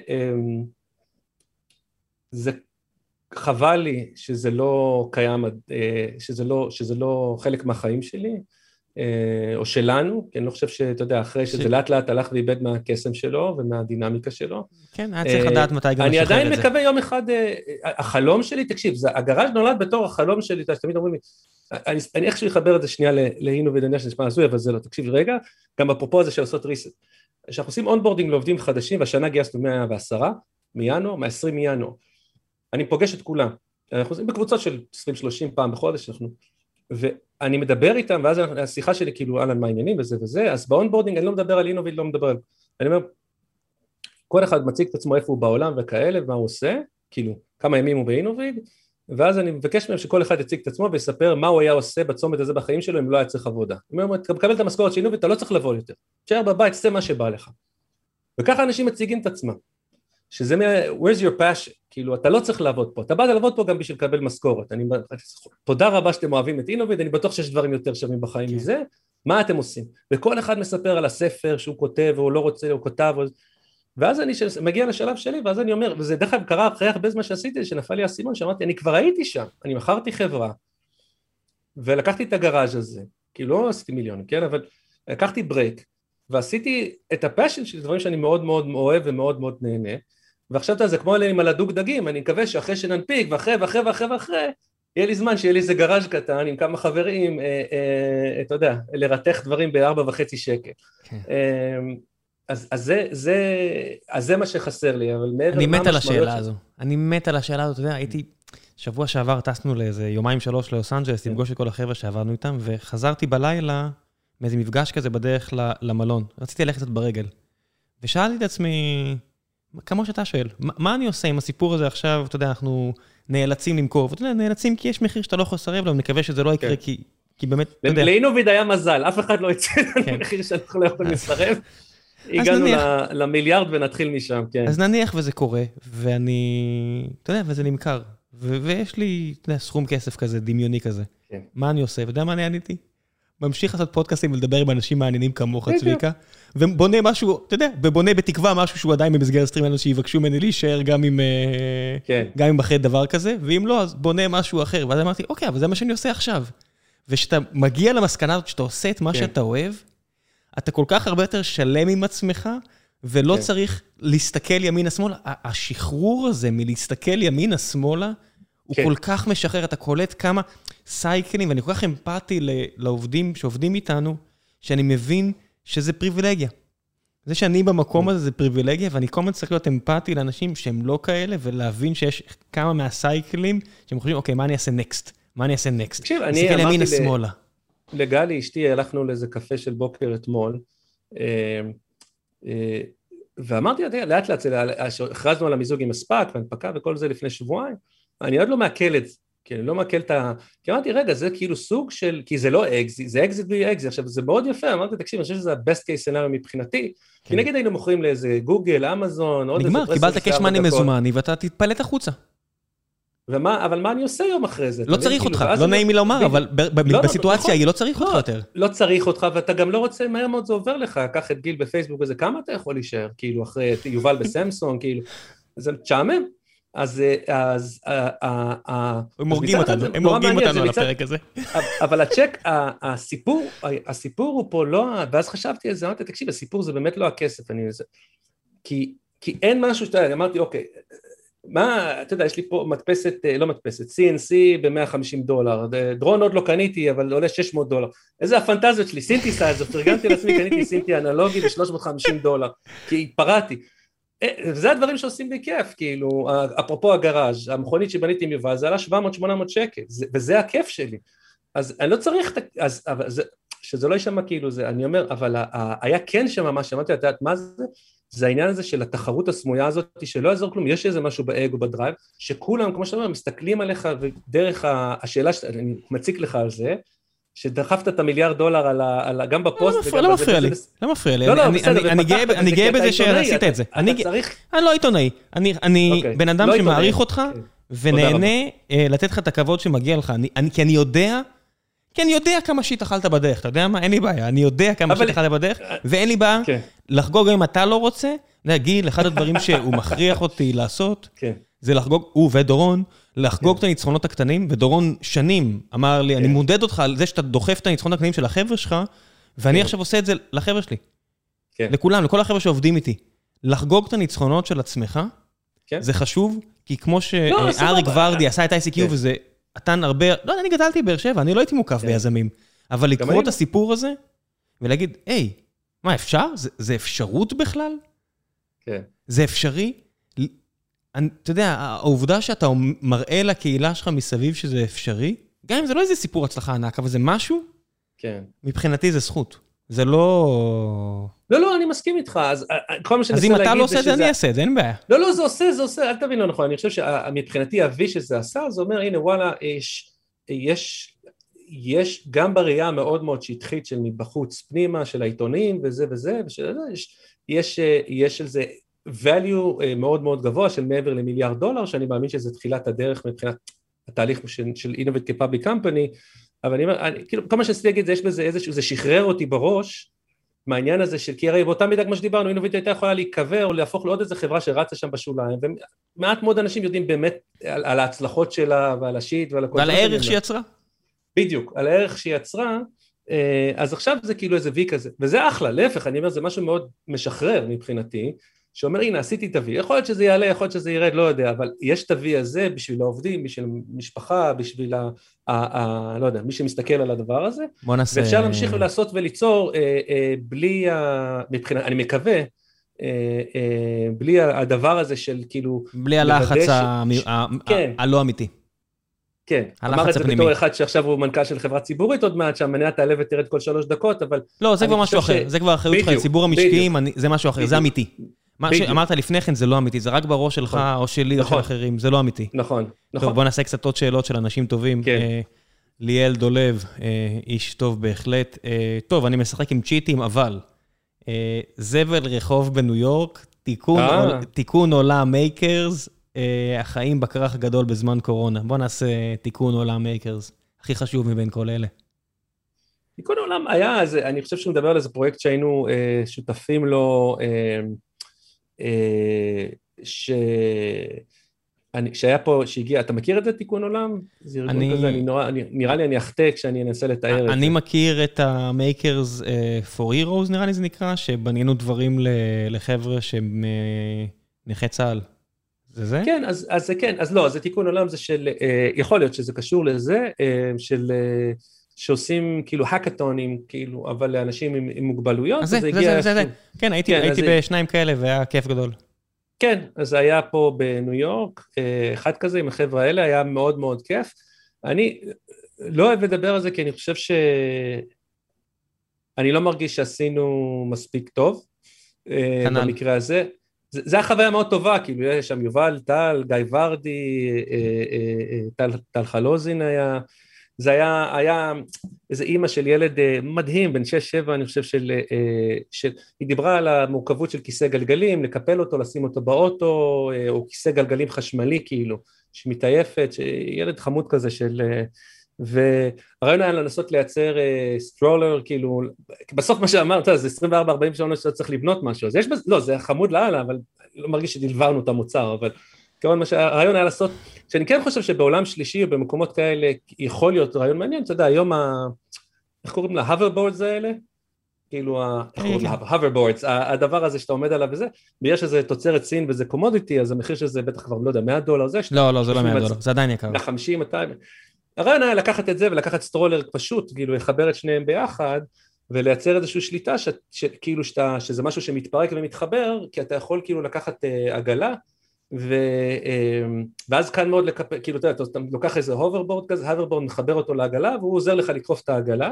זה חבל לי שזה לא קיים, שזה לא, שזה לא חלק מהחיים שלי, או שלנו, כי אני לא חושב שאתה יודע, אחרי שזה לאט לאט הלך ואיבד מהקסם שלו ומהדינמיקה שלו. כן, היה צריך לדעת מתי גם לשחרר את זה. אני עדיין מקווה יום אחד, החלום שלי, תקשיב, הגראז' נולד בתור החלום שלי, תמיד אומרים לי, אני איכשהו אחבר את זה שנייה לאינוביד, אני יודע שנשמע הזוי, אבל זה לא, תקשיב רגע, גם אפרופו הזה של לעשות ריסט, שאנחנו עושים אונבורדינג לעובדים חדשים, והשנה גייסנו מאה ועשרה מינואר, מאה ועשרים מינואר. אני פוגש את כולם, אנחנו עושים בקבוצות של עשרים שלושים פעם בחודש, אנחנו, ואני מדבר איתם, ואז השיחה שלי כאילו, אהלן, מה העניינים וזה וזה, אז באונבורדינג אני לא מדבר על אינוביד, לא מדבר על, אני אומר, כל אחד מציג את עצמו איפה הוא בעולם וכאלה, ומה הוא עושה, כאילו, כמה ימים הוא באינוביד, ואז אני מבקש מהם שכל אחד יציג את עצמו, ויספר מה הוא היה עושה בצומת הזה בחיים שלו, אם לא היה צריך עבודה. אני אומר, אתה מקבל את המשכורת של אינוביד, אתה לא צריך לבוא יותר, תשאר בבית, תעשה מה שבא לך. וככה אנשים מציגים את עצמם, שזה, where's your passion, כאילו, אתה לא צריך לעבוד פה, אתה בא לעבוד פה גם בשביל לקבל משכורת, אני, תודה רבה שאתם אוהבים את אינוביד, אני בטוח שיש דברים יותר שווים בחיים מזה, מה אתם עושים? וכל אחד מספר על הספר שהוא כותב, והוא לא רוצה, הוא כותב, ואז אני מגיע לשלב שלי, ואז אני אומר, וזה דרך כלל קרה אחרי הרבה זמן שעשיתי, שנפל לי הסימון, שאמרתי, אני כבר הייתי שם, אני מכרתי חברה, ולקחתי את הגראז' הזה, כאילו לא עשיתי מיליון, כן, אבל לקחתי ברייק, ועשיתי את הפשן של דברים שאני מאוד מאוד אוהב ומאוד מאוד נהנה, ועכשיו אתה זה כמו עליהם על הדוג דגים, אני מקווה שאחרי שננפיק, ואחרי ואחרי ואחרי ואחרי, יהיה לי זמן שיהיה לי איזה גראז' קטן עם כמה חברים, אה, אה, אתה יודע, לרתך דברים בארבע וחצי שקל. כן. אה, אז, אז, זה, זה, אז זה מה שחסר לי, אבל מעבר... אני מת על השאלה הזו, אני מת על השאלה הזו, אתה יודע, הייתי, שבוע שעבר טסנו לאיזה יומיים שלוש ללוס אנג'לס, לפגוש את כל החבר'ה שעברנו איתם, וחזרתי בלילה מאיזה מפגש כזה בדרך למלון, רציתי ללכת קצת ברגל, ושאלתי את עצמי, כמו שאתה שואל, מה אני עושה עם הסיפור הזה עכשיו, אתה יודע, אנחנו נאלצים למכור, ואתה יודע, נאלצים כי יש מחיר שאתה לא יכול לסרב לו, ונקווה שזה לא יקרה, כי, כי באמת, אתה יודע... לאינוביד היה מזל, אף אחד לא יצא לנו מחיר שאנחנו לא יכולים לסרב, הגענו למיליארד ונתחיל משם, כן. אז נניח וזה קורה, ואני, אתה יודע, וזה נמכר, ויש לי, אתה יודע, סכום כסף כזה, דמיוני כזה. מה אני עושה? ואתה יודע מה אני עניתי? ממשיך לעשות פודקאסטים ולדבר עם אנשים מעניינים כמוך, צביקה, ובונה משהו, אתה יודע, ובונה בתקווה משהו שהוא עדיין במסגרת סטרים לנו שיבקשו ממני להישאר גם עם, גם עם אחרי דבר כזה, ואם לא, אז בונה משהו אחר. ואז אמרתי, אוקיי, אבל זה מה שאני עושה עכשיו. ושאתה מגיע למסקנה הזאת, שאתה עושה את מה שאתה אוהב, אתה כל כך הרבה יותר שלם עם עצמך, ולא צריך להסתכל ימינה-שמאלה. השחרור הזה מלהסתכל ימינה-שמאלה, הוא כל כך משחרר, אתה קולט כמה סייקלים, ואני כל כך אמפתי לעובדים שעובדים איתנו, שאני מבין שזה פריבילגיה. זה שאני במקום הזה זה פריבילגיה, ואני כל הזמן צריך להיות אמפתי לאנשים שהם לא כאלה, ולהבין שיש כמה מהסייקלים, שהם חושבים, אוקיי, מה אני אעשה נקסט? מה אני אעשה נקסט? תקשיב, אני אמרתי לגלי, אשתי, הלכנו לאיזה קפה של בוקר אתמול, ואמרתי, לאט לאט, הכרזנו על המיזוג עם הספק, והנפקה וכל זה לפני שבועיים, אני עוד לא מעכל את זה, כי אני לא מעכל את ה... כי אמרתי, רגע, זה כאילו סוג של... כי זה לא אקזיט, זה אקזיט בלי אקזיט, עכשיו זה מאוד יפה, אמרתי, תקשיב, אני חושב שזה ה-best case scenario מבחינתי, כי נגיד היינו מוכרים לאיזה גוגל, אמזון, עוד איזה... נגמר, קיבלת קש מאני מזומני, ואתה תתפלט החוצה. ומה, אבל מה אני עושה יום אחרי זה? לא צריך אותך, לא נעים לי לומר, אבל בסיטואציה היא לא צריך אותך יותר. לא צריך אותך, ואתה גם לא רוצה, מהר מאוד זה עובר לך, קח את גיל בפייסבוק וזה, כמה אתה יכול להישאר, כאילו, אחרי יובל בסמסונג, כאילו, זה תשעמם. אז, אז, הם מורגים אותנו, הם מורגים אותנו על הפרק הזה. אבל הצ'ק, הסיפור, הסיפור הוא פה לא, ואז חשבתי על זה, אמרתי, תקשיב, הסיפור זה באמת לא הכסף, אני, כי, כי אין משהו שאתה, אמרתי, אוקיי, מה, אתה יודע, יש לי פה מדפסת, לא מדפסת, סי אן סי ב-מאה וחמישים דולר, דרון עוד לא קניתי, אבל עולה שש מאות דולר, איזה הפנטזיות שלי, סינתסייזר, פרגנתי לעצמי, קניתי סינתי אנלוגי ב-שלוש מאות וחמישים דולר, כי התפרעתי, וזה הדברים שעושים לי כיף, כאילו, אפרופו הגראז', המכונית שבניתי עם יובל, זה עלה שבע מאות שמונה מאות שקל, וזה הכיף שלי, אז אני לא צריך, אז, שזה לא יישמע כאילו זה, אני אומר, אבל היה כן שם מה שאמרתי, אתה יודעת מה זה? זה העניין הזה של התחרות הסמויה הזאת, שלא יעזור כלום, יש איזה משהו באגו, בדרייב, שכולם, כמו שאתה אומר, מסתכלים עליך, ודרך השאלה שאני מציק לך על זה, שדחפת את המיליארד דולר על, גם בפוסט. לא מפריע לי, לא מפריע לי, אני גאה בזה שעשית את זה. אני לא עיתונאי, אני בן אדם שמעריך אותך, ונהנה לתת לך את הכבוד שמגיע לך, כי אני יודע, כי אני יודע כמה שיט אכלת בדרך, אתה יודע מה? אין לי בעיה, אני יודע כמה שיט אכלת בדרך, ואין לי בעיה לחגוג אם אתה לא רוצה, להגיד, אחד הדברים שהוא מכריח אותי לעשות, זה לחגוג, הוא ודורון, לחגוג את הניצחונות הקטנים, ודורון שנים אמר לי, אני מודד אותך על זה שאתה דוחף את הניצחונות הקטנים של החבר'ה שלך, ואני עכשיו עושה את זה לחבר'ה שלי. לכולם, לכל החבר'ה שעובדים איתי. לחגוג את הניצחונות של עצמך, זה חשוב, כי כמו שאריק ורדי עשה את איי סי קיו, וזה נתן הרבה, לא, אני גדלתי באר שבע, אני לא הייתי מוקף ביזמים, אבל לקרוא את הסיפור הזה, ולהגיד, היי, מה, אפשר? זה אפשרות בכלל? זה אפשרי? אתה יודע, העובדה שאתה מראה לקהילה שלך מסביב שזה אפשרי, גם אם זה לא איזה סיפור הצלחה ענק, אבל זה משהו, מבחינתי זה זכות. זה לא... לא, לא, אני מסכים איתך. אז אז אם אתה לא עושה את זה, אני אעשה את זה, אין בעיה. לא, לא, זה עושה, זה עושה, אל תבין לא נכון. אני חושב שמבחינתי אבי שזה עשה, זה אומר, הנה, וואלה, יש, יש גם בראייה מאוד מאוד שטחית של מבחוץ פנימה, של העיתונים וזה וזה, ושל, יש, יש, יש על זה value מאוד מאוד גבוה של מעבר למיליארד דולר, שאני מאמין שזה תחילת הדרך מבחינת התהליך של, של Innovate כ-Public Company, אבל אני אומר, אני, כאילו, כל מה שעשיתי להגיד, זה יש בזה איזשהו, זה שחרר אותי בראש, מהעניין הזה של, כי הרי באותה מידה כמו שדיברנו, Innovate הייתה יכולה להיקבר, או להפוך לעוד איזה חברה שרצה שם בשוליים, ומעט מאוד אנשים יודעים באמת על, על ההצלחות שלה, ועל השיט, ועל הכל. ועל הערך שהיא יצרה. בדיוק, על הערך שהיא יצרה, אז עכשיו זה כאילו איזה וי כזה, וזה אחלה, להפך, אני אומר, זה משהו מאוד משחרר מבחינתי, שאומר, הנה, עשיתי את ה-וי, יכול להיות שזה יעלה, יכול להיות שזה ירד, לא יודע, אבל יש את ה-וי הזה בשביל העובדים, בשביל משפחה, בשביל ה... ה, ה לא יודע, מי שמסתכל על הדבר הזה, בוא נעשה... ואפשר להמשיך ולעשות וליצור, אה, אה, בלי ה... מבחינת, אני מקווה, אה, אה, בלי הדבר הזה של כאילו... בלי הלחץ ש... ה... ש... ה... כן. הלא אמיתי. כן, אמר את זה בתור אחד שעכשיו הוא מנכ"ל של חברה ציבורית עוד מעט, שהמניה תעלה ותרד כל שלוש דקות, אבל... לא, זה כבר משהו אחר, זה כבר אחריות שלך, ציבור המשקיעים, זה משהו אחר, זה אמיתי. מה שאמרת לפני כן זה לא אמיתי, זה רק בראש שלך או שלי או של אחרים, זה לא אמיתי. נכון, נכון. טוב, בוא נעשה קצת עוד שאלות של אנשים טובים. ליאל דולב, איש טוב בהחלט. טוב, אני משחק עם צ'יטים, אבל זבל רחוב בניו יורק, תיקון עולם מייקרס, החיים בכרך גדול בזמן קורונה. בוא נעשה תיקון עולם מייקרס, הכי חשוב מבין כל אלה. תיקון עולם היה, אני חושב שהוא מדבר על איזה פרויקט שהיינו שותפים לו, ש... אני, שהיה פה, שהגיע, אתה מכיר את זה, תיקון עולם? זה ארגון אני... כזה, אני נורא, אני, נראה לי אני אחטא כשאני אנסה לתאר את זה. אני מכיר את ה-Makers uh, for Heroes, נראה לי זה נקרא, שבנינו דברים לחבר'ה שהם uh, נכי צה"ל. זה זה? כן, אז, אז זה כן, אז לא, אז זה תיקון עולם, זה של, uh, יכול להיות שזה קשור לזה, uh, של... Uh, שעושים כאילו האקתונים, כאילו, אבל לאנשים עם, עם מוגבלויות. אז זה, זה, זה, זה, זה. כן, הייתי, כן, הייתי בשניים זה... כאלה, והיה כיף גדול. כן, אז זה היה פה בניו יורק, אחד כזה עם החבר'ה האלה, היה מאוד מאוד כיף. אני לא אוהב לדבר על זה, כי אני חושב ש... אני לא מרגיש שעשינו מספיק טוב, כנל. במקרה הזה. זה, זה החוויה מאוד טובה, כאילו, יש שם יובל, טל, גיא ורדי, טל, טל חלוזין היה... זה היה, היה איזו אימא של ילד מדהים, בן שש שבע, אני חושב של, של, היא דיברה על המורכבות של כיסא גלגלים, לקפל אותו, לשים אותו באוטו, או כיסא גלגלים חשמלי, כאילו, שמתעייפת, ילד חמוד כזה של, והרעיון היה לנסות לייצר סטרולר, כאילו, בסוף מה שאמרת, זה עשרים וארבע ארבעים שנה שאתה צריך לבנות משהו, אז יש בזה, לא, זה חמוד לאללה, אבל לא מרגיש שדלברנו את המוצר, אבל... כמובן, הרעיון היה לעשות, שאני כן חושב שבעולם שלישי או במקומות כאלה יכול להיות רעיון מעניין, אתה יודע, היום ה... איך קוראים לה? hoverboards האלה? כאילו, איך קוראים לה? hoverboards, הדבר הזה שאתה עומד עליו וזה, ויש איזה תוצרת סין וזה קומודיטי, אז המחיר של זה בטח כבר, לא יודע, מאה דולר זה? לא, לא, זה לא מאה דולר, זה עדיין יקר. מאה חמישים, מאתיים. הרעיון היה לקחת את זה ולקחת סטרולר פשוט, כאילו, לחבר את שניהם ביחד, ולייצר איזושהי שליטה, כאילו, שזה משהו שמתפרק ומתחבר, כי אתה יכול כאילו לקחת עגלה, ו... ואז כאן מאוד לקפל, כאילו אתה, אתה לוקח איזה הוברבורד כזה, הוברבורד מחבר אותו לעגלה, והוא עוזר לך לקרוף את העגלה,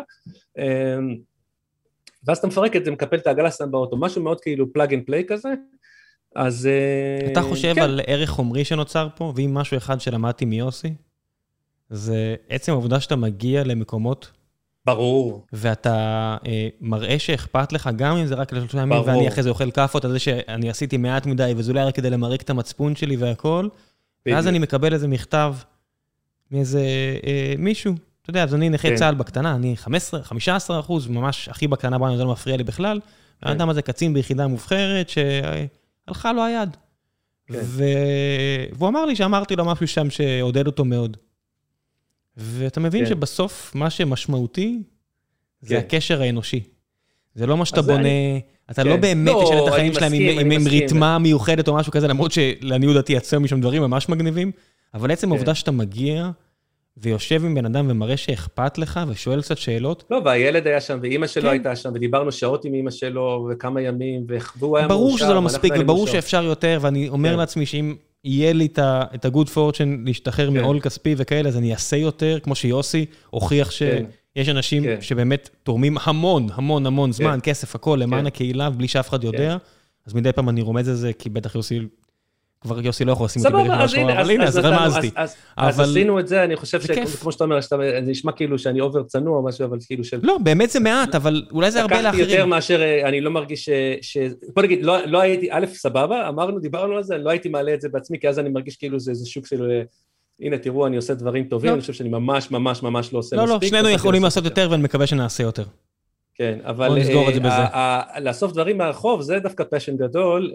ואז אתה מפרק את זה, מקפל את העגלה, שם באוטו, משהו מאוד כאילו פלאג אנד פליי כזה, אז... אתה חושב כן. על ערך חומרי שנוצר פה, ואם משהו אחד שלמדתי מיוסי, זה עצם העובדה שאתה מגיע למקומות, ברור. ואתה אה, מראה שאכפת לך, גם אם זה רק לשלושה ימים, ואני אחרי זה אוכל כאפות, על זה שאני עשיתי מעט מדי, וזה אולי רק כדי למרק את המצפון שלי והכל, בדיוק. ואז אני מקבל איזה מכתב מאיזה אה, מישהו, אתה יודע, אז אני נכה כן. צהל בקטנה, אני חמש עשרה, חמישה עשר אחוז, ממש הכי בקטנה, בוא אני לא מפריע לי בכלל, כן. האדם הזה קצין ביחידה מובחרת, שהלכה לו היד. כן. ו... והוא אמר לי שאמרתי לו משהו שם שעודד אותו מאוד. ואתה מבין שבסוף מה שמשמעותי זה הקשר האנושי. זה לא מה שאתה בונה, אתה לא באמת תשאל את החיים שלהם עם ריתמה מיוחדת או משהו כזה, למרות שלעניות דעתי יצא משם דברים ממש מגניבים, אבל עצם העובדה שאתה מגיע ויושב עם בן אדם ומראה שאכפת לך ושואל קצת שאלות. לא, והילד היה שם ואימא שלו הייתה שם ודיברנו שעות עם אימא שלו וכמה ימים והוא היה ברור שזה לא מספיק וברור שאפשר יותר, ואני אומר לעצמי שאם יהיה לי את ה-good fortune להשתחרר מעול כספי וכאלה, אז אני אעשה יותר, כמו שיוסי הוכיח שיש אנשים שבאמת תורמים המון, המון, המון זמן, כסף, הכל, למען הקהילה, בלי שאף אחד יודע, אז מדי פעם אני רומז את זה, כי בטח יוסי כבר יוסי לא יכול לשים אותי בראשונה שחורה, אבל הנה, אז רמזתי. אז עשינו את זה, אני חושב שכמו שאתה אומר, זה נשמע כאילו שאני אובר צנוע או משהו, אבל כאילו של... לא, באמת זה מעט, אבל אולי זה הרבה לאחרים. לקחתי יותר מאשר, אני לא מרגיש ש... בוא נגיד, לא הייתי, א', סבבה, אמרנו, דיברנו על זה, לא הייתי מעלה את זה בעצמי, כי אז אני מרגיש כאילו זה איזה שוק של... הנה, תראו, אני עושה דברים טובים, אני חושב שאני ממש, ממש, ממש לא עושה מספיק. לא, לא, שנינו יכולים לעשות יותר, ואני מקווה שנעשה יותר. כן, אבל לאסוף דברים מהרחוב, זה דווקא פשן גדול.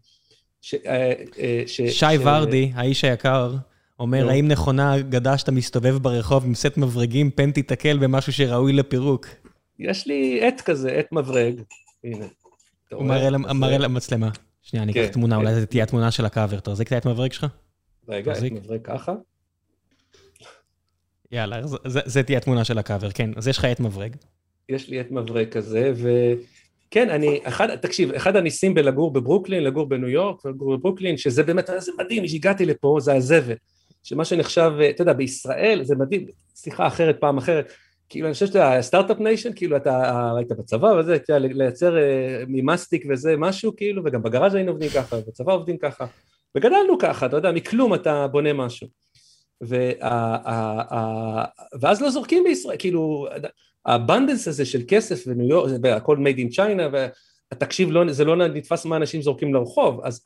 שי ורדי, האיש היקר, אומר, האם נכונה גדה שאתה מסתובב ברחוב עם סט מברגים, פן תתקל במשהו שראוי לפירוק? יש לי עט כזה, עט מברג. הנה. הוא מראה למצלמה. שנייה, אני אקח תמונה, אולי זה תהיה התמונה של הקאבר. תחזיק את העט מברג שלך? רגע, עט מברג ככה. יאללה, זה תהיה התמונה של הקאבר, כן. אז יש לך עט מברג. יש לי עט מברג כזה, וכן, אני, אחד, תקשיב, אחד הניסים בלגור בברוקלין, לגור בניו יורק, ולגור בברוקלין, שזה באמת, זה מדהים, שהגעתי לפה, זה הזבל, שמה שנחשב, אתה יודע, בישראל, זה מדהים, שיחה אחרת, פעם אחרת, כאילו, אני חושב שאתה סטארט-אפ ניישן, כאילו, אתה היית בצבא, וזה, אתה לייצר ממאסטיק וזה משהו, כאילו, וגם בגראז' היינו עובדים ככה, בצבא עובדים ככה, וגדלנו ככה, אתה יודע, מכלום אתה בונה משהו. ואז לא זורקים בישראל, כאילו, הבנדנס הזה של כסף וניו יורק, הכל made in China, והתקשיב, זה לא נתפס מה אנשים זורקים לרחוב, אז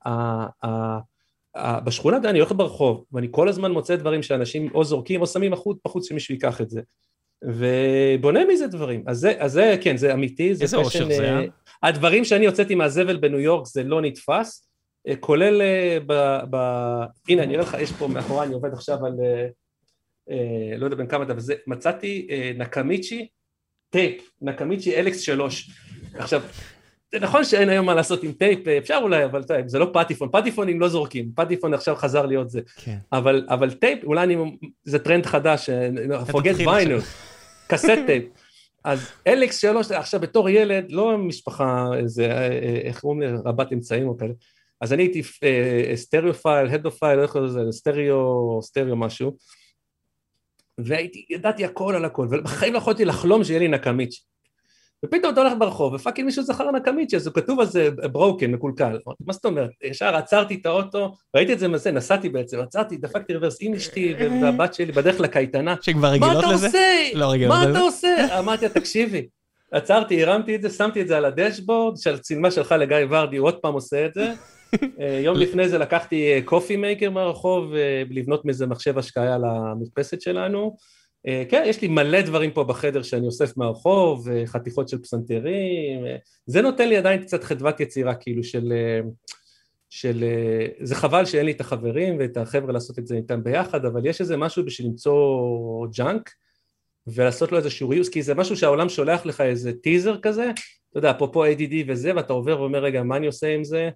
בשכונה, אני הולכת ברחוב, ואני כל הזמן מוצא דברים שאנשים או זורקים, או שמים בחוץ שמישהו ייקח את זה, ובונה מזה דברים, אז זה, כן, זה אמיתי, איזה אושר זה, אה? הדברים שאני הוצאתי מהזבל בניו יורק, זה לא נתפס, כולל, הנה, אני אראה לך, יש פה מאחורי, אני עובד עכשיו על, לא יודע בין כמה אתה, וזה, מצאתי נקמיצ'י טייפ, נקמיצ'י אל אקס שלוש, עכשיו, זה נכון שאין היום מה לעשות עם טייפ, אפשר אולי, אבל זה לא פטיפון, פטיפונים לא זורקים, פטיפון עכשיו חזר להיות זה, אבל טייפ, אולי אני, זה טרנד חדש, forget vinyl, קסט טייפ, אז אל אקס שלוש, עכשיו בתור ילד, לא משפחה, איך קוראים לי, רבת אמצעים או כאלה, אז אני הייתי סטריאופייל, הדופייל, לא יכול לזה, סטריאו, סטריאו משהו, והייתי, ידעתי הכל על הכל, ובחיים לא יכולתי לחלום שיהיה לי נקמיצ'י. ופתאום אתה הולך ברחוב, ופאקינג מישהו זכר נקמיצ'י, אז הוא כתוב על זה ברוקן, מקולקל. מה זאת אומרת? ישר עצרתי את האוטו, ראיתי את זה מזה, נסעתי בעצם, עצרתי, דפקתי רוורס עם אשתי, והבת שלי בדרך לקייטנה. שכבר רגילות לזה? מה אתה עושה? מה אתה עושה? אמרתי, תקשיבי. עצרתי, הרמתי את זה, שמתי את זה על הדשבורד, של צילמה שלך לגיא ורדי, הוא עוד פעם עושה את זה. יום לפני זה לקחתי קופי מייקר מהרחוב, לבנות מזה מחשב השקעה למדפסת שלנו. כן, יש לי מלא דברים פה בחדר שאני אוסף מהרחוב, חתיכות של פסנתרים, זה נותן לי עדיין קצת חדוות יצירה, כאילו של, של, זה חבל שאין לי את החברים ואת החבר'ה לעשות את זה איתם ביחד, אבל יש איזה משהו בשביל למצוא ג'אנק, ולעשות לו איזשהו ריוס, כי זה משהו שהעולם שולח לך איזה טיזר כזה, אתה יודע, אפרופו איי די די וזה, ואתה עובר ואומר, רגע, מה אני עושה עם זה?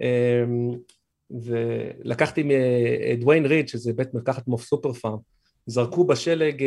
ולקחתי מדוויין ריד, שזה בית מרקחת מוף סופר פארם, זרקו בשלג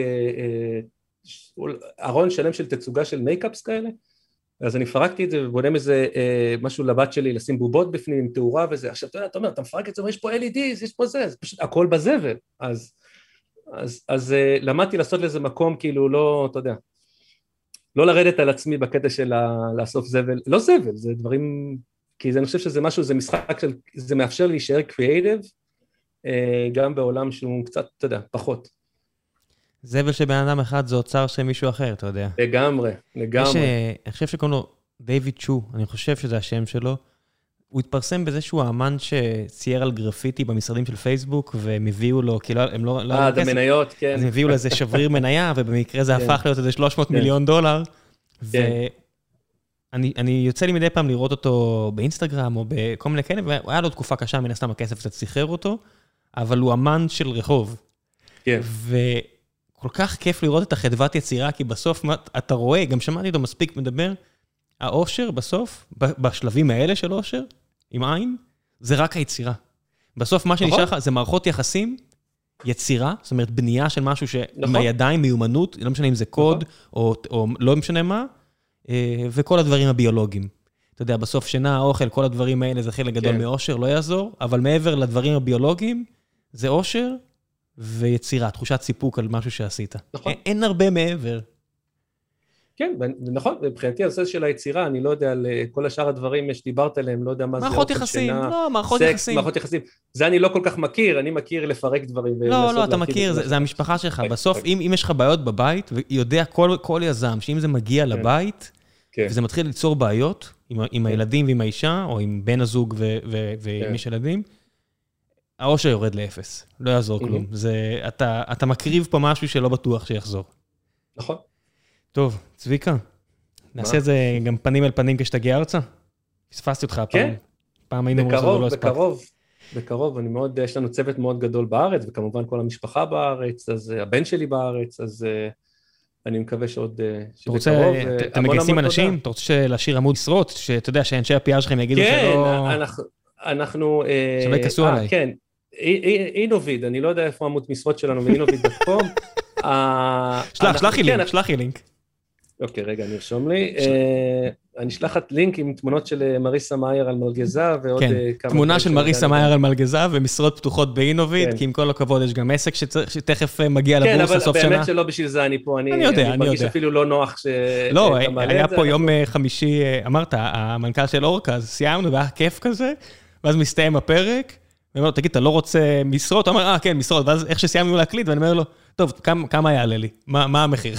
ארון שלם של תצוגה של מייקאפס כאלה, אז אני פרקתי את זה ובונה מזה משהו לבת שלי, לשים בובות בפנים עם תאורה וזה, עכשיו אתה יודע, אתה אומר, אתה מפרק את זה, יש פה אל אי די, יש פה זה, זה פשוט הכל בזבל, אז, אז, אז למדתי לעשות לזה מקום, כאילו לא, אתה יודע, לא לרדת על עצמי בקטע של לאסוף זבל, לא זבל, זה דברים, כי אני חושב שזה משהו, זה משחק של, זה מאפשר להישאר קריאייטיב, גם בעולם שהוא קצת, אתה יודע, פחות. זבל שבן אדם אחד זה אוצר של מישהו אחר, אתה יודע. לגמרי, לגמרי. אני חושב שקוראים לו דיוויד צ'ו, אני חושב שזה השם שלו, הוא התפרסם בזה שהוא האמן שצייר על גרפיטי במשרדים של פייסבוק, והם הביאו לו, כאילו, הם לא... אה, את המניות, כן. אז הם הביאו לו איזה שבריר מניה, ובמקרה זה הפך להיות איזה שלוש מאות מיליון דולר, ואני יוצא לי מדי פעם לראות אותו באינסטגרם, או בכל מיני כאלה, והיה לו תקופה קשה, מן הסתם הכסף קצת שיחרר אותו, אבל הוא אמן של רחוב. כן. וכל כך כיף לראות את החדוות יצירה, כי בסוף אתה רואה, גם שמעתי אותו מספיק מדבר, האושר בסוף, בשלבים האלה של אושר, עם עין, זה רק היצירה. בסוף מה שנשאר לך זה מערכות יחסים, יצירה, זאת אומרת בנייה של משהו שעם הידיים, מיומנות, לא משנה אם זה קוד, או, או לא משנה מה, וכל הדברים הביולוגיים. אתה יודע, בסוף שינה, האוכל, כל הדברים האלה זה חלק גדול מאושר, לא יעזור, אבל מעבר לדברים הביולוגיים, זה אושר ויצירה, תחושת סיפוק על משהו שעשית. אין הרבה מעבר. כן, נכון, מבחינתי הנושא של היצירה, אני לא יודע על כל השאר הדברים שדיברת עליהם, לא יודע מה זה מערכות יחסים, לא, מערכות יחסים. מערכות יחסים. זה אני לא כל כך מכיר, אני מכיר לפרק דברים. לא, לא, אתה מכיר, זה המשפחה שלך. בסוף, אם יש לך בעיות בבית, ויודע כל יזם, שאם זה מגיע לבית, וזה מתחיל ליצור בעיות עם הילדים ועם האישה, או עם בן הזוג ועם איש ילדים, האושר יורד לאפס. לא יעזור כלום. אתה מקריב פה משהו שלא בטוח שיחזור. נכון. טוב, צביקה, נעשה את זה גם פנים אל פנים כשתגיע ארצה? פספסתי אותך פעם. כן, פעם היינו בקרוב, בקרוב, בקרוב, אני מאוד, יש לנו צוות מאוד גדול בארץ, וכמובן כל המשפחה בארץ, אז הבן שלי בארץ, אז אני מקווה שעוד, שבקרוב. אתם מגייסים אנשים? אתה רוצה להשאיר עמוד משרות, שאתה יודע שאנשי ה-פי אר שלכם יגידו שלא... כן, אנחנו... שלא יכעסו עליי. כן, אינוביד, אני לא יודע איפה עמוד משרות שלנו, ואינוביד דוט קום. שלח, שלח לי לינק, שלח לי לינק. אוקיי, רגע, נרשום לי. אני אשלחת לינק עם תמונות של מריסה מאייר על מלגזה, ועוד כמה... כן, תמונה של מריסה מאייר על מלגזה, ומשרות פתוחות באינוביד, כי עם כל הכבוד יש גם עסק שתכף מגיע לבורסה סוף שנה. כן, אבל באמת שלא בשביל זה אני פה, אני מרגיש אפילו לא נוח ש... לא, היה פה יום חמישי, אמרת, המנכ"ל של אורקה, אז סיימנו, והיה כיף כזה, ואז מסתיים הפרק, ואומר לו, תגיד, אתה לא רוצה משרות? הוא אומר, אה, כן, משרות, ואז איך שסיימנו להקליט, ואני אומר לו, טוב, כמה יעלה לי? מה המחיר?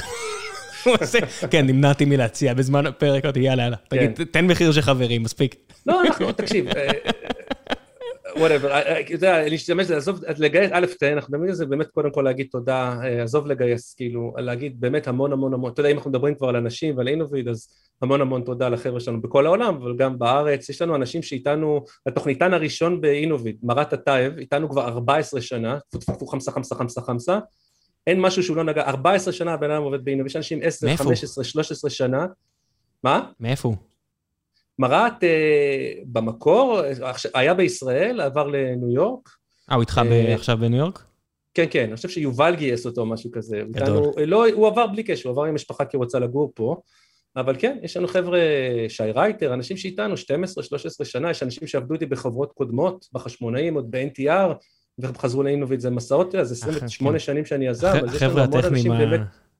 כן, נמנעתי מלהציע בזמן הפרק, אותי, יאללה, יאללה. תגיד, תן מחיר של חברים, מספיק. לא, אנחנו, תקשיב, whatever, אתה יודע, להשתמש, עזוב, לגייס, א', אנחנו מדברים על זה, באמת קודם כל להגיד תודה, עזוב לגייס, כאילו, להגיד באמת המון המון המון, אתה יודע, אם אנחנו מדברים כבר על אנשים ועל אינוביד, אז המון המון תודה לחבר'ה שלנו בכל העולם, אבל גם בארץ, יש לנו אנשים שאיתנו, התוכניתן הראשון באינוביד, מרת הטייב, איתנו כבר ארבע עשרה שנה, פו חמסה חמסה חמסה חמסה, אין משהו שהוא לא נגע, ארבע עשרה שנה הבן אדם עובד באינוביד, יש אנשים עשר, חמש עשרה, שלוש עשרה שנה, מה? מאיפה הוא? מרת במקור, היה בישראל, עבר לניו יורק. אה, הוא איתך עכשיו בניו יורק? כן, כן, אני חושב שיובל גייס אותו, משהו כזה. הוא עבר בלי קשר, הוא עבר עם משפחה כי הוא רוצה לגור פה, אבל כן, יש לנו חבר'ה, שי רייטר, אנשים שאיתנו, שתים עשרה שלוש עשרה שנה, יש אנשים שעבדו איתי בחברות קודמות, בחשמונאים, עוד ב-אן טי אר, וחזרו לאינוביד, זה מסעות, זה עשרים ושמונה שנים שאני עזב, אז יש לנו המון אנשים באמת,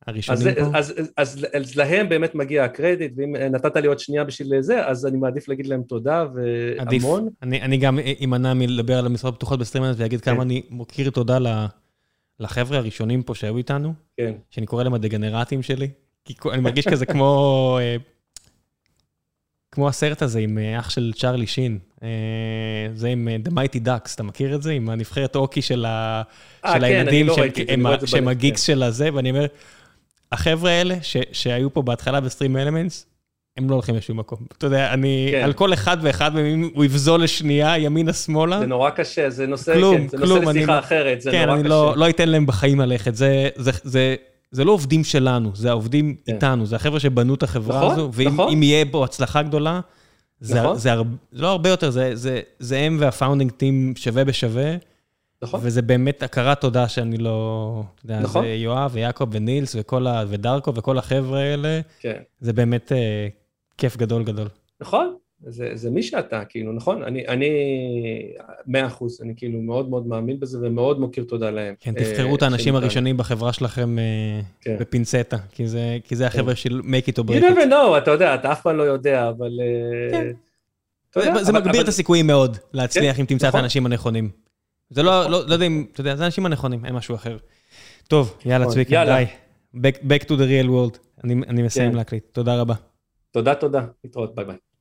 אז להם באמת מגיע הקרדיט, ואם נתת לי עוד שנייה בשביל זה, אז אני מעדיף להגיד להם תודה והמון. אני גם אמנע מלדבר על המשרות פתוחות בסטרימנט, ויגיד כמה אני מוקיר תודה לחבר'ה הראשונים פה שהיו איתנו, שאני קורא להם הדגנרטים שלי, כי אני מרגיש כזה כמו... כמו הסרט הזה עם אח של צ'רלי שין, זה עם The Mighty Ducks, אתה מכיר את זה? עם הנבחרת אוקי של הילדים, שהם הגיקס של הזה, ואני אומר, החבר'ה האלה שהיו פה בהתחלה בסטרים אלמנטס, הם לא הולכים לשום מקום. אתה יודע, אני, על כל אחד ואחד, הוא יבזול לשנייה, ימינה, שמאלה. זה נורא קשה, זה נושא לשיחה אחרת, זה נורא קשה. כן, אני לא אתן להם בחיים ללכת, זה... זה לא עובדים שלנו, זה העובדים איתנו, זה החבר'ה שבנו את החברה הזו, ואם יהיה בו הצלחה גדולה, זה לא הרבה יותר, זה הם והפאונדינג טים שווה בשווה, וזה באמת הכרת תודה שאני לא, אתה יודע, זה יואב ויעקב ונילס ודרקו וכל החבר'ה האלה, זה באמת כיף גדול גדול. נכון. זה, זה מי שאתה, כאילו, נכון? אני, אני, מאה אחוז, אני כאילו מאוד מאוד מאמין בזה, ומאוד מוקיר תודה להם. כן, תבחרו את האנשים הראשונים בחברה שלכם בפינצטה, כי זה, כי זה החבר'ה של make it or break it. You never know, אתה יודע, אתה אף פעם לא יודע, אבל... זה מגביר את הסיכויים מאוד, להצליח אם תמצא את האנשים הנכונים. זה לא, לא יודע אם, אתה יודע, זה האנשים הנכונים, אין משהו אחר. טוב, יאללה, צביקה, די. Back to the real world. אני מסיים להקליט. תודה רבה. תודה, תודה. להתראות, ביי ביי.